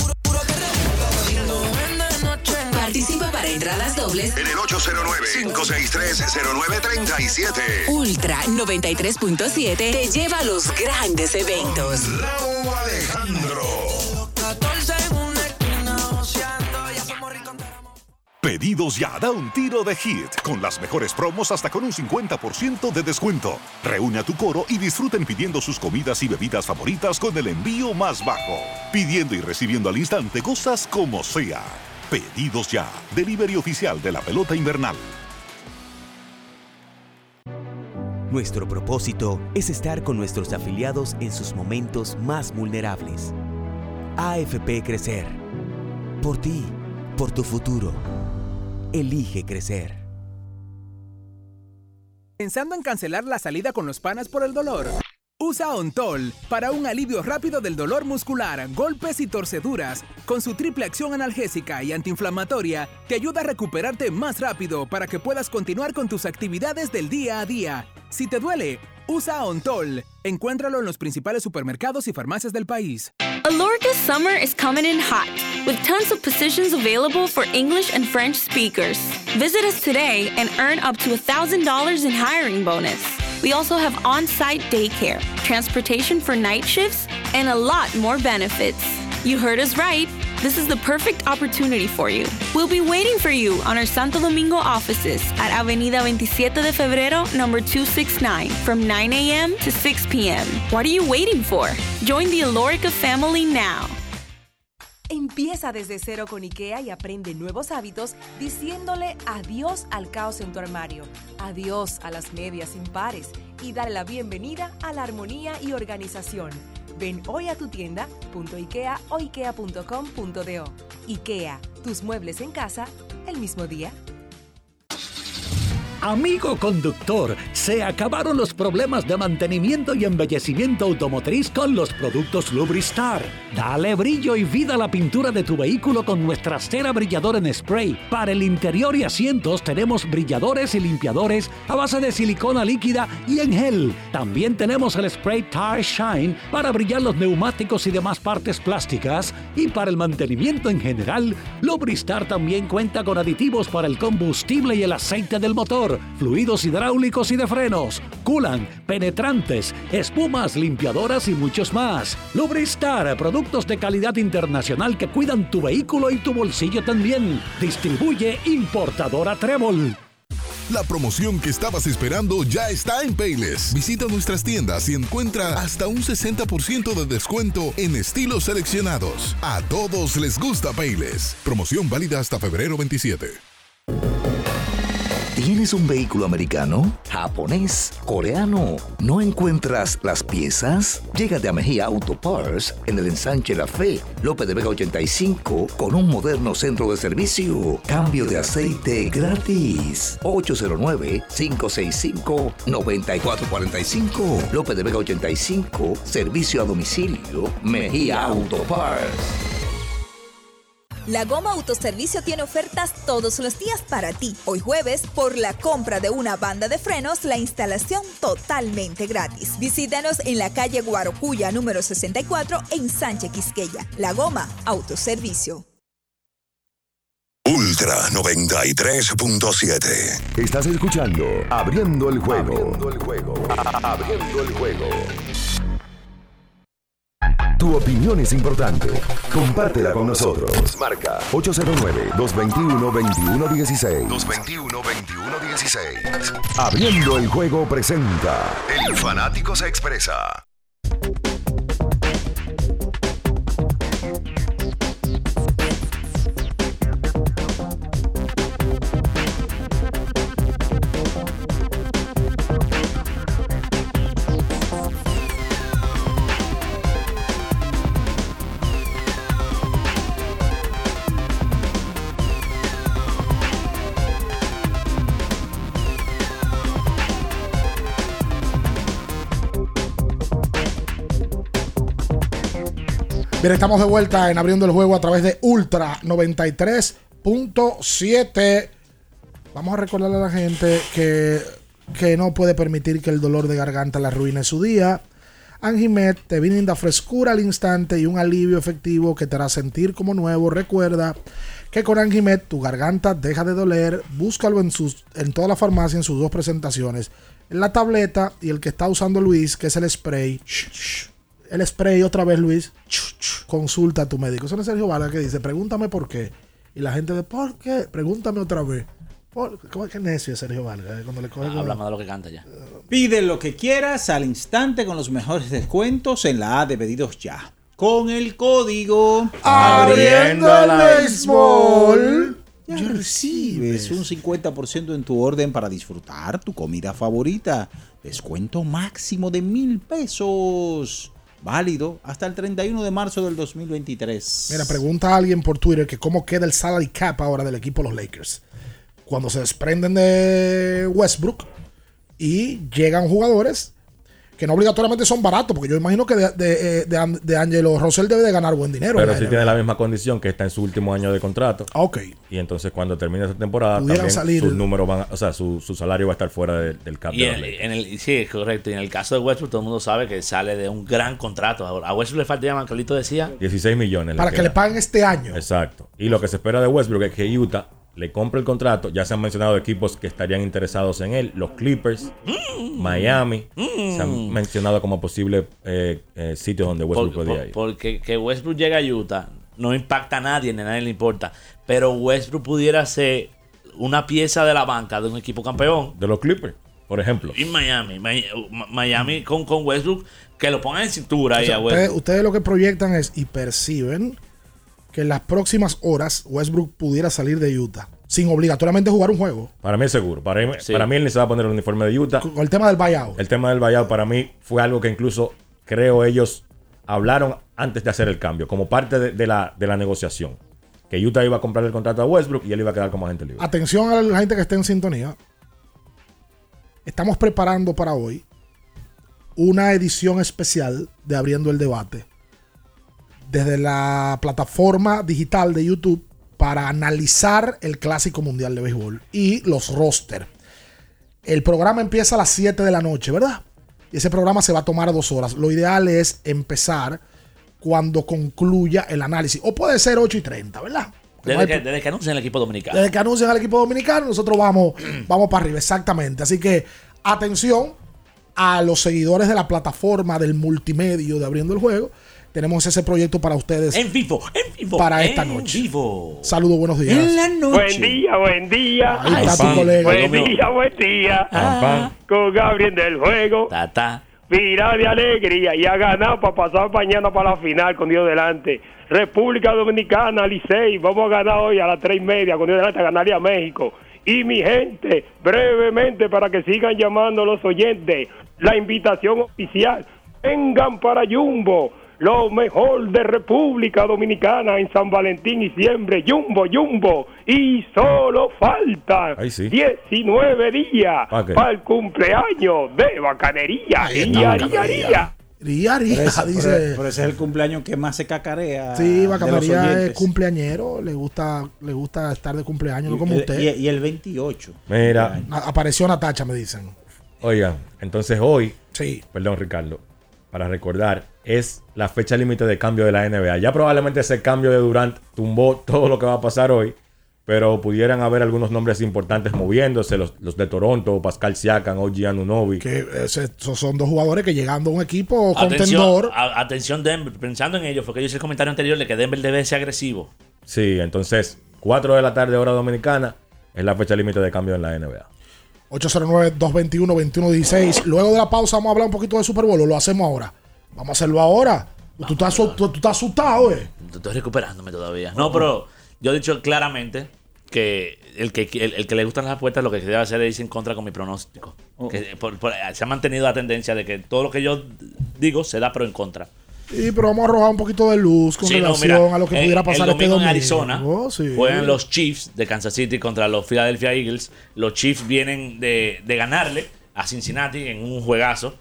Participa para entradas dobles en el ocho cero nueve, cinco seis tres, cero nueve tres siete. Ultra noventa y tres punto siete te lleva a los grandes eventos. Raúl Alejandro. Pedidos ya, da un tiro de hit, con las mejores promos hasta con un cincuenta por ciento de descuento. Reúne a tu coro y disfruten pidiendo sus comidas y bebidas favoritas con el envío más bajo. Pidiendo y recibiendo al instante cosas como sea. Pedidos ya, delivery oficial de la pelota invernal. Nuestro propósito es estar con nuestros afiliados en sus momentos más vulnerables. A F P Crecer. Por ti, por tu futuro. Elige crecer. ¿Pensando en cancelar la salida con los panas por el dolor? Usa Ontol para un alivio rápido del dolor muscular, golpes y torceduras. Con su triple acción analgésica y antiinflamatoria, te ayuda a recuperarte más rápido para que puedas continuar con tus actividades del día a día. Si te duele, usa Ontol. Encuéntralo en los principales supermercados y farmacias del país. Alorca's summer is coming in hot, with tons of positions available for English and French speakers. Visit us today and earn up to one thousand dollars in hiring bonus. We also have on-site daycare, transportation for night shifts, and a lot more benefits. You heard us right. This is the perfect opportunity for you. We'll be waiting for you on our Santo Domingo offices at Avenida veintisiete de Febrero, number two sixty-nine, from nine a.m. to six p.m. What are you waiting for? Join the Alorica family now. Empieza desde cero con IKEA y aprende nuevos hábitos diciéndole adiós al caos en tu armario, adiós a las medias impares y dale la bienvenida a la armonía y organización. Ven hoy a tu tienda punto ikea o ikea punto com punto do. IKEA, tus muebles en casa el mismo día. Amigo conductor, se acabaron los problemas de mantenimiento y embellecimiento automotriz con los productos Lubristar. Dale brillo y vida a la pintura de tu vehículo con nuestra cera brilladora en spray. Para el interior y asientos tenemos brilladores y limpiadores a base de silicona líquida y en gel. También tenemos el spray Tire Shine para brillar los neumáticos y demás partes plásticas. Y para el mantenimiento en general, Lubristar también cuenta con aditivos para el combustible y el aceite del motor, fluidos hidráulicos y de frenos, culan, penetrantes, espumas, limpiadoras y muchos más. Lubristar, productos de calidad internacional que cuidan tu vehículo y tu bolsillo también. Distribuye importadora Trébol. La promoción que estabas esperando ya está en Payless. Visita nuestras tiendas y encuentra hasta un sesenta por ciento de descuento en estilos seleccionados. A todos les gusta Payless. Promoción válida hasta febrero veintisiete. ¿Tienes un vehículo americano, japonés, coreano? ¿No encuentras las piezas? Llégate a Mejía Auto Parts en el ensanche La Fe, López de Vega ochenta y cinco, con un moderno centro de servicio. Cambio de aceite gratis. ocho cero nueve, cinco seis cinco, nueve cuatro cuatro cinco. López de Vega ochenta y cinco, servicio a domicilio. Mejía Auto Parts. La Goma Autoservicio tiene ofertas todos los días para ti. Hoy jueves, por la compra de una banda de frenos, la instalación totalmente gratis. Visítanos en la calle Guarocuya número sesenta y cuatro en Sánchez Quisqueya. La Goma Autoservicio. Ultra noventa y tres punto siete. Estás escuchando Abriendo el Juego. Abriendo el Juego. Abriendo el Juego. Tu opinión es importante. Compártela con nosotros. Marca ocho cero nueve, dos dos uno, dos uno uno seis. dos dos uno, dos uno uno seis. Abriendo el Juego presenta El Fanático se expresa. Bien, estamos de vuelta en Abriendo el Juego a través de Ultra noventa y tres punto siete. Vamos a recordarle a la gente que, que no puede permitir que el dolor de garganta le arruine su día. Anjimet te brinda frescura al instante y un alivio efectivo que te hará sentir como nuevo. Recuerda que con Anjimet tu garganta deja de doler. Búscalo en, sus, en toda la farmacia en sus dos presentaciones. En la tableta y el que está usando Luis, que es el spray. El spray otra vez, Luis. Consulta a tu médico. Eso no es Sergio Vargas que dice, pregúntame por qué. Y la gente de, ¿por qué? Pregúntame otra vez. ¿Por qué? ¿Cómo es que necio es Sergio Vargas? Cuando le coge ah, habla más de lo que canta ya. Pide lo que quieras al instante con los mejores descuentos en la A de Pedidos Ya. Con el código Abriendo el Béisbol, ya recibes un cincuenta por ciento en tu orden para disfrutar tu comida favorita. Descuento máximo de mil pesos. Válido hasta el treinta y uno de marzo del dos mil veintitrés. Mira, pregunta a alguien por Twitter que cómo queda el salary cap ahora del equipo de los Lakers. Cuando se desprenden de Westbrook y llegan jugadores que no obligatoriamente son baratos, porque yo imagino que de, de, de, de Angelo Russell debe de ganar buen dinero. Pero sí tiene la misma condición, que está en su último año de contrato. Ok. Y entonces cuando termine esa temporada, Pudieran también salir. sus números van a, o sea, su, su salario va a estar fuera de, del cap. Y en, en el, sí, es correcto. Y en el caso de Westbrook, todo el mundo sabe que sale de un gran contrato. A Westbrook le falta, ya Carlito decía, dieciséis millones. Para que le paguen este año. Exacto. Y lo que se espera de Westbrook es que Utah le compre el contrato. Ya se han mencionado equipos que estarían interesados en él. Los Clippers, mm. Miami. Mm. Se han mencionado como posibles eh, eh, sitios donde Westbrook por, podría por, ir. Porque que Westbrook llegue a Utah no impacta a nadie, ni a nadie le importa. Pero Westbrook pudiera ser una pieza de la banca de un equipo campeón. De los Clippers, por ejemplo. Y Miami. Miami con, con Westbrook, que lo pongan en cintura. O sea, ahí a ustedes, ustedes lo que proyectan es y perciben que en las próximas horas Westbrook pudiera salir de Utah sin obligatoriamente jugar un juego. Para mí es seguro. Para mí, sí. para mí él ni se va a poner el uniforme de Utah. Con el tema del buyout. El tema del buyout para mí fue algo que incluso creo ellos hablaron antes de hacer el cambio, como parte de, de, la, de la negociación. Que Utah iba a comprar el contrato a Westbrook y él iba a quedar como agente libre. Atención a la gente que esté en sintonía. Estamos preparando para hoy una edición especial de Abriendo el Debate desde la plataforma digital de YouTube para analizar el Clásico Mundial de Béisbol y los roster. El programa empieza a las siete de la noche, ¿verdad? Y ese programa se va a tomar dos horas. Lo ideal es empezar cuando concluya el análisis. O puede ser ocho y treinta, ¿verdad? Desde, no que, desde que anuncien el equipo dominicano. Desde que anuncien al equipo dominicano, nosotros vamos, vamos para arriba, exactamente. Así que, atención a los seguidores de la plataforma del multimedio de Abriendo el Juego. Tenemos ese proyecto para ustedes. En vivo, en vivo. Para en esta noche. Vivo. Saludos, buenos días. En la noche. Buen día, buen día. Ahí está tu colega. Buen día, buen día. Ah. Con Gabriel del Juego. Ta, ta. Viral de alegría y ha ganado para pasar mañana para la final con Dios delante. República Dominicana, Licey. Vamos a ganar hoy a las tres y media con Dios delante a ganarle a México. Y mi gente, brevemente para que sigan llamando los oyentes, la invitación oficial. Vengan para Jumbo. Lo mejor de República Dominicana en San Valentín y siempre. Jumbo, Jumbo. Y solo faltan sí. diecinueve días okay. para el cumpleaños de Bacanería. Ría, ría, ría. Ría, ría, dice. Pero ese es el cumpleaños que más se cacarea. Sí, Bacanería es cumpleañero. Le gusta, le gusta estar de cumpleaños, no como el, usted. Y, y el veintiocho. Mira. Apareció Natacha, me dicen. Oigan, entonces hoy. Sí. Perdón, Ricardo. Para recordar, es la fecha límite de cambio de la N B A. Ya probablemente ese cambio de Durant tumbó todo lo que va a pasar hoy, pero pudieran haber algunos nombres importantes moviéndose, los, los de Toronto, Pascal Siakam, O G Anunoby. Que ese, esos son dos jugadores que llegando a un equipo atención, contendor. A, atención Denver, pensando en ello, porque yo hice el comentario anterior de que Denver debe ser agresivo. Sí, entonces, cuatro de la tarde hora dominicana, es la fecha límite de cambio en la N B A. ocho cero nueve, dos dos uno, dos uno uno seis. Luego de la pausa vamos a hablar un poquito de Super Bowl. ¿O lo hacemos ahora? Vamos a hacerlo ahora. Tú estás, tú, tú estás asustado, eh. Estoy recuperándome todavía. No, pero yo he dicho claramente que el que, el, el que le gustan las apuestas lo que debe hacer es ir en contra con mi pronóstico. Oh. Que por, por, se ha mantenido la tendencia de que todo lo que yo digo se da pero en contra. Sí, pero vamos a arrojar un poquito de luz con sí, relación no, mira, a lo que pudiera pasar el domingo este domingo. En Arizona oh, sí. juegan los Chiefs de Kansas City contra los Philadelphia Eagles. Los Chiefs vienen de, de ganarle a Cincinnati en un juegazo.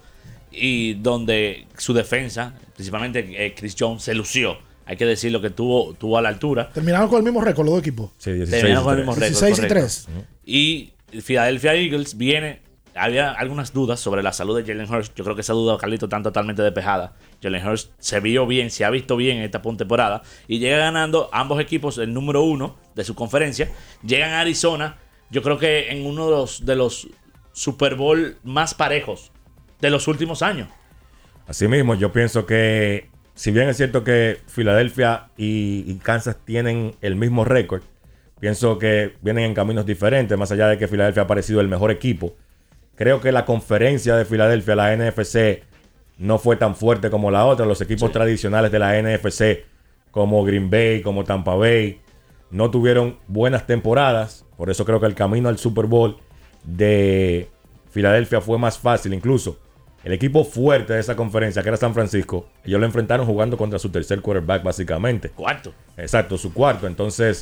y donde su defensa, principalmente eh, Chris Jones, se lució. Hay que decir lo que tuvo, tuvo a la altura. Terminaron con el mismo récord los dos equipos. Sí, dieciséis Terminaron con el mismo récord. dieciséis y tres. Y Philadelphia Eagles viene. Había algunas dudas sobre la salud de Jalen Hurts. Yo creo que esa duda, Carlito, está totalmente despejada. Jalen Hurts se vio bien, se ha visto bien en esta temporada. Y llega ganando ambos equipos el número uno de su conferencia. Llegan a Arizona, yo creo que en uno de los, de los Super Bowl más parejos de los últimos años. Asimismo, yo pienso que, si bien es cierto que Filadelfia y, y Kansas tienen el mismo récord, pienso que vienen en caminos diferentes, más allá de que Filadelfia ha parecido el mejor equipo. Creo que la conferencia de Filadelfia, la N F C, no fue tan fuerte como la otra. Los equipos sí. tradicionales de la N F C, como Green Bay, como Tampa Bay, no tuvieron buenas temporadas. Por eso creo que el camino al Super Bowl de Filadelfia fue más fácil. Incluso el equipo fuerte de esa conferencia, que era San Francisco, ellos lo enfrentaron jugando contra su tercer quarterback, básicamente. Cuarto. Exacto, su cuarto. Entonces,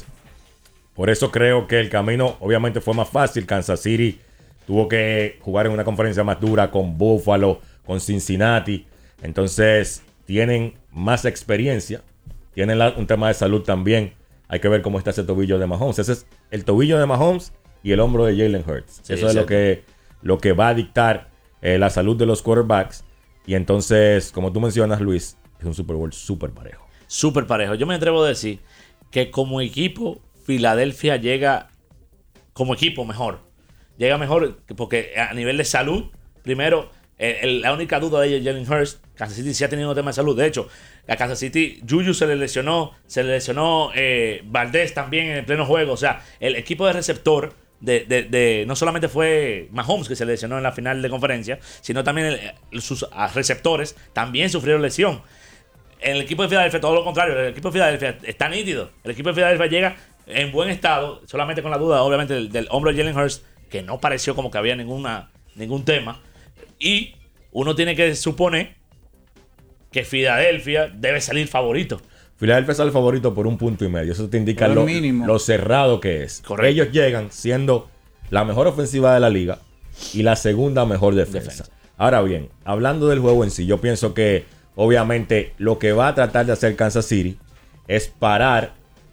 por eso creo que el camino obviamente fue más fácil. Kansas City tuvo que jugar en una conferencia más dura con Buffalo, con Cincinnati. Entonces, tienen más experiencia. Tienen la, un tema de salud también. Hay que ver cómo está ese tobillo de Mahomes. Ese es el tobillo de Mahomes y el hombro de Jalen Hurts. Sí, Eso es lo que, lo que va a dictar eh, la salud de los quarterbacks. Y entonces, como tú mencionas, Luis, es un Super Bowl súper parejo. Súper parejo. Yo me atrevo a decir que como equipo, Filadelfia llega como equipo mejor. Llega mejor porque a nivel de salud, primero, el, el, la única duda de ellos, Jalen Hurts, Kansas City sí ha tenido un tema de salud. De hecho, a Kansas City, Juju se le lesionó, se le lesionó eh, Valdés también en el pleno juego. O sea, el equipo de receptor, de, de, de no solamente fue Mahomes que se lesionó en la final de conferencia, sino también el, sus receptores también sufrieron lesión. En el equipo de Filadelfia, todo lo contrario, el equipo de Filadelfia está nítido. El equipo de Filadelfia llega en buen estado, solamente con la duda, obviamente, del, del hombro de Jalen Hurts, que no pareció como que había ninguna, ningún tema. Y uno tiene que suponer que Filadelfia debe salir favorito. Filadelfia sale favorito por un punto y medio. Eso te indica lo, lo cerrado que es. Correcto. Ellos llegan siendo la mejor ofensiva de la liga y la segunda mejor defensa. defensa. Ahora bien, hablando del juego en sí, yo pienso que obviamente lo que va a tratar de hacer Kansas City es parar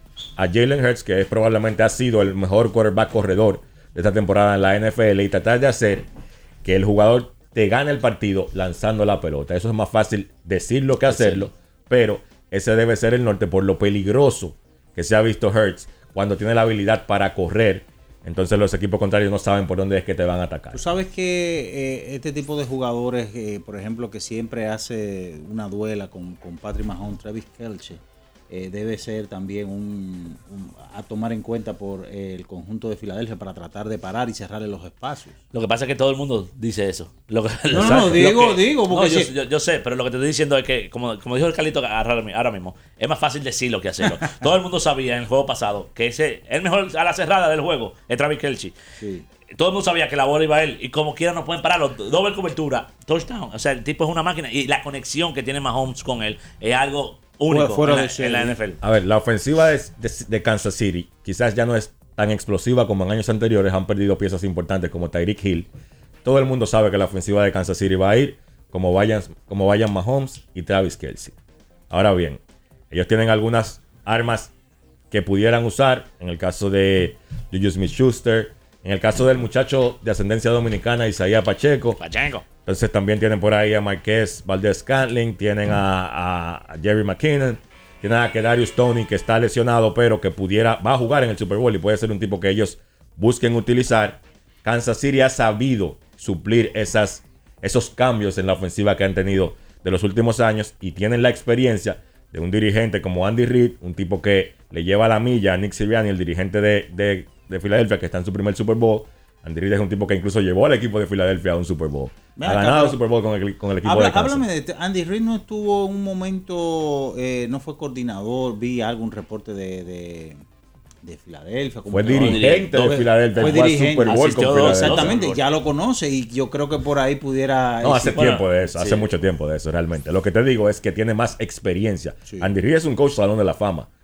a Jalen Hurts, que es probablemente ha sido el mejor quarterback corredor de esta temporada en la N F L, y tratar de hacer que el jugador te gane el partido lanzando la pelota. Eso es más fácil decirlo que hacerlo, sí. pero ese debe ser el norte por lo peligroso que se ha visto Hurts cuando tiene la habilidad para correr. Entonces los equipos contrarios no saben por dónde es que te van a atacar. Tú sabes que eh, este tipo de jugadores, eh, por ejemplo, que siempre hace una duela con, con Patrick Mahomes, Travis Kelce, eh, debe ser también un, un a tomar en cuenta por eh, el conjunto de Filadelfia para tratar de parar y cerrarle los espacios. Lo que pasa es que todo el mundo dice eso. Lo que, no, no, no, digo, que, digo. Porque no, si... yo, yo, yo sé, pero lo que te estoy diciendo es que, como, como dijo el Carlito ahora mismo, es más fácil decirlo que hacerlo. Todo el mundo sabía en el juego pasado que ese el mejor a la cerrada del juego es Travis Kelce. Sí. Todo el mundo sabía que la bola iba a él y como quiera no pueden pararlo. Doble cobertura, touchdown. O sea, el tipo es una máquina y la conexión que tiene Mahomes con él es algo único fuera en, la, de en la N F L. A ver, la ofensiva de, de, de Kansas City quizás ya no es tan explosiva como en años anteriores. Han perdido piezas importantes como Tyreek Hill. Todo el mundo sabe que la ofensiva de Kansas City va a ir como vayan, como vayan Mahomes y Travis Kelce. Ahora bien, ellos tienen algunas armas que pudieran usar. En el caso de Juju Smith-Schuster, en el caso del muchacho de ascendencia dominicana Isaías Pacheco. Pacheco. Entonces también tienen por ahí a Marquez Valdez-Scantling, tienen a, a, a Jerry McKinnon, tienen a Kadarius Toney, que está lesionado, pero que pudiera, va a jugar en el Super Bowl y puede ser un tipo que ellos busquen utilizar. Kansas City ha sabido suplir esas, esos cambios en la ofensiva que han tenido de los últimos años y tienen la experiencia de un dirigente como Andy Reid, un tipo que le lleva la milla a Nick Sirianni, el dirigente de, de, de Filadelfia, que está en su primer Super Bowl. Andy Reid es un tipo que incluso llevó al equipo de Filadelfia a un Super Bowl. Me ha ganado el Super Bowl con el, con el equipo habla, de Kansas. Háblame de Andy Reid. No estuvo un momento, eh, no fue coordinador. Vi algún reporte de, de, de Filadelfia. Fue dirigente de Filadelfia. Fue dirigente. Super Bowl con Filadelfia. Exactamente, ya lo conoce y yo creo que por ahí pudiera... No, hace tiempo de eso, sí. hace mucho tiempo de eso realmente. Lo que te digo es que tiene más experiencia. Sí. Andy Reid es un coach salón de la fama.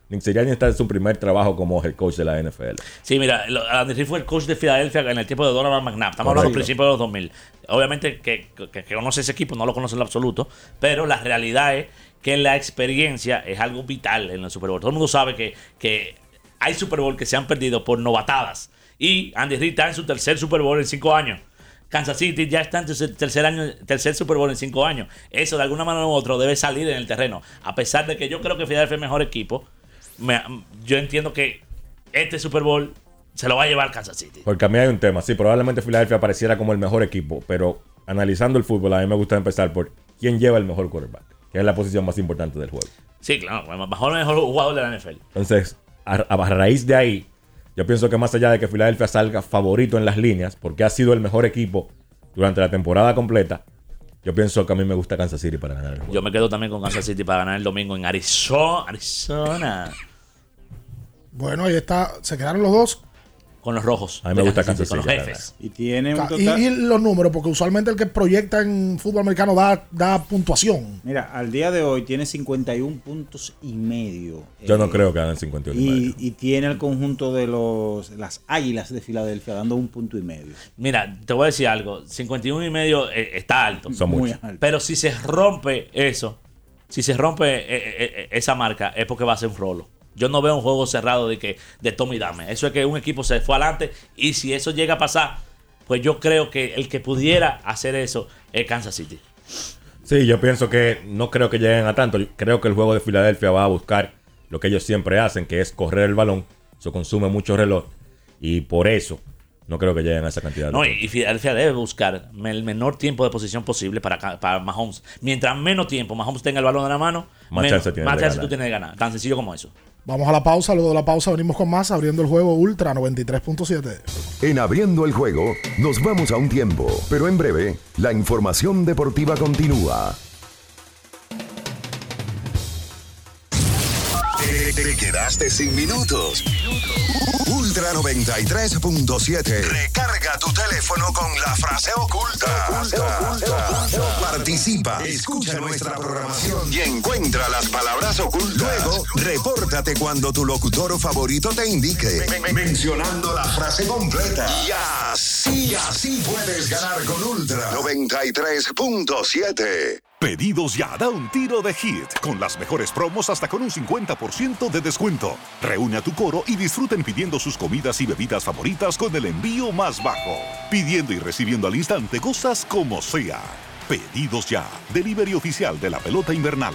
Nick Sirianni está en su primer trabajo como head coach de la N F L. Sí, mira, Andy Reid fue el coach de Filadelfia en el tiempo de Donovan McNabb. Estamos hablando del principio de los dos mil. Obviamente que, que, que conoce ese equipo, no lo conoce en lo absoluto, pero la realidad es que la experiencia es algo vital en el Super Bowl. Todo el mundo sabe que, que hay Super Bowl que se han perdido por novatadas. Y Andy Reid está en su tercer Super Bowl en cinco años. Kansas City ya está en su tercer, año, tercer Super Bowl en cinco años. Eso de alguna manera u otra debe salir en el terreno. A pesar de que yo creo que Filadelfia es el mejor equipo, me, yo entiendo que este Super Bowl se lo va a llevar Kansas City. Porque a mí hay un tema. Sí, probablemente Filadelfia pareciera como el mejor equipo, pero analizando el fútbol, a mí me gusta empezar por quién lleva el mejor quarterback, que es la posición más importante del juego. Sí, claro, el mejor, el mejor jugador de la N F L. Entonces, a, a raíz de ahí, yo pienso que más allá de que Filadelfia salga favorito en las líneas, porque ha sido el mejor equipo durante la temporada completa, yo pienso que a mí me gusta Kansas City para ganar el juego. Yo me quedo también con Kansas City para ganar el domingo en Arizona. Arizona. Bueno, ahí está. Se quedaron los dos. Con los rojos. A mí me gusta Kansas City. Con los jefes. Y tiene un total... y, y los números, porque usualmente el que proyecta en fútbol americano da, da puntuación. Mira, al día de hoy tiene cincuenta y un puntos y medio. Yo eh, no creo que hagan cincuenta y uno y, y medio. Y tiene el conjunto de los las Águilas de Filadelfia dando un punto y medio. Mira, te voy a decir algo. cincuenta y uno y medio eh, está alto. Son muy muchos. alto. Pero si se rompe eso, si se rompe eh, eh, esa marca, es porque va a ser un rolo. Yo no veo un juego cerrado de que de tome y dame. Eso es que un equipo se fue adelante y si eso llega a pasar, pues yo creo que el que pudiera hacer eso es Kansas City. Sí, yo pienso que no creo que lleguen a tanto. Yo creo que el juego de Filadelfia va a buscar lo que ellos siempre hacen, que es correr el balón. Eso consume mucho reloj y por eso no creo que lleguen a esa cantidad. No, y Filadelfia debe buscar el menor tiempo de posición posible para, para Mahomes. Mientras menos tiempo Mahomes tenga el balón en la mano, más menos, chance, más chance tú tienes de ganar. Tan sencillo como eso. Vamos a la pausa, luego de la pausa venimos con más, abriendo el juego Ultra noventa y tres punto siete. En Abriendo el Juego nos vamos a un tiempo, pero en breve la información deportiva continúa. Te, te quedaste sin minutos. Ultra noventa y tres punto siete. Recarga tu teléfono con la frase oculta. Participa, escucha nuestra programación y encuentra las palabras ocultas. Luego, repórtate cuando tu locutor favorito te indique, mencionando la frase completa. Y así, así puedes ganar con Ultra noventa y tres punto siete. Pedidos ya, da un tiro de hit, con las mejores promos hasta con un cincuenta por ciento de descuento. Reúne a tu coro y disfruten pidiendo sus comidas y bebidas favoritas con el envío más bajo. Pidiendo y recibiendo al instante cosas como sea. Pedidos ya, delivery oficial de la pelota invernal.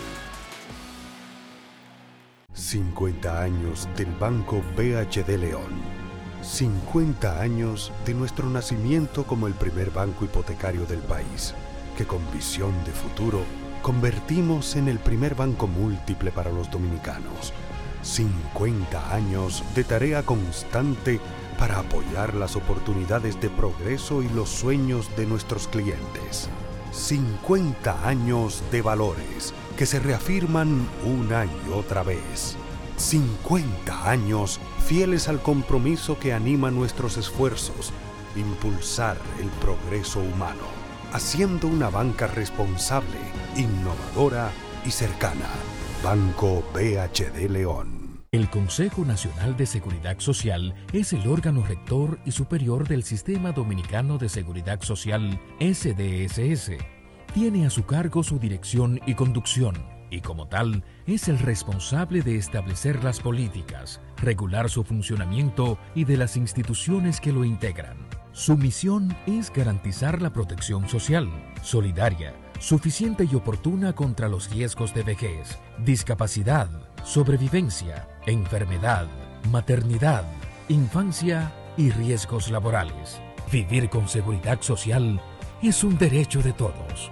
cincuenta años del Banco B H D León. cincuenta años de nuestro nacimiento como el primer banco hipotecario del país, que con visión de futuro convertimos en el primer banco múltiple para los dominicanos. cincuenta años de tarea constante para apoyar las oportunidades de progreso y los sueños de nuestros clientes. cincuenta años de valores que se reafirman una y otra vez. cincuenta años fieles al compromiso que anima nuestros esfuerzos, impulsar el progreso humano, haciendo una banca responsable, innovadora y cercana. Banco B H D León. El Consejo Nacional de Seguridad Social es el órgano rector y superior del Sistema Dominicano de Seguridad Social, S D S S. Tiene a su cargo su dirección y conducción, y como tal, es el responsable de establecer las políticas, regular su funcionamiento y de las instituciones que lo integran. Su misión es garantizar la protección social, solidaria, suficiente y oportuna contra los riesgos de vejez, discapacidad, sobrevivencia, enfermedad, maternidad, infancia y riesgos laborales. Vivir con seguridad social es un derecho de todos.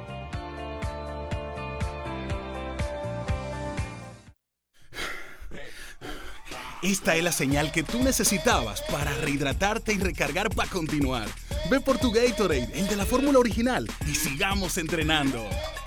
Esta es la señal que tú necesitabas para rehidratarte y recargar para continuar. Ve por tu Gatorade, el de la fórmula original, y sigamos entrenando.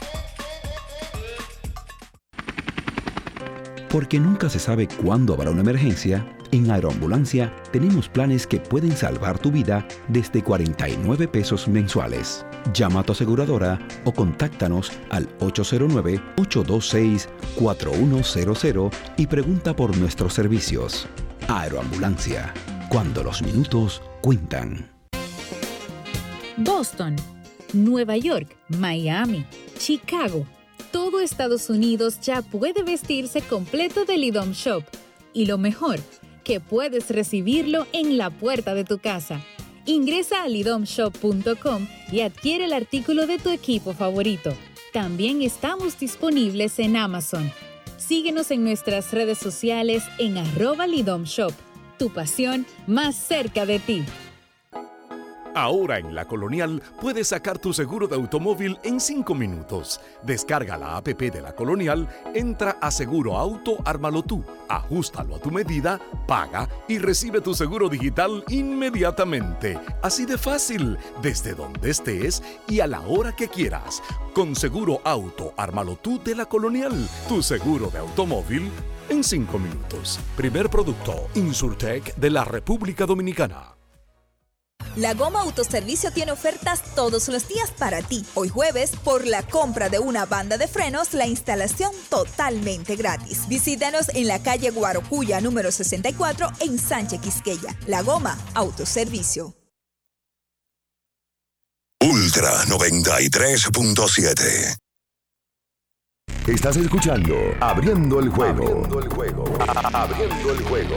Porque nunca se sabe cuándo habrá una emergencia, en Aeroambulancia tenemos planes que pueden salvar tu vida desde cuarenta y nueve pesos mensuales. Llama a tu aseguradora o contáctanos al ocho cero nueve, ocho dos seis, cuatro uno cero cero y pregunta por nuestros servicios. Aeroambulancia, cuando los minutos cuentan. Boston, Nueva York, Miami, Chicago. Todo Estados Unidos ya puede vestirse completo del IDOM Shop. Y lo mejor, que puedes recibirlo en la puerta de tu casa. Ingresa a lidom shop punto com y adquiere el artículo de tu equipo favorito. También estamos disponibles en Amazon. Síguenos en nuestras redes sociales en arroba Lidom Shop. Tu pasión más cerca de ti. Ahora en La Colonial puedes sacar tu seguro de automóvil en cinco minutos. Descarga la app de La Colonial, entra a Seguro Auto, ármalo tú, ajústalo a tu medida, paga y recibe tu seguro digital inmediatamente. Así de fácil, desde donde estés y a la hora que quieras. Con Seguro Auto, ármalo tú de La Colonial, tu seguro de automóvil en cinco minutos. Primer producto, Insurtech de la República Dominicana. La Goma Autoservicio tiene ofertas todos los días para ti. Hoy jueves, por la compra de una banda de frenos, la instalación totalmente gratis. Visítanos en la calle Guarocuya, número sesenta y cuatro, en Sánchez Quisqueya. La Goma Autoservicio. Ultra noventa y tres punto siete. Estás escuchando Abriendo el Juego. Abriendo el Juego. Abriendo el Juego.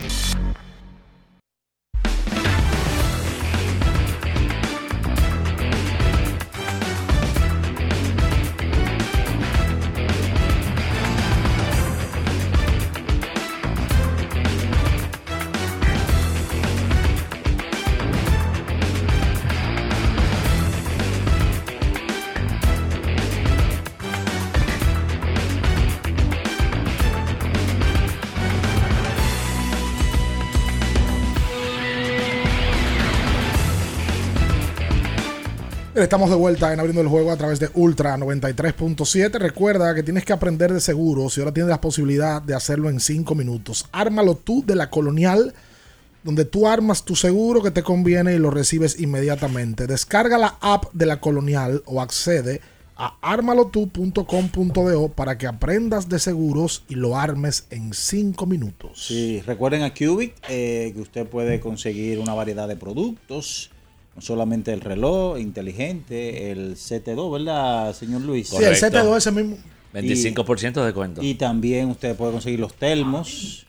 Estamos de vuelta en Abriendo el Juego a través de Ultra noventa y tres punto siete. Recuerda que tienes que aprender de seguros y ahora tienes la posibilidad de hacerlo en cinco minutos. Ármalo tú de La Colonial, donde tú armas tu seguro que te conviene y lo recibes inmediatamente. Descarga la app de La Colonial o accede a ármalo tú punto com punto do para que aprendas de seguros y lo armes en cinco minutos. Sí, recuerden a Cubic eh, que usted puede conseguir una variedad de productos. No solamente el reloj inteligente, el C T dos, ¿verdad, señor Luis? Sí, el C T dos ese mismo. veinticinco por ciento de descuento. Y también usted puede conseguir los termos.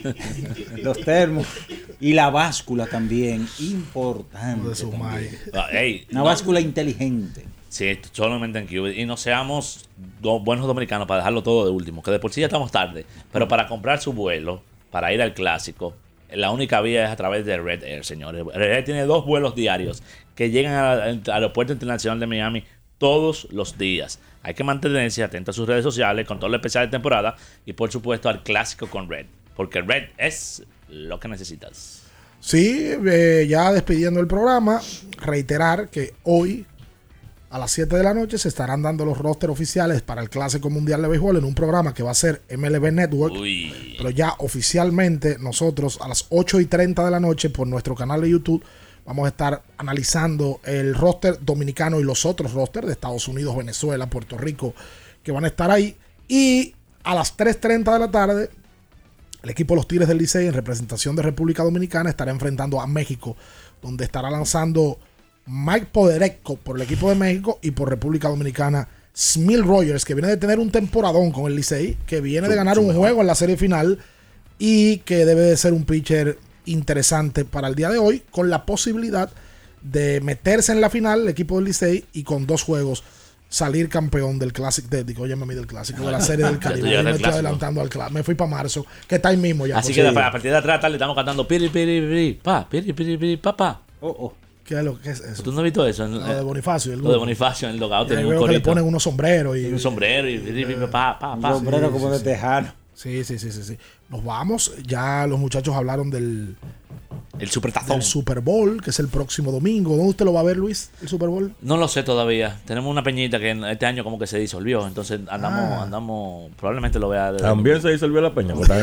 los termos. Y la báscula también, importante. De su madre. Ah, hey, Una no. báscula inteligente. Sí, solamente en Cuba. Y no seamos do- buenos dominicanos para dejarlo todo de último, que de por sí ya estamos tarde. Pero para comprar su vuelo, para ir al clásico, la única vía es a través de Red Air, señores. Red Air tiene dos vuelos diarios que llegan al Aeropuerto Internacional de Miami todos los días. Hay que mantenerse atento a sus redes sociales con todo lo especial de temporada y por supuesto al clásico con Red, porque Red es lo que necesitas. Sí, eh, ya despidiendo el programa, reiterar que hoy a las siete de la noche se estarán dando los rosters oficiales para el Clásico Mundial de Béisbol en un programa que va a ser M L B Network. Uy. Pero ya oficialmente nosotros a las ocho y treinta de la noche por nuestro canal de YouTube vamos a estar analizando el roster dominicano y los otros rosters de Estados Unidos, Venezuela, Puerto Rico que van a estar ahí. Y a las tres treinta de la tarde el equipo de los Tigres del Licey en representación de República Dominicana estará enfrentando a México, donde estará lanzando Mike Poderecco por el equipo de México y por República Dominicana Smil Rogers, que viene de tener un temporadón con el Licey, que viene de ganar un juego en la serie final y que debe de ser un pitcher interesante para el día de hoy, con la posibilidad de meterse en la final el equipo del Licey y con dos juegos salir campeón del clásico, de, digo, oye, mami, del clásico, de la serie del Caribe. Yo me estoy adelantando al clásico. Me fui para marzo, que está ahí mismo ya. Así que sí. A partir de atrás le estamos cantando piri, piri, piri, pa, piri, piri, piri, pa, pa. Oh, oh. ¿Qué es lo que es eso? ¿Tú no has visto eso? Lo de Bonifacio. El lo de Bonifacio en el logout. Yo veo que le ponen unos sombreros. Y, un sombrero y, y, y pa, pa, pa. Un sombrero sí, como sí, de sí. tejano. Sí, sí, sí, sí, sí. Nos vamos. Ya los muchachos hablaron del El Supertazón. El Super Bowl, que es el próximo domingo. ¿Dónde usted lo va a ver, Luis? El Super Bowl. No lo sé todavía. Tenemos una peñita que este año como que se disolvió. Entonces andamos, Ah. andamos, probablemente lo vea. Desde También se disolvió la peña. Pues,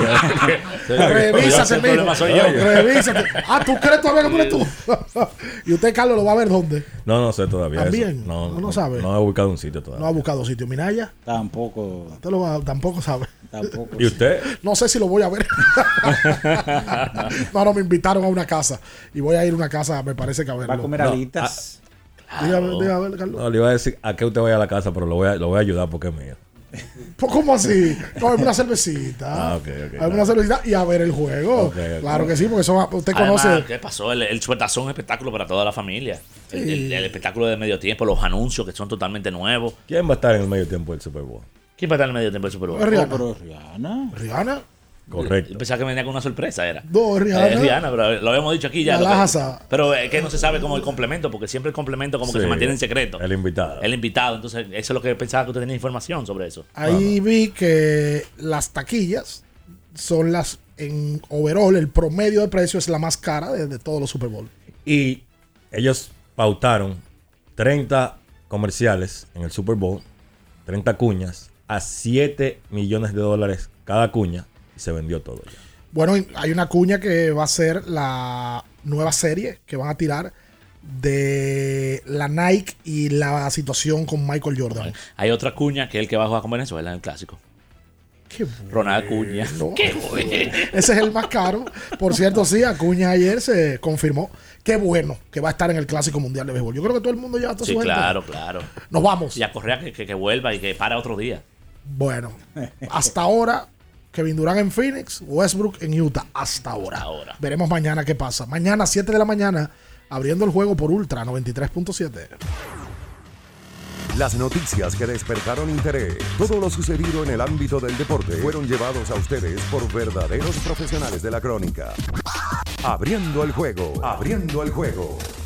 Revísate, el problema mijo. soy yo. Revísate. Ah, ¿tú crees todavía que tú eres tú? ¿Y usted, Carlos, lo va a ver dónde? No, no sé todavía. También. Eso. No, No, no, no sabe. No he buscado un sitio todavía. No ha buscado sitio. Minaya. Tampoco. Usted lo va, tampoco sabe. Tampoco. ¿Y usted? No sé si lo voy a ver. No, no, me invitaron a una casa. Y voy a ir a una casa, me parece que a verlo. Va a comer No, alitas. Dígame, dígame, Carlos. No, le iba a decir a que usted vaya a la casa, pero lo voy a, lo voy a ayudar porque es mío. Pues, ¿cómo así? Cómeme una cervecita. Ah, ok, ok, Cómeme claro. una cervecita y a ver el juego. Ok, ok. Claro que sí, porque eso usted Además, conoce. ¿qué pasó? El, el Supertazón es un espectáculo para toda la familia. El, Sí. el- el espectáculo de medio tiempo, los anuncios que son totalmente nuevos. ¿Quién va a estar en el medio tiempo del Super Bowl? ¿Quién va a estar en el medio tiempo del Super Bowl? Es Rihanna. Oh, pero Rihanna. Rihanna. Correcto. Yo pensaba que venía con una sorpresa, era. No, es Rihanna. Eh, Rihanna, pero lo habíamos dicho aquí ya. La lo que- Lajaza. pero es que no se sabe cómo el complemento, porque siempre el complemento como que Sí, se mantiene en secreto. El invitado. El invitado, entonces eso es lo que pensaba que usted tenía información sobre eso. Ahí vi que las taquillas son las en overall, el promedio de precio es la más cara de, de todos los Super Bowl. Y ellos pautaron treinta comerciales en el Super Bowl, treinta cuñas, a siete millones de dólares cada cuña, y se vendió todo ya. Bueno, y hay una cuña que va a ser la nueva serie que van a tirar de la Nike y la situación con Michael Jordan. Hay otra cuña que es el que va a jugar con Venezuela en el clásico. Qué bueno. Ronald Acuña. Qué bueno. Ese es el más caro. Por cierto, sí, Acuña ayer se confirmó. Qué bueno que va a estar en el Clásico Mundial de Béisbol. Yo creo que todo el mundo ya está Sí, suelto. claro, claro. Nos vamos. Y a Correa que, que, que vuelva y que para otro día. Bueno, hasta ahora, Kevin Durant en Phoenix, Westbrook en Utah. Hasta ahora. Hasta ahora. Veremos mañana qué pasa. Mañana, siete de la mañana, abriendo el juego por Ultra noventa y tres punto siete. Las noticias que despertaron interés, todo lo sucedido en el ámbito del deporte, fueron llevados a ustedes por verdaderos profesionales de la crónica. Abriendo el juego, abriendo el juego.